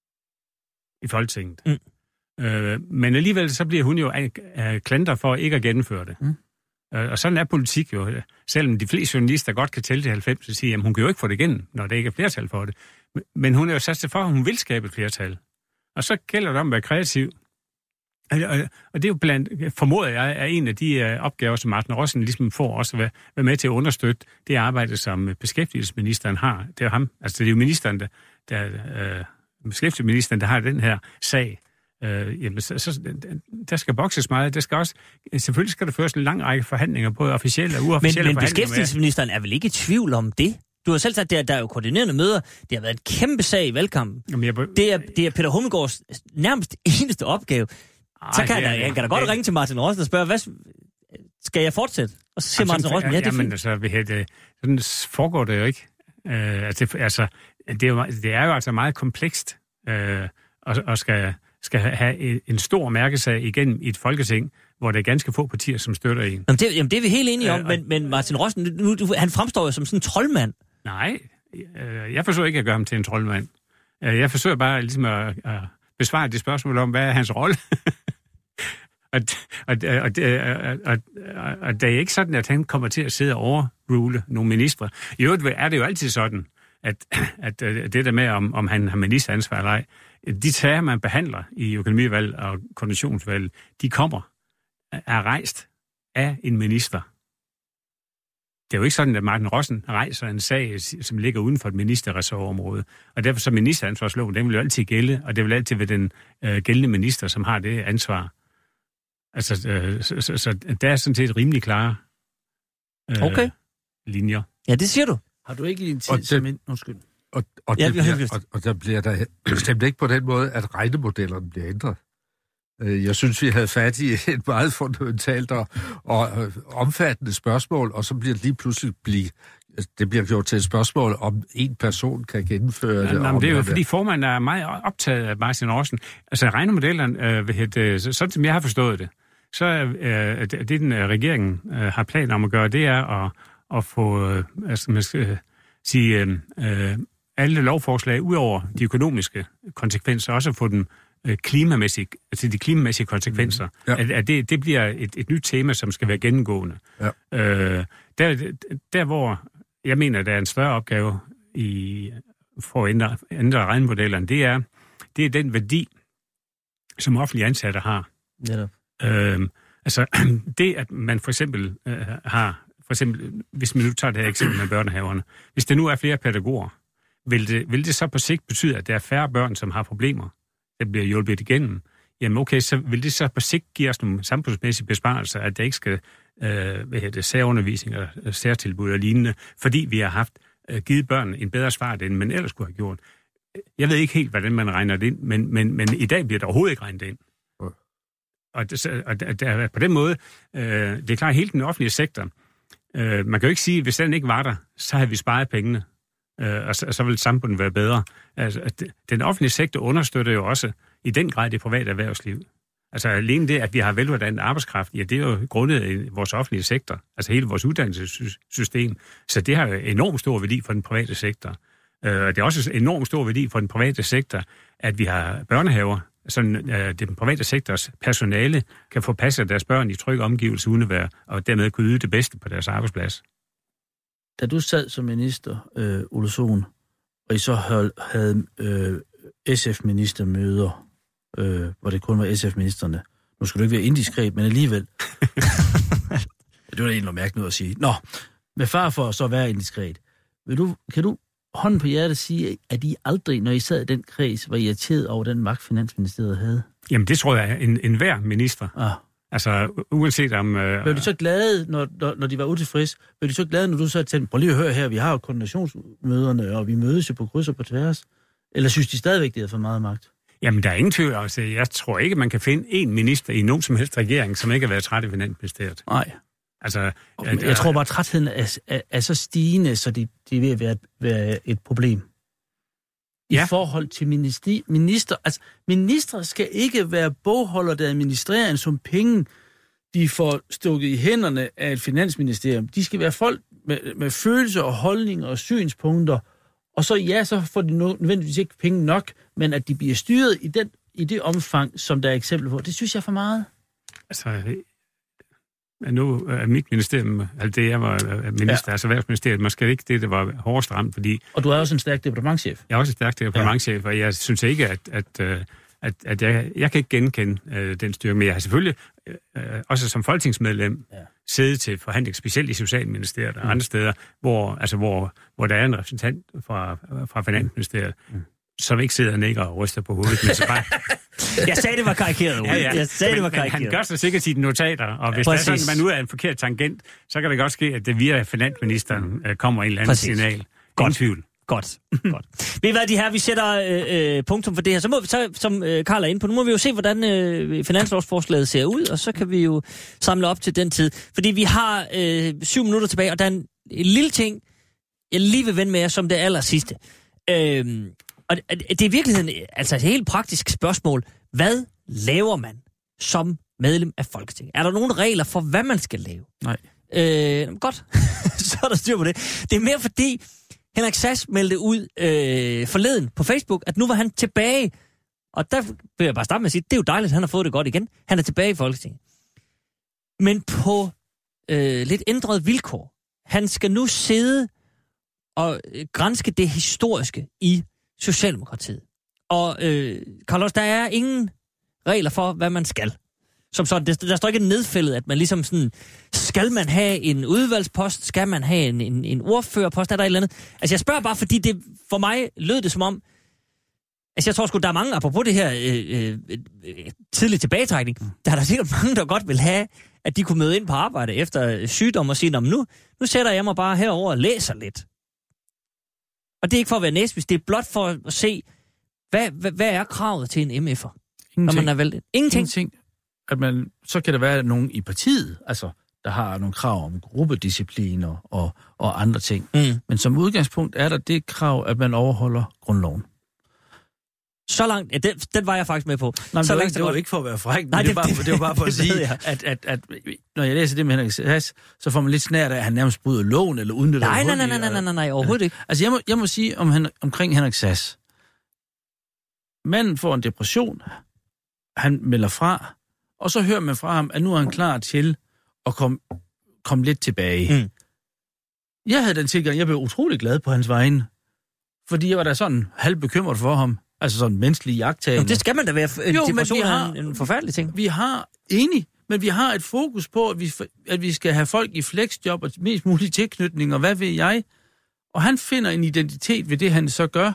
i Folketinget. Men alligevel så bliver hun jo klandret for ikke at gennemføre det. Og sådan er politik jo. Selvom de fleste journalister godt kan tælle til 90, så siger, at hun kan jo ikke få det igennem, når der ikke er flertal for det. Men hun er jo sat til for, at hun vil skabe et flertal. Og så gælder det om at være kreativ. Og det er jo formoder jeg, er en af de opgaver, som Martin Rossen ligesom får også at være med til at understøtte det arbejde, som beskæftigelsesministeren har. Det er jo ham, altså det er jo ministeren, beskæftigelsesministeren, der har den her sag. Jamen, der skal bokses meget. Der skal også, selvfølgelig skal der føres en lang række forhandlinger, både officielle og uofficielle.
Men beskæftigelsesministeren er vel ikke i tvivl om det? Du har selv sagt, at der er jo koordinerende møder. Det har været en kæmpe sag i valgkampen. Det er Peter Hummelgaards nærmest eneste opgave. Så kan han da godt ringe til Martin Rossen og spørge, hvad skal jeg fortsætte? Og så siger Martin Rossen, ja, det er fint.
Sådan foregår det jo ikke. Det er jo altså meget komplekst og skal have en stor mærkesag igennem i et folketing, hvor der er ganske få partier, som støtter en.
Jamen det er vi helt enige om, men Martin Rossen, han fremstår jo som sådan en troldmand.
Nej, jeg forsøger ikke at gøre ham til en troldmand. Jeg forsøger bare ligesom at besvare det spørgsmål om, hvad er hans rolle? og det er ikke sådan, at han kommer til at sidde og overrule nogle ministre. I øvrigt er det jo altid sådan, at det der med, om han har ministeransvar eller ej, de sager, man behandler i økonomivalg og koordinationsvalg, de er rejst af en minister. Det er jo ikke sådan, at Martin Rossen rejser en sag, som ligger uden for et ministerressortområde. Og derfor så ministeransvarsloven, den vil jo altid gælde, og det vil altid være den gældende minister, som har det ansvar. Altså, så der er sådan set rimelig klare linjer.
Ja, det siger du.
Har du ikke en tid som en... Undskyld.
Og der bliver der bestemt ikke på den måde, at regnemodellerne bliver ændret. Jeg synes, vi havde fat i et meget fundamentalt og omfattende spørgsmål, og så bliver det lige pludselig det bliver gjort til et spørgsmål, om en person kan gennemføre det.
Men det er jo, fordi formanden er meget optaget af Martin Rossen. Altså regnemodellerne, sådan som jeg har forstået det, så det den regeringen har planer om at gøre, det er at få, man skal sige, alle lovforslag, ud over de økonomiske konsekvenser, også få dem klimamæssige, altså de klimamæssige konsekvenser, at det bliver et nyt tema, som skal være gennemgående. Ja. Der, hvor jeg mener, der er en større opgave for at ændre regnemodellerne, det er den værdi, som offentlige ansatte har. Netop. Altså det, at man for eksempel har, hvis man nu tager det her eksempel med børnehaverne, hvis der nu er flere pædagoger, vil det så på sigt betyde, at der er færre børn, som har problemer, der bliver hjulpet igennem? Jamen okay, så vil det så på sigt give os nogle samfundsmæssige besparelser, at der ikke skal særundervisning og særtilbud og lignende, fordi vi har haft givet børn en bedre svar, end man ellers skulle have gjort. Jeg ved ikke helt, hvordan man regner det ind, men i dag bliver det overhovedet ikke regnet ind. Og på den måde, det er klart, hele den offentlige sektor, man kan jo ikke sige, at hvis den ikke var der, så havde vi sparet pengene, og så ville samfundet være bedre. Altså, den offentlige sektor understøtter jo også i den grad det private erhvervsliv. Altså alene det, at vi har veluddannet arbejdskraft, ja, det er jo grundet i vores offentlige sektor, altså hele vores uddannelsessystem. Så det har jo enormt stor værdi for den private sektor. Det er også enormt stor værdi for den private sektor, at vi har børnehaver, så den private sektors personale kan få passet deres børn i trygge omgivelser uden at være, og dermed kunne yde det bedste på deres arbejdsplads.
Da du sad som minister, Ole Sohn, og I så havde SF-ministermøder, hvor det kun var SF-ministerne. Nu skulle du ikke være indiskret, men alligevel. Det var da egentlig mærkeligt noget at sige. Nå, med far for så at være indiskret. Kan du hånden på hjertet sige, at I aldrig, når I sad i den kreds, var irriteret over den magt, Finansministeriet havde?
Jamen, det tror jeg er enhver minister. Altså, uanset om...
Blev de så glade, når de var utilfredse? Blev de så glade, når du så tænkte, prøv lige at høre her, vi har jo koordinationsmøderne, og vi mødes jo på kryds og på tværs? Eller synes de stadigvæk, det er for meget magt?
Jamen, der er ingen tvivl. Altså, jeg tror ikke, man kan finde én minister i nogen som helst regering, som ikke har været træt i Finansministeriet.
Nej.
Altså,
jeg tror bare, at trætheden er så stigende, så det er ved at være et problem. I forhold til minister. Altså, ministre skal ikke være bogholder, der administrerer en som penge, de får stukket i hænderne af et finansministerium. De skal være folk med følelser og holdninger og synspunkter. Og så får de nødvendigvis ikke penge nok, men at de bliver styret i det omfang, som der er eksempel på. Det synes jeg er for meget.
Altså, nu er mit ministerium, altså det jeg var minister, altså Erhvervsministeriet, måske ikke det var hårdest ramt, fordi...
Og du er også en stærk departementschef.
Jeg er også en stærk departementschef, og jeg synes ikke, at jeg kan ikke genkende den styrke, men jeg har selvfølgelig også som folketingsmedlem siddet til forhandling, specielt i Socialministeriet og andre steder, hvor der er en repræsentant fra Finansministeriet, som ikke sidder og nikker og ryster på hovedet, men så bare...
Jeg sagde, det var karikeret, Ole.
Ja. Men han gør sig sikkert sine notater, og hvis der er sådan, man nu er en forkert tangent, så kan det godt ske, at det via finansministeren kommer en eller anden signal. Ingen tvivl.
Godt. Ved I hvad, de her, vi sætter punktum for det her. Så må vi, som Karl er inde på, nu må vi jo se, hvordan finanslovsforslaget ser ud, og så kan vi jo samle op til den tid. Fordi vi har 7 minutter tilbage, og der er en lille ting, jeg lige vil vende med jer som det aller sidste. Og det er i virkeligheden altså et helt praktisk spørgsmål. Hvad laver man som medlem af Folketinget? Er der nogle regler for, hvad man skal lave?
Nej.
Godt. Så er der styr på det. Det er mere fordi, Henrik Sass meldte ud forleden på Facebook, at nu var han tilbage. Og der vil jeg bare starte med at sige, det er jo dejligt, at han har fået det godt igen. Han er tilbage i Folketinget. Men på lidt ændrede vilkår. Han skal nu sidde og granske det historiske i Socialdemokratiet. Og Carlos, der er ingen regler for, hvad man skal. Som sådan, der står ikke nedfældet, at man ligesom sådan, skal man have en udvalgspost, skal man have en ordførerpost, er der et eller andet? Altså jeg spørger bare, fordi det for mig lød det som om, altså jeg tror sgu, der er mange, apropos det her tidlig tilbagetrækning, der er der sikkert mange, der godt vil have, at de kunne møde ind på arbejde efter sygdom og sige, nu sætter jeg mig bare herover og læser lidt. Og det er ikke for at være næsvis, det er blot for at se, hvad er kravet til en MF'er, når man er valgt? Ingenting.
Så kan der være nogen i partiet, altså der har nogle krav om gruppedisciplin og andre ting. Men som udgangspunkt er der det krav, at man overholder grundloven.
Så langt, ja, den var jeg faktisk med på.
Nej,
så
det var ikke for at være fræk,
Nej,
det var bare for at sige, at når jeg læser det med Henrik Sass, så får man lidt snært af, at han nærmest bryder loven eller udnytter
Nej, overhovedet ikke.
Altså, jeg må sige omkring Henrik Sass. Manden får en depression, han melder fra, og så hører man fra ham, at nu er han klar til at komme lidt tilbage. Mm. Jeg havde den tilgang, jeg blev utrolig glad på hans vegne, fordi jeg var da sådan halvbekymret for ham. Altså sådan menneskelig jagttagende.
Det skal man da være. Depression er en forfærdelig ting.
Vi har et fokus på, at vi skal have folk i flexjob og mest mulige tilknytning, og hvad ved jeg. Og han finder en identitet ved det, han så gør.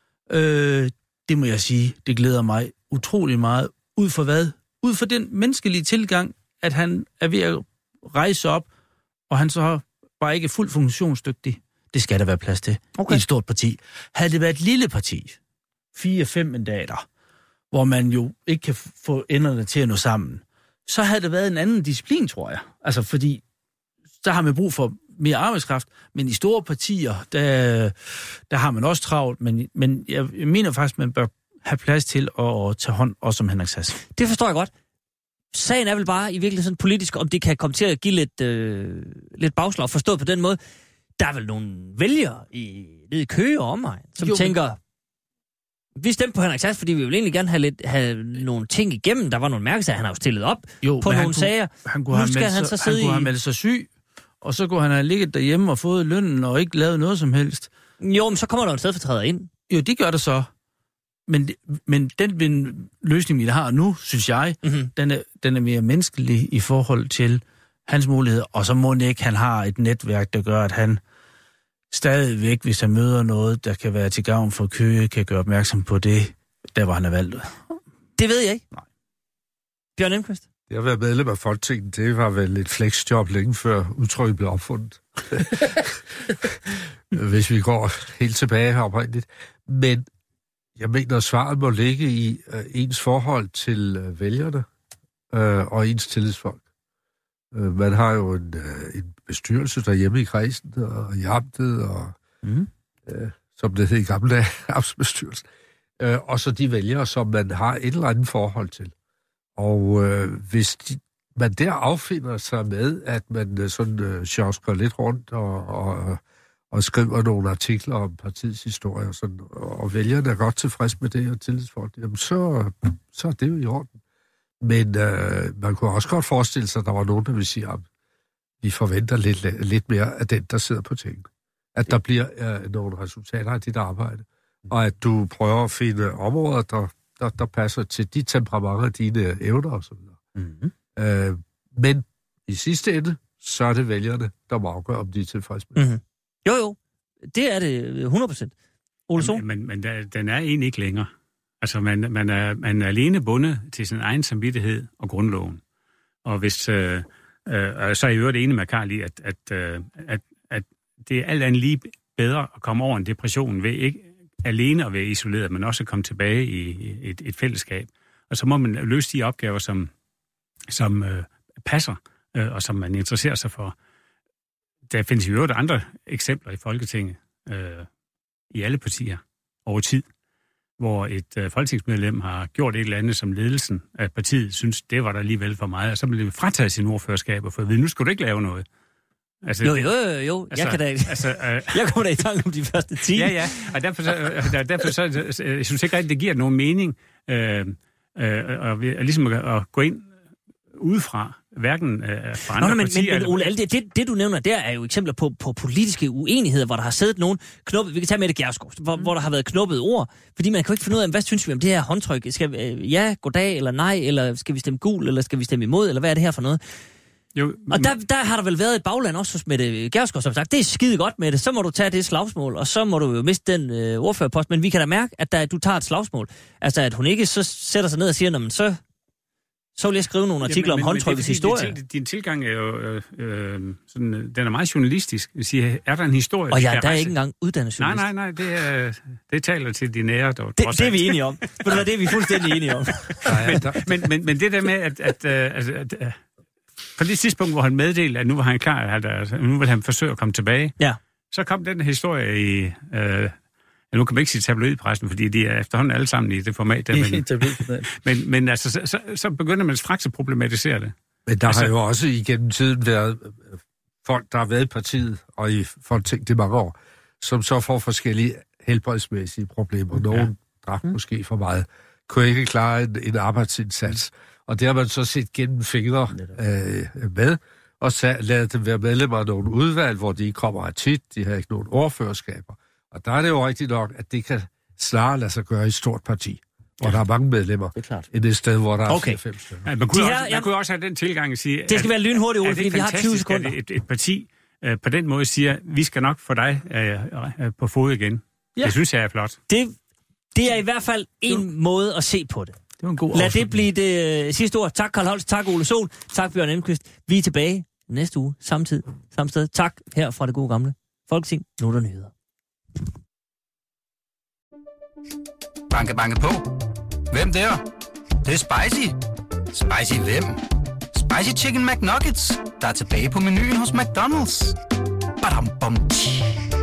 Det må jeg sige, det glæder mig utrolig meget. Ud for hvad? Ud for den menneskelige tilgang, at han er ved at rejse op, og han så bare ikke er fuldt funktionsdygtig. Det skal der være plads til i et stort parti. Havde det været et lille parti, 4-5 mandater, hvor man jo ikke kan få enderne til at nå sammen, så havde det været en anden disciplin, tror jeg. Altså, fordi der har man brug for mere arbejdskraft, men i store partier, der har man også travlt, men jeg mener faktisk, man bør have plads til at tage hånd også om Henrik Sass.
Det forstår jeg godt. Sagen er vel bare i virkeligheden sådan politisk, om det kan komme til at give lidt bagslag, forstået på den måde. Der er vel nogle vælgere nede i Køge og omegn, som tænker, vi stemte på Henrik Sass, fordi vi ville egentlig gerne have nogle ting igennem. Der var nogle mærkesager, han har jo stillet op på nogle sager.
Han kunne have meldt sig syg, og så kunne han have ligget derhjemme og fået lønnen og ikke lavet noget som helst.
Jo, men så kommer der en stedfortræder ind.
Jo, det gør der så. Men den løsning, vi har nu, synes jeg, den er mere menneskelig i forhold til hans muligheder. Og så må det ikke, han har et netværk, der gør, at han stadigvæk, hvis han møder noget, der kan være til gavn for Køge, kan gøre opmærksom på det, der var han er valgt.
Det ved jeg ikke.
Nej.
Bjørn Emqvist?
Det at være medlem af Folketinget, det var vel et flexjob længe før udtrykket blev opfundet. Hvis vi går helt tilbage oprindeligt. Men jeg mener, at svaret må ligge i ens forhold til vælgerne og ens tillidsfolk. Man har jo en bestyrelse derhjemme i kredsen og i amtet, og som det hed i gamle dage, amtsbestyrelsen. Og så de vælgere, som man har et eller andet forhold til. Og hvis man der affinder sig med, at man sådan sjosker lidt rundt og skriver nogle artikler om partiets historie, og, sådan, og vælgerne er godt tilfreds med det og tillidsfolk, jamen så er det jo i orden. Men man kunne også godt forestille sig, at der var nogen, der vil sige, at vi forventer lidt mere af den, der sidder på tingene. At der bliver nogle resultater af dit arbejde, og at du prøver at finde områder, der passer til de temperamenter, dine evner osv. Mm-hmm. Men i sidste ende, så er det vælgerne, der må afgøre, om de er tilfredse med det.
Mm-hmm. Jo, det er det 100%. Ole Sohn?
Men den er egentlig ikke længere. Altså, man er alene bundet til sin egen samvittighed og grundloven. Og hvis så er jeg jo det enig med Karl i, at det er alt andet lige bedre at komme over en depression ved ikke alene at være isoleret, men også at komme tilbage i et fællesskab. Og så må man løse de opgaver, som passer, og som man interesserer sig for. Der findes jo andre eksempler i Folketinget, i alle partier, over tid, hvor et folketingsmedlem har gjort et eller andet, som ledelsen af partiet synes, det var der alligevel for meget, og så blev det frataget sin ordførerskab og få at vide, nu skal du ikke lave noget.
Altså, jo. Jeg kommer da i tanke om de første 10.
Ja, og derfor så jeg synes ikke rigtig, det giver nogen mening ligesom at gå ind udefra, hverken fra andre partier.
Men Ole, det du nævner der er jo eksempler på politiske uenigheder, hvor der har siddet nogen knuppet. Vi kan tage Mette Gjerskov, hvor der har været knuppet ord, fordi man kan jo ikke finde ud af, hvad synes vi om det her håndtryk? Skal ja, goddag, eller nej, eller skal vi stemme gul, eller skal vi stemme imod, eller hvad er det her for noget? Jo, og der har der vel været et bagland også hos Mette Gjerskov, som sagt, det er skide godt med det, så må du tage det slagsmål, og så må du jo miste den ordførerpost, men vi kan da mærke, at du tager et slagsmål. Altså, at hun ikke så sætter sig ned og siger, så vil jeg skrive nogle artikler om håndtrykkets historie.
Din tilgang er jo sådan, den er meget journalistisk. Jeg siger, er der en historie?
Og der er ikke engang uddannet journalist.
Nej, det taler til din ære.
Det er vi enige om. Det er vi fuldstændig enige om.
men det der med, at på det tidspunkt, hvor han meddelte, at nu var han klar, nu vil han forsøge at komme tilbage, så kom den historie nu kan man ikke sige tabloidpressen, fordi de er efterhånden alle sammen i det format der. Men altså, så begynder man straks at problematisere det.
Men der har jo også igennem tiden været folk, der har været i partiet og i Folketinget i mange år, som så får forskellige helbredsmæssige problemer. Nogen drak måske for meget, kunne ikke klare en arbejdsindsats. Og det har man så set gennem fingre med, og ladet dem være medlemmer af nogle udvalg, hvor de ikke kommer tit, de har ikke nogen ordførerskaber. Og der er det jo rigtigt nok, at det kan snarere lade sig gøre i et stort parti, hvor der er mange medlemmer, end et sted, hvor der er 4-5 stykker.
Ja, man kunne også have den tilgang at sige...
Det skal være lynhurtigt, Ole, fordi vi har 20 sekunder.
At et parti på den måde siger, vi skal nok få dig på fod igen. Ja. Det synes jeg er flot.
Det er i hvert fald en måde at se på det.
Det var en god
Lad det blive det sidste ord. Tak, Carl Holst. Tak, Ole Sohn. Tak, Bjørn Elmqvist. Vi er tilbage næste uge. Samme tid, samme sted. Tak her fra det gode gamle Folketing. Nu er der nyheder.
Banke, banke på. Hvem der? Det er spicy. Spicy hvem? Spicy Chicken McNuggets, der er tilbage på menuen hos McDonald's. Badum, bom, tji.